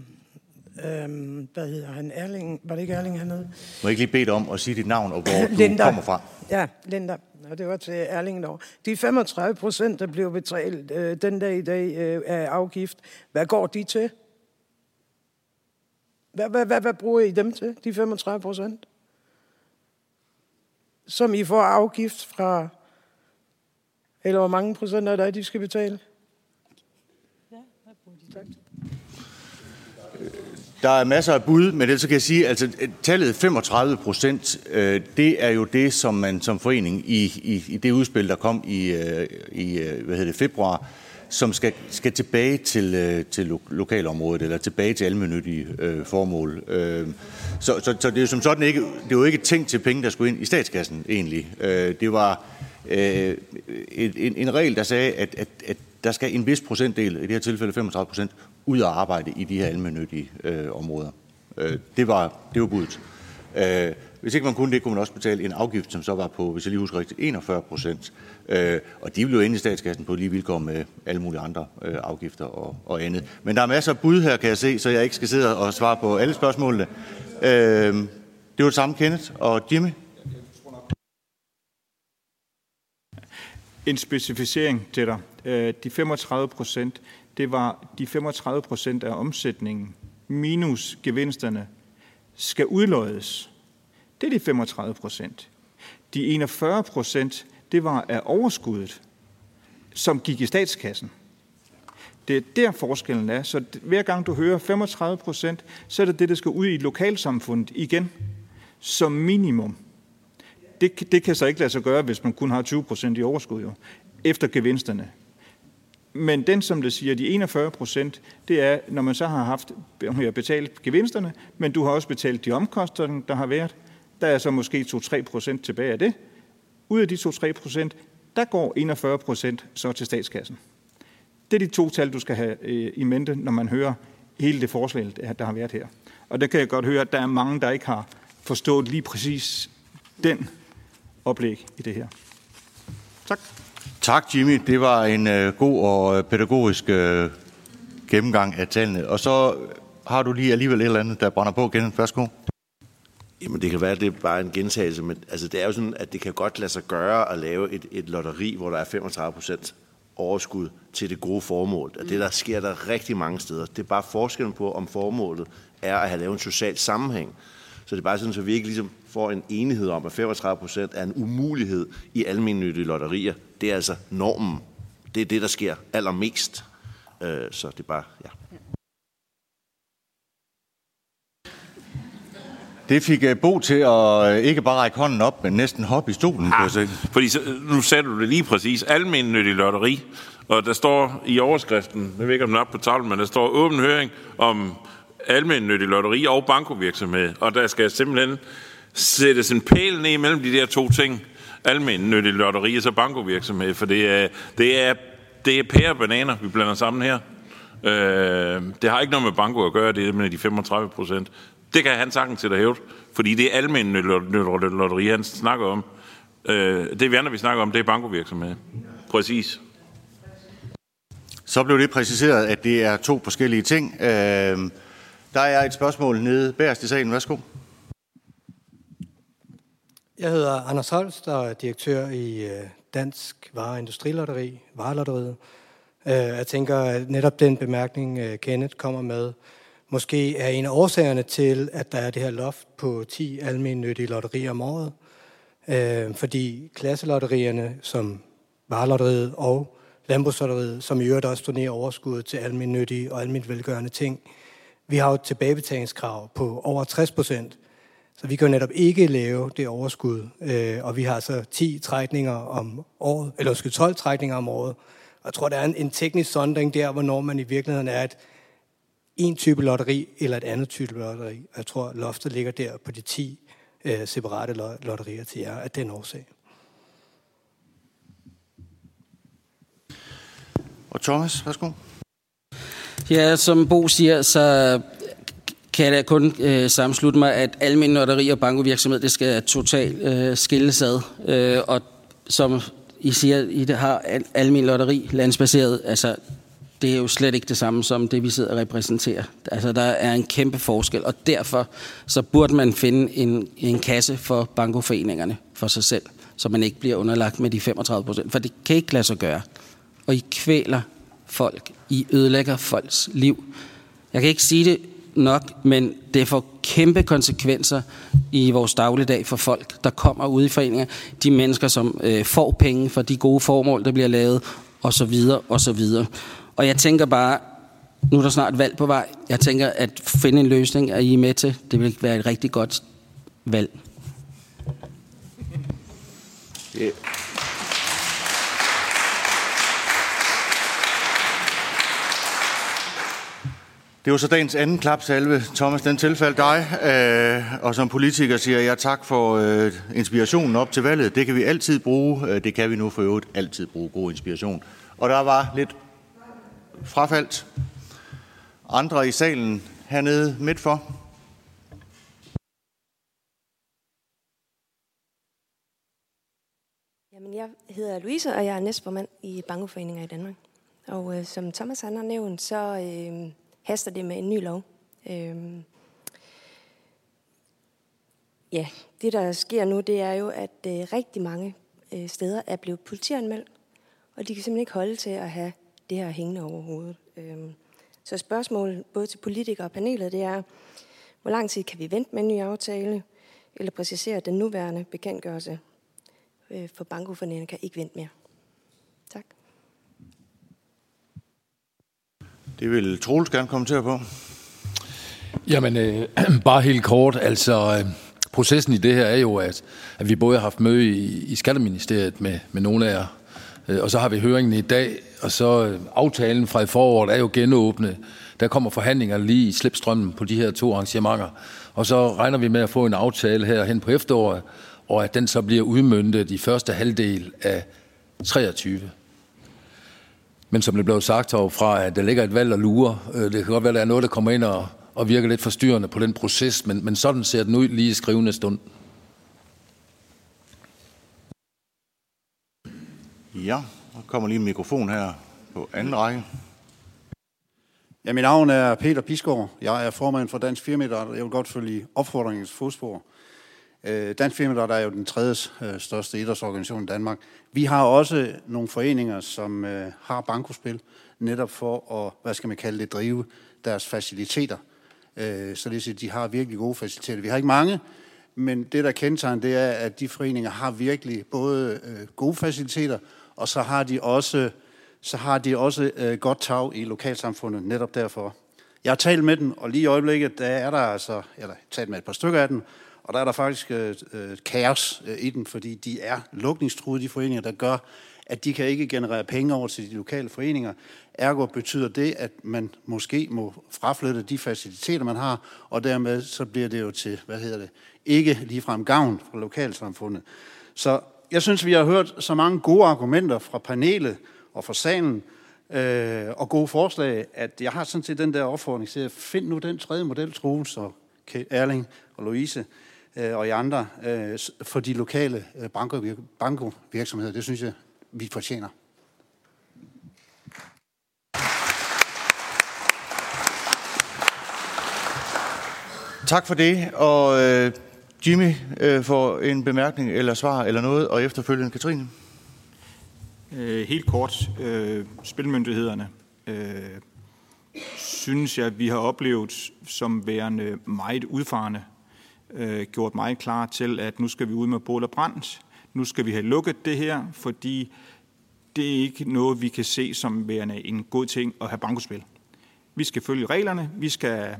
hvad hedder han, Erling? Var det ikke Erling hernede? Må jeg ikke lige bede dig om at sige dit navn og hvor du kommer fra? Ja, Linda. Og det var til Erling dog. De 35%, der blev betalt den dag i dag af afgift, hvad går de til? Hvad bruger I dem til, de 35%? Som I får afgift fra, eller hvor mange procent er der, de skal betale? Ja, hvad bruger de tak? Der er masser af bud, men det så kan jeg sige, altså tallet 35%, det er jo det, som man som forening i det udspil, der kom i februar, som skal tilbage til lokalområdet eller tilbage til almennyttige formål. Så det er jo som sådan ikke, det er jo ikke tænkt til penge, der skulle ind i statskassen egentlig. Det var en regel, der sagde, at der skal en vis procentdel, i det her tilfælde 35%, ud at arbejde i de her almennyttige områder. Det var budet. Hvis ikke man kunne det, kunne man også betale en afgift, som så var på, hvis jeg lige husker rigtigt, 41%. Og de blev inde i statskassen på lige vilkår med alle mulige andre afgifter og andet. Men der er masser af bud her, kan jeg se, så jeg ikke skal sidde og svare på alle spørgsmålene. Det var det samme, Kenneth og Jimmy. En specificering til dig. De 35%, det var de 35% af omsætningen minus gevinsterne skal udloddes. Det er de 35%. De 41%, det var af overskuddet, som gik i statskassen. Det er der forskellen er. Så hver gang du hører 35%, så er det det, der skal ud i lokalsamfundet igen, som minimum. Det kan så ikke lade sig gøre, hvis man kun har 20% i overskud, jo, efter gevinsterne. Men den, som det siger, de 41%, det er, når man så har betalt gevinsterne, men du har også betalt de omkostninger, der har været. Der er så måske 2-3% tilbage af det. Ud af de 2-3%, der går 41% så til statskassen. Det er de 2 tal, du skal have i mente, når man hører hele det forslag, der har været her. Og der kan jeg godt høre, at der er mange, der ikke har forstået lige præcis den oplæg i det her. Tak. Tak, Jimmy. Det var en god og pædagogisk gennemgang af tallene. Og så har du lige alligevel et eller andet, der brænder på. Kenneth, værsgo. Jamen, det kan være, at det er bare en gentagelse, men altså, det er jo sådan, at det kan godt lade sig gøre at lave et lotteri, hvor der er 35% overskud til det gode formål. Og det, der sker der rigtig mange steder. Det er bare forskellen på, om formålet er at have lavet en social sammenhæng. Så det er bare sådan, at vi ikke ligesom får en enighed om, at 35% er en umulighed i almennyttige lotterier. Det er altså normen. Det er det, der sker allermest. Så det er bare, ja. Det fik Bo til at ikke bare række hånden op, men næsten hoppe i stolen. Fordi nu sagde du det lige præcis. Almennyttig lotteri. Og der står i overskriften, jeg ved ikke om den er op på tavlen, men der står åben høring om almennyttig lotteri og bankovirksomhed. Og der skal simpelthen sættes en pæl ned mellem de der 2 ting. Almennyttig lotteri og så bankovirksomhed. For det er pære og bananer, vi blander sammen her. Det har ikke noget med banko at gøre, det er med de 35%. Det kan han sagtens til at hæve, fordi det er almindelige lotteri, han snakker om. Det vi andre, vi snakker om, det er bankovirksomhed. Præcis. Så blev det præciseret, at det er 2 forskellige ting. Der er et spørgsmål nede bagerst i salen. Værsgo. Jeg hedder Anders Holst og er direktør i Dansk Vare- og Industrilotteri, Varelotteriet. Jeg tænker, at netop den bemærkning, Kenneth kommer med, måske er en af årsagerne til, at der er det her loft på 10 almennyttige lotterier om året. Fordi klasselotterierne, som Varelotteriet og Landbrugslotteriet, som i øvrigt også donerer overskud til almennyttige og almindeligt velgørende ting. Vi har jo et tilbagebetalingskrav på over 60%, så vi kan jo netop ikke lave det overskud. Og vi har altså 10 trækninger om året, eller 12 trækninger om året. Og jeg tror, der er en teknisk sondring der, hvornår man i virkeligheden er en type lotteri eller et andet type lotteri. Jeg tror, loftet ligger der på de 10 separate lotterier til jer af den årsag. Og Thomas, værsgo. Ja, som Bo siger, så kan jeg da kun samslutte mig, at almindelig lotteri og bankovirksomhed, det skal totalt skilles ad. Og som I siger, I har almindelig lotteri, landsbaseret, altså det er jo slet ikke det samme som det, vi sidder og repræsenterer. Altså der er en kæmpe forskel, og derfor så burde man finde en kasse for bankoforeningerne for sig selv, så man ikke bliver underlagt med de 35%, for det kan ikke lade sig gøre. Og I kvæler folk, I ødelægger folks liv. Jeg kan ikke sige det nok, men det får kæmpe konsekvenser i vores dagligdag for folk, der kommer ud i foreninger. De mennesker, som får penge for de gode formål, der bliver lavet, osv. osv. Og jeg tænker bare, nu er der snart valg på vej. Jeg tænker, at finde en løsning, er I med til? Det vil være et rigtig godt valg. Yeah. Det var så dagens anden klapsalve. Thomas, den tilfaldt dig, og som politiker siger jeg tak for inspirationen op til valget. Det kan vi altid bruge. Det kan vi nu for øvrigt altid bruge god inspiration. Og der var lidt frafaldt. Andre i salen hernede midt for. Jamen, jeg hedder Louise, og jeg er næstformand i bankoforeninger i Danmark. Og som Thomas han har nævnt, så haster det med en ny lov. Ja, det der sker nu, det er jo, at rigtig mange steder er blevet politianmeldt, og de kan simpelthen ikke holde til at have det her hængende over hovedet. Så spørgsmålet både til politikere og panelet, det er, hvor lang tid kan vi vente med en ny aftale, eller præcisere den nuværende bekendtgørelse for bankoforeningerne kan ikke vente mere. Tak. Det vil Troels gerne kommentere på. Jamen, bare helt kort. Altså, processen i det her er jo, at vi både har haft møde i Skatteministeriet med nogle af jer, og så har vi høringen i dag, og så aftalen fra i foråret er jo genåbnet. Der kommer forhandlinger lige i slipstrømmen på de her 2 arrangementer, og så regner vi med at få en aftale her hen på efteråret, og at den så bliver udmøntet i første halvdel af 23. Men som det blev sagt herfra, at der ligger et valg og lurer. Det kan godt være, at der er noget, der kommer ind og virker lidt forstyrrende på den proces, men sådan ser den ud lige i skrivende stund. Ja, der kommer lige en mikrofon her på anden række. Ja, mit navn er Peter Pisgaard. Jeg er formand for Dansk Firmaidræt, og jeg vil godt følge opfordringens fodspor. Dansk Firmaidræt er jo den 3. største idrætsorganisation i Danmark. Vi har også nogle foreninger, som har bankospil, netop for at, hvad skal man kalde det, drive deres faciliteter. Så det vil de har virkelig gode faciliteter. Vi har ikke mange, men det der kendetegner, det er, at de foreninger har virkelig både gode faciliteter, og så har de også godt tag i lokalsamfundet, netop derfor. Jeg har talt med dem, og lige i øjeblikket, der er der altså, eller talt med et par stykker af dem, og der er der faktisk kaos i den, fordi de er lukningstruede, de foreninger, der gør, at de kan ikke generere penge over til de lokale foreninger. Ergo betyder det, at man måske må fraflytte de faciliteter, man har, og dermed så bliver det jo til, ikke ligefrem gavn for lokalsamfundet. Så jeg synes, vi har hørt så mange gode argumenter fra panelet og fra salen, og gode forslag, at jeg har sådan set den der opfordring til at finde nu den 3. model, Troels og Erling og Louise og I andre, for de lokale bankovirksomheder. Det synes jeg, vi fortjener. Tak for det, og Jimmy får en bemærkning eller svar eller noget, og efterfølgende Katrine. Helt kort, spilmyndighederne synes jeg, at vi har oplevet som værende meget udfarende, gjort meget klar til, at nu skal vi ud med bål og brand. Nu skal vi have lukket det her, fordi det er ikke noget, vi kan se som værende en god ting at have bankospil. Vi skal følge reglerne. Vi skal,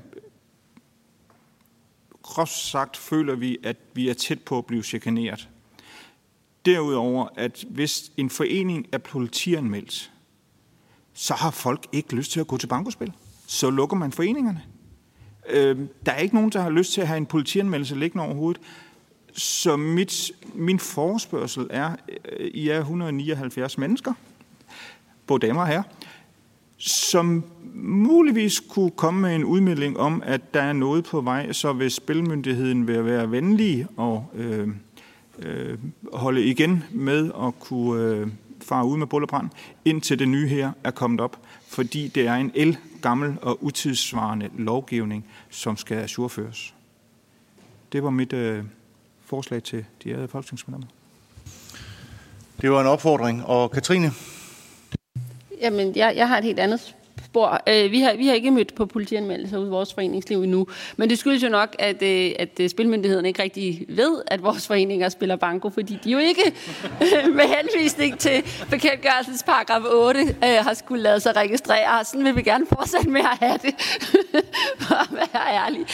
groft sagt, føler vi, at vi er tæt på at blive chikaneret. Derudover, at hvis en forening er politianmeldt, så har folk ikke lyst til at gå til bankospil. Så lukker man foreningerne. Der er ikke nogen, der har lyst til at have en politianmeldelse liggende overhovedet. Så min forespørgsel er, I er 179 mennesker, både damer og herrer, som muligvis kunne komme med en udmelding om, at der er noget på vej, så hvis spilmyndigheden vil være venlig og holde igen med at kunne fare ud med bullerbrand, indtil det nye her er kommet op, fordi det er en gammel og utidssvarende lovgivning, som skal ajourføres. Det var mit forslag til de ærede folketingsmedlemmer. Det var en opfordring. Og Katrine? Jamen, jeg har et helt andet spor. Vi har ikke mødt på politianmeldelser ude i vores foreningsliv endnu, men det skyldes jo nok, at spilmyndigheden ikke rigtig ved, at vores foreninger spiller banko, fordi de jo ikke med henvisning til bekendtgørelsens paragraf 8 har skulle lade sig registrere. Sådan vil vi gerne fortsætte med at have det. For at være ærlig.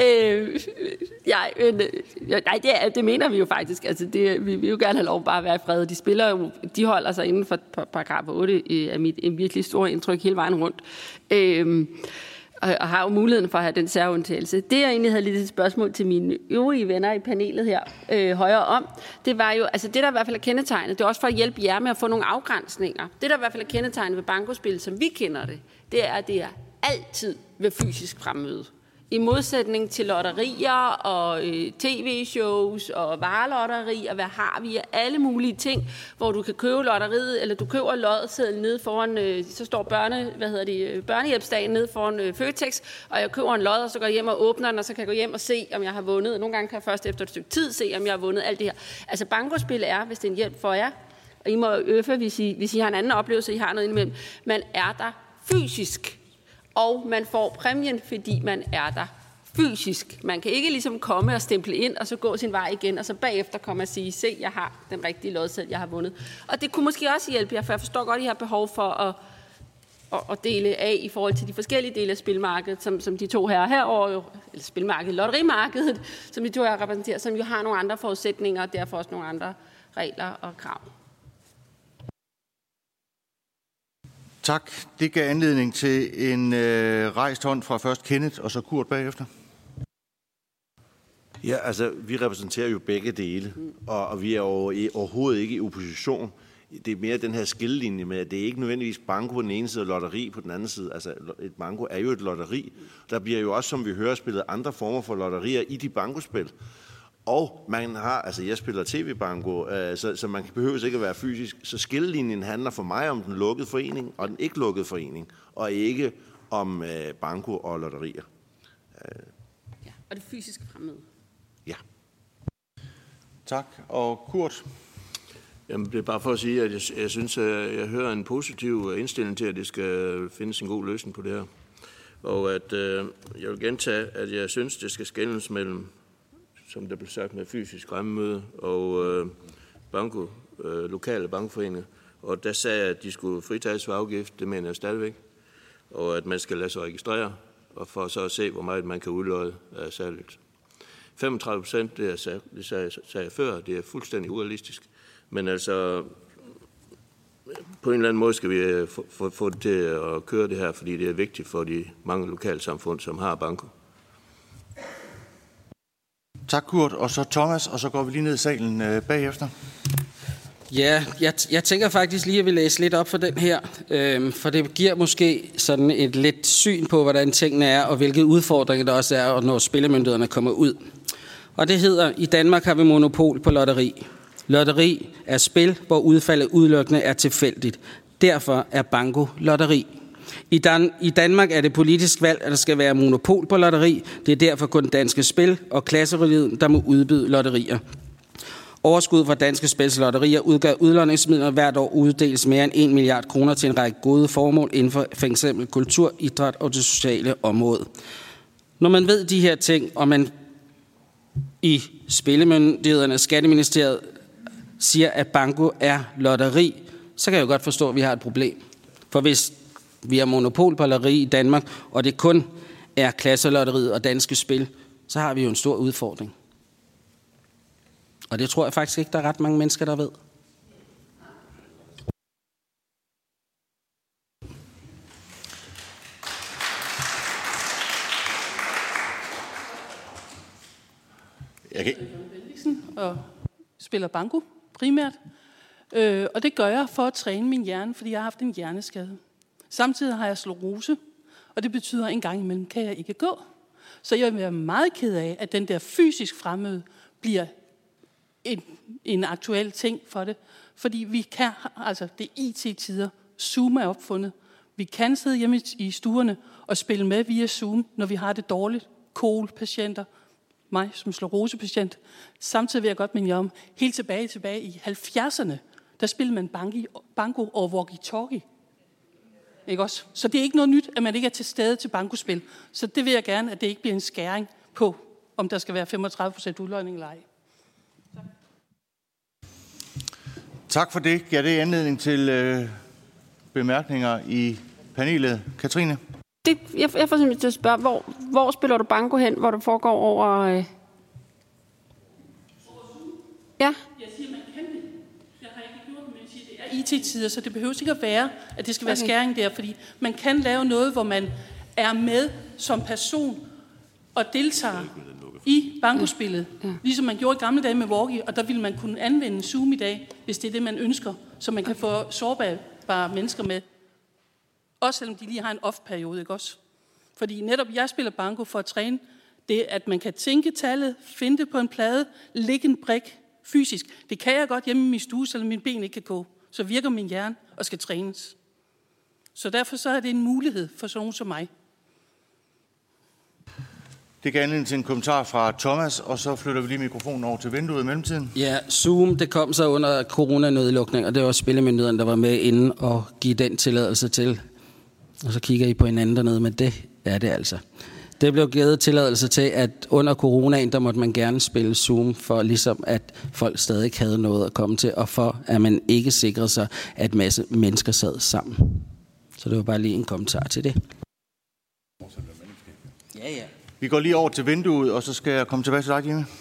Nej, det mener vi jo faktisk. Altså, vi vil jo gerne have lov bare at være i fred. De holder sig inden for paragraf 8 af mit virkelig store indtryk hele vejen rundt. Og har jo muligheden for at have den særundtagelse. Det, jeg egentlig havde lidt et spørgsmål til mine øvrige venner i panelet her højere om, det var jo, altså det der i hvert fald er kendetegnet, det er også for at hjælpe jer med at få nogle afgrænsninger. Det der i hvert fald er kendetegnet ved bankospil, som vi kender det er, at det er altid ved fysisk fremmøde. I modsætning til lotterier og tv-shows og varelotterier, og hvad har vi af alle mulige ting, hvor du kan købe lotteriet, eller du køber lodsedlen nede foran, så står børnehjælpsdagen nede foran Føtex, og jeg køber en lod, og så går jeg hjem og åbner den, og så kan jeg gå hjem og se, om jeg har vundet. Nogle gange kan jeg først efter et stykke tid se, om jeg har vundet alt det her. Altså bankospil er, hvis det er en hjælp for jer, og I må øffe, hvis I har en anden oplevelse, I har noget indimellem, man er der fysisk. Og man får præmien, fordi man er der fysisk. Man kan ikke ligesom komme og stemple ind, og så gå sin vej igen, og så bagefter komme og sige, se, jeg har den rigtige lodseddel, jeg har vundet. Og det kunne måske også hjælpe jer, for jeg forstår godt, at I har behov for at dele af i forhold til de forskellige dele af spilmarkedet, som de to herrer herovre, eller spilmarkedet, lotterimarkedet, som de to herrer repræsenterer, som jo har nogle andre forudsætninger, og derfor også nogle andre regler og krav. Tak. Det gav anledning til en rejst hånd fra først Kenneth og så Kurt bagefter. Ja, altså, vi repræsenterer jo begge dele, og vi er jo overhovedet ikke i opposition. Det er mere den her skillelinje med, at det er ikke nødvendigvis banko på den ene side og lotteri på den anden side. Altså, et banko er jo et lotteri. Der bliver jo også, som vi hører, spillet andre former for lotterier i de bankospil. Og man har, altså jeg spiller tv-banko, så man behøver ikke at være fysisk. Så skillelinjen handler for mig om den lukkede forening og den ikke lukkede forening, og ikke om banko og lotterier. Ja, og det fysiske fremmøde. Ja. Tak. Og Kurt? Jamen, det er bare for at sige, at jeg synes, at jeg hører en positiv indstilling til, at det skal findes en god løsning på det her. Og at jeg vil gentage, at jeg synes, det skal skelnes mellem, som der blev sagt, med fysisk fremmøde og banko, lokale bankforeninger. Og der sagde jeg, at de skulle fritages for afgift, det mener jeg stadigvæk. Og at man skal lade sig registrere, og for så at se, hvor meget man kan udløje af salget. 35%, det sagde jeg før, det er fuldstændig urealistisk. Men altså, på en eller anden måde skal vi få det til at køre det her, fordi det er vigtigt for de mange lokalsamfund, som har banko. Tak, Kurt. Og så Thomas, og så går vi lige ned i salen bagefter. Ja, jeg tænker faktisk lige, at vi læser lidt op for den her, for det giver måske sådan et lidt syn på, hvordan tingene er, og hvilke udfordringer der også er, når spillemyndighederne kommer ud. Og det hedder, i Danmark har vi monopol på lotteri. Lotteri er spil, hvor udfaldet udelukkende er tilfældigt. Derfor er banko lotteri. I Danmark er det politisk valgt, at der skal være monopol på lotteri. Det er derfor kun Danske Spil og Klassereviet, der må udbyde lotterier. Overskud fra Danske Spils lotterier udgør udlodningsmidler hvert år uddeles mere end 1 milliard kroner til en række gode formål inden for f.eks. kultur, idræt og det sociale område. Når man ved de her ting, og man i spillemyndighederne, Skatteministeriet, siger, at banko er lotteri, så kan jeg jo godt forstå, at vi har et problem. For hvis vi har monopol på lotteri i Danmark, og det kun er Klasselotteriet og Danske Spil, så har vi jo en stor udfordring. Og det tror jeg faktisk ikke, der er ret mange mennesker, der ved. Okay. Og spiller banko primært. Og det gør jeg for at træne min hjerne, fordi jeg har haft en hjerneskade. Samtidig har jeg sklerose, og det betyder, at en gang imellem kan jeg ikke gå. Så jeg vil være meget ked af, at den der fysisk fremmøde bliver en aktuel ting for det. Fordi vi kan, altså det er IT-tider, Zoom er opfundet. Vi kan sidde hjemme i stuerne og spille med via Zoom, når vi har det dårligt. KOL-patienter, mig som sklerosepatient. Samtidig vil jeg godt minde jer om, helt tilbage i 70'erne, der spillede man banko og walkie-talkie. Ikke også? Så det er ikke noget nyt, at man ikke er til stede til bankospil. Så det vil jeg gerne, at det ikke bliver en skæring på, om der skal være 35% udlodning eller ej. Tak for det. Giver det anledning til bemærkninger i panelet? Katrine? Jeg får simpelthen til at spørge, hvor spiller du banko hen, hvor det foregår over... Ja. Jeg siger, man kan det. Jeg har ikke gjort det, men jeg siger, det er IT-tider, så det behøver ikke at være, at det skal være skæring der, fordi man kan lave noget, hvor man er med som person og deltager i bankospillet, ligesom man gjorde i gamle dage med walkie, og der ville man kunne anvende Zoom i dag, hvis det er det, man ønsker, så man kan få sårbare mennesker med. Også selvom de lige har en off-periode, ikke også? Fordi netop jeg spiller banko for at træne det, at man kan tænke tallet, finde det på en plade, lægge en brik fysisk. Det kan jeg godt hjemme i min stue, selvom mine ben ikke kan gå. Så virker min hjerne og skal trænes. Så derfor så er det en mulighed for sådan nogen som mig. Det gav anledning til en kommentar fra Thomas, og så flytter vi lige mikrofonen over til vinduet i mellemtiden. Ja, Zoom, det kom så under coronanedlukning, og det var spillemyndigheden, der var med inde og give den tilladelse til. Og så kigger I på hinanden dernede, men det er det altså. Det blev givet tilladelse til, at under coronaen, der måtte man gerne spille Zoom, for ligesom at folk stadig havde noget at komme til, og for at man ikke sikrede sig, at masse mennesker sad sammen. Så det var bare lige en kommentar til det. Ja. Vi går lige over til vinduet, og så skal jeg komme tilbage til dig, Jimmy.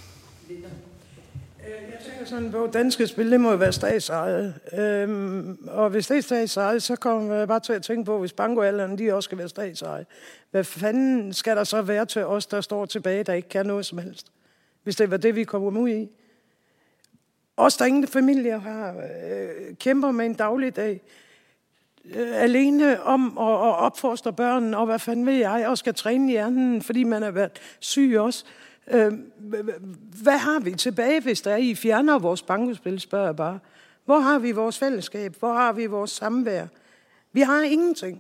Jeg tænker sådan på, Danske Spil, det må jo være statsejet. Og hvis det er statsejet, så kommer jeg bare til at tænke på, hvis bankoalderne, de også skal være statsejet. Hvad fanden skal der så være til os, der står tilbage, der ikke kan noget som helst? Hvis det var det, vi kommer ud i. Os, der ingen familier har, kæmper med en dagligdag, alene om at opfostre børn, og hvad fanden ved jeg, og skal træne hjernen, fordi man har været syg også. Hvad har vi tilbage, hvis der er, I fjerner vores bankospil, spørger jeg bare. Hvor har vi vores fællesskab? Hvor har vi vores samvær? Vi har ingenting.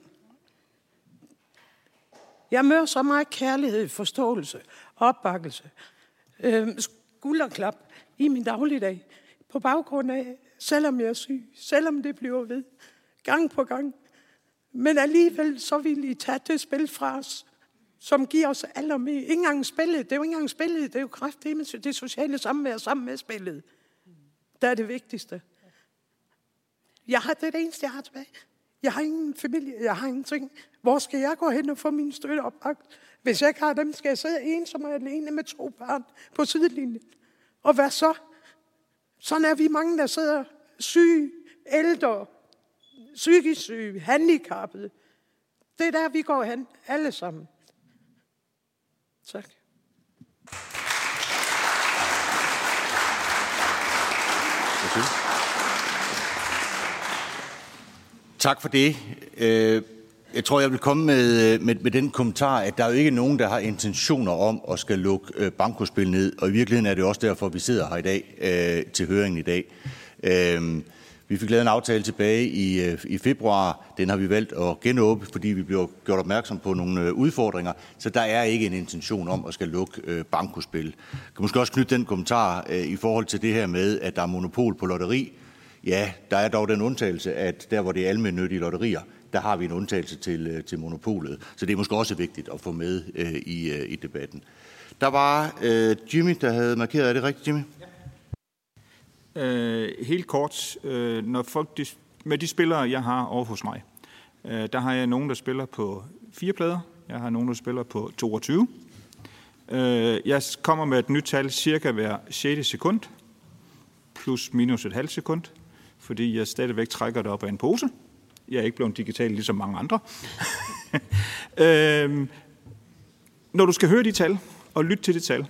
Jeg møder så meget kærlighed, forståelse, opbakkelse, skulderklap i min dagligdag, på baggrund af, selvom jeg er syg, selvom det bliver ved, gang på gang. Men alligevel så vil I tage det spil fra os, som giver os allermest. Ikke engang spillet. Det er jo ikke engang spillet. Det er jo kraftedeme det sociale samvær sammen med spillet. Der er det vigtigste. Det er det eneste, jeg har tilbage. Jeg har ingen familie. Jeg har ingenting. Hvor skal jeg gå hen og få mine støtte opbagt? Hvis jeg ikke har dem, skal jeg sidde ensom og alene med 2 børn på sidelinjen. Og hvad så? Sådan er vi mange, der sidder syge, ældre, psykisk syge, handicappede. Det er der, vi går hen, alle sammen. Tak. Tak for det. Jeg tror, jeg vil komme med den kommentar, at der er jo ikke nogen, der har intentioner om at skal lukke bankospil ned, og i virkeligheden er det også derfor, vi sidder her i dag til høringen i dag. Vi fik lavet en aftale tilbage i februar. Den har vi valgt at genåbne, fordi vi blev gjort opmærksom på nogle udfordringer. Så der er ikke en intention om at skal lukke bankospil. Jeg kan måske også knytte den kommentar i forhold til det her med, at der er monopol på lotteri. Ja, der er dog den undtagelse, at der, hvor det er almennyttige lotterier, der har vi en undtagelse til monopolet. Så det er måske også vigtigt at få med i debatten. Der var Jimmy, der havde markeret. Er det rigtigt, Jimmy? Helt kort, når folk med de spillere, jeg har over hos mig, der har jeg nogen, der spiller på 4 plader. Jeg har nogen, der spiller på 22. Jeg kommer med et nyt tal cirka hver 6. sekund, plus minus et halvt sekund, fordi jeg stadigvæk trækker det op af en pose. Jeg er ikke blevet digital ligesom mange andre. Når du skal høre de tal og lytte til de tal,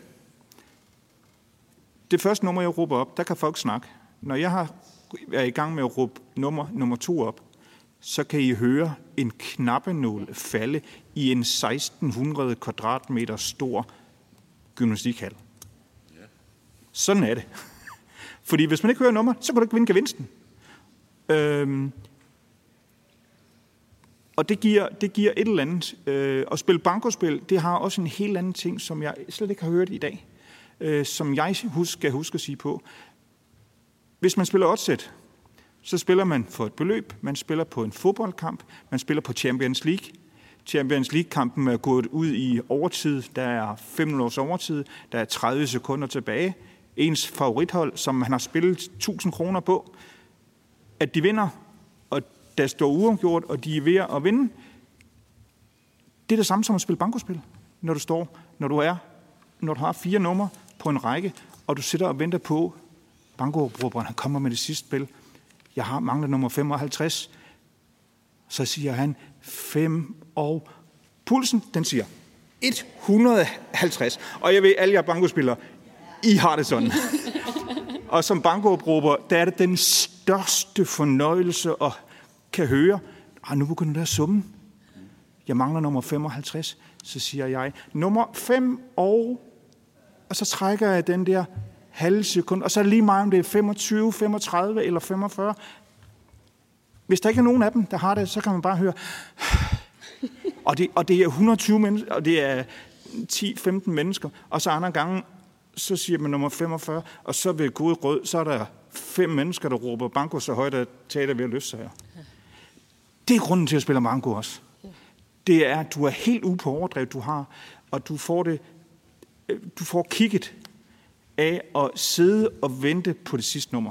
det første nummer, jeg råber op, der kan folk snakke. Når jeg er i gang med at råbe nummer 2 op, så kan I høre en knappenål falde i en 1600 kvadratmeter stor gymnastikhal. Sådan er det. Fordi hvis man ikke hører nummer, så kan du ikke vinde gevinsten. Og det giver et eller andet. At spille bankospil, det har også en helt anden ting, som jeg slet ikke har hørt i dag, som jeg skal huske at sige på. Hvis man spiller oddset, så spiller man for et beløb, man spiller på en fodboldkamp, man spiller på Champions League. Champions League-kampen er gået ud i overtid, der er 5 minutters overtid, der er 30 sekunder tilbage. Ens favorithold, som man har spillet 1000 kroner på, at de vinder, og der står uafgjort, og de er ved at vinde. Det er det samme som at spille bankospil, når du har 4 numre på en række, og du sidder og venter på, bankoråberen, han kommer med det sidste spil. Jeg mangler nummer 55. Så siger han 5, og pulsen, den siger 150. Og jeg ved, alle jer bankospillere, I har det sådan. Og som bankoråber, der er det den største fornøjelse at kan høre, nu begynder det at summe. Jeg mangler nummer 55. Så siger jeg, nummer 5, og så trækker jeg den der halve sekund, og så er det lige meget, om det er 25, 35 eller 45. Hvis der ikke er nogen af dem, der har det, så kan man bare høre. Og det er 120 mennesker, og det er 10-15 mennesker, og så andre gange, så siger man nummer 45, og så ved kode rød, så er der 5 mennesker, der råber banko så højt, at taget er ved at løfte sig her. Det er grunden til at spille banko også. Det er, at du er helt ude på overdrev, du har, og du får kigget af at sidde og vente på det sidste nummer.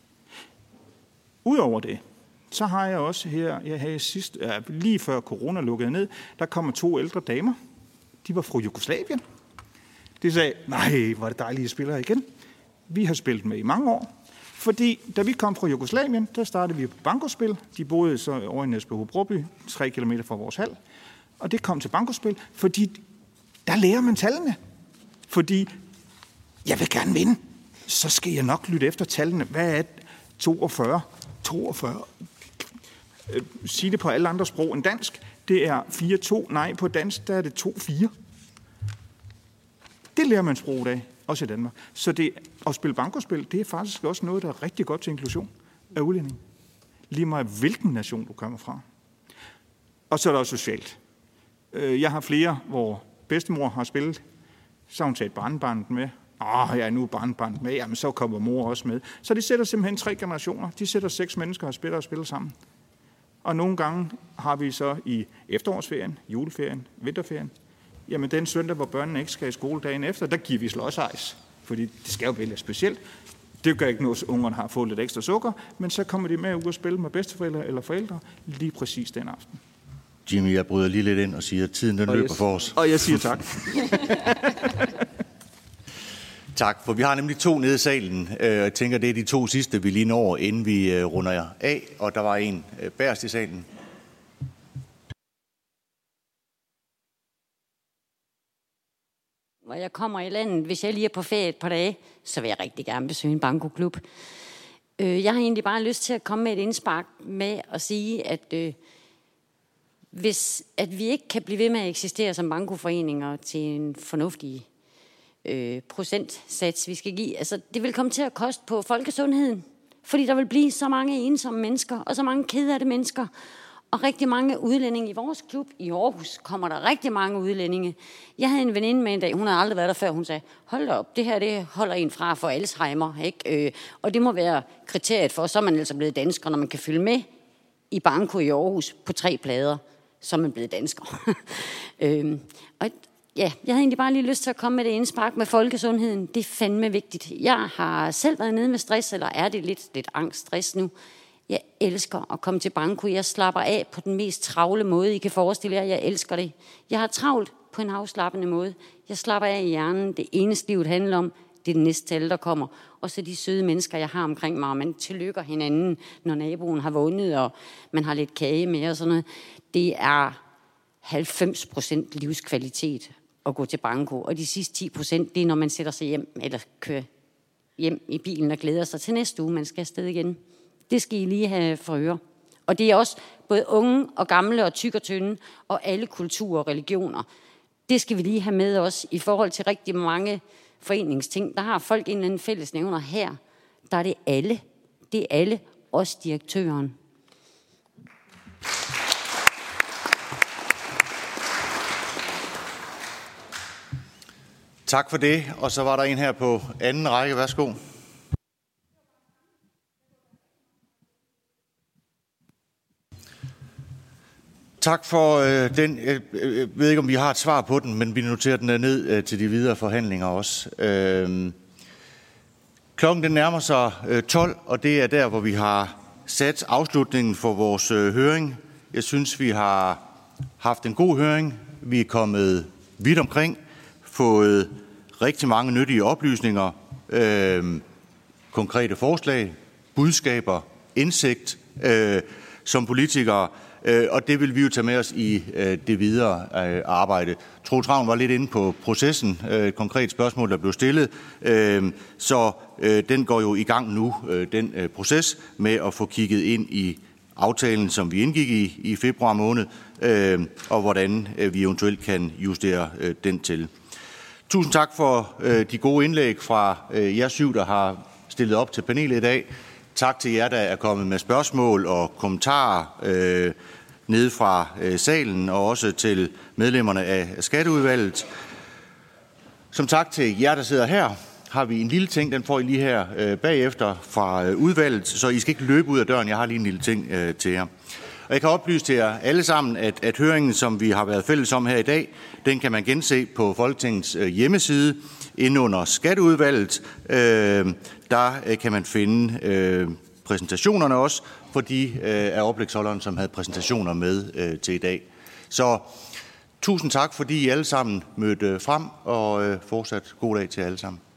Udover det, så har jeg også her, lige før corona lukkede ned, der kommer 2 ældre damer. De var fra Jugoslavien. De sagde, nej, hvor er det dejligt, at spiller igen. Vi har spillet med i mange år. Fordi da vi kom fra Jugoslavien, der startede vi på bankospil. De boede så over i Næsbø-Broby, 3 kilometer fra vores hal. Og det kom til bankospil, fordi der lærer man tallene. Fordi jeg vil gerne vinde. Så skal jeg nok lytte efter tallene. Hvad er 42? 42. Sig det på alle andre sprog end dansk. Det er 4-2. Nej, på dansk der er det 2-4. Det lærer man sproget af, også i Danmark. Så det at spille bankospil, det er faktisk også noget, der er rigtig godt til inklusion af udlænding. Lige meget hvilken nation du kommer fra. Og så er der også socialt. Jeg har flere, hvor bedstemor har spillet. Så har hun taget barnebarnet med. Nu er barnebarnet med. Jamen, så kommer mor også med. Så de sætter simpelthen 3 generationer. De sætter 6 mennesker og spiller sammen. Og nogle gange har vi så i efterårsferien, juleferien, vinterferien, jamen den søndag, hvor børnene ikke skal i skole dagen efter, der giver vi slåsejs. Fordi det skal jo vælge specielt. Det gør ikke noget, at ungerne har fået lidt ekstra sukker, men så kommer de med ud og spille med bedsteforældre eller forældre lige præcis den aften. Jimmy, jeg bryder lige lidt ind og siger, at tiden den løber for os. Og jeg siger tak. Tak, for vi har nemlig 2 nede i salen. Jeg tænker, det er de 2 sidste, vi lige når, inden vi runder af. Og der var en bagerst i salen. Hvor jeg kommer i landet, hvis jeg lige er på ferie et par dage, så vil jeg rigtig gerne besøge en bankoklub. Jeg har egentlig bare lyst til at komme med et indspark med at sige, at hvis vi ikke kan blive ved med at eksistere som bankoforeninger til en fornuftig procentsats, vi skal give, altså det vil komme til at koste på folkesundheden, fordi der vil blive så mange ensomme mennesker, og så mange kede mennesker, og rigtig mange udlændinge i vores klub. I Aarhus kommer der rigtig mange udlændinge. Jeg havde en veninde med en dag, hun havde aldrig været der før, hun sagde, hold op, det her det holder en fra for Alzheimer, ikke? Og det må være kriteriet for, så er man altså blevet dansker, når man kan følge med i banko i Aarhus på 3 plader, så er man blevet dansker. Og ja, jeg havde egentlig bare lige lyst til at komme med det indspark med folkesundheden. Det er fandme vigtigt. Jeg har selv været nede med stress, eller er det lidt angst, stress nu. Jeg elsker at komme til banko. Jeg slapper af på den mest travle måde, I kan forestille jer. Jeg elsker det. Jeg har travlt på en afslappende måde. Jeg slapper af i hjernen. Det eneste livet handler om, det er det næste tal, der kommer. Og så de søde mennesker, jeg har omkring mig, og man tillykker hinanden, når naboen har vundet, og man har lidt kage med og sådan noget. Det er 90% livskvalitet at gå til banko. Og de sidste 10%, det er, når man sætter sig hjem, eller kører hjem i bilen og glæder sig til næste uge, man skal afsted igen. Det skal I lige have for øre. Og det er også både unge og gamle og tyk og tynde, og alle kulturer og religioner. Det skal vi lige have med os i forhold til rigtig mange foreningsting. Der har folk en eller anden fællesnævner her. Der er det alle. Det er alle, også direktøren. Tak for det. Og så var der en her på anden række. Værsgo. Tak for den. Jeg ved ikke, om vi har et svar på den, men vi noterer den ned til de videre forhandlinger også. Klokken den nærmer sig 12, og det er der, hvor vi har sat afslutningen for vores høring. Jeg synes, vi har haft en god høring. Vi er kommet vidt omkring, fået rigtig mange nyttige oplysninger, konkrete forslag, budskaber, indsigt som politikere. Og det vil vi jo tage med os i det videre arbejde. Troels Ravn var lidt inde på processen, et konkret spørgsmål, der blev stillet. Så den går jo i gang nu, den proces med at få kigget ind i aftalen, som vi indgik i februar måned, og hvordan vi eventuelt kan justere den til. Tusind tak for de gode indlæg fra jer 7, der har stillet op til panelet i dag. Tak til jer, der er kommet med spørgsmål og kommentarer nede fra salen, og også til medlemmerne af Skatteudvalget. Som tak til jer, der sidder her, har vi en lille ting, den får I lige her bagefter fra udvalget, så I skal ikke løbe ud af døren, jeg har lige en lille ting til jer. Og jeg kan oplyse til jer alle sammen, at høringen, som vi har været fælles om her i dag, den kan man gense på Folketingets hjemmeside, inde under Skatteudvalget. Der kan man finde præsentationerne også, for de af oplægsholderne, som havde præsentationer med til i dag. Så tusind tak, fordi I alle sammen mødte frem, og fortsat god dag til alle sammen.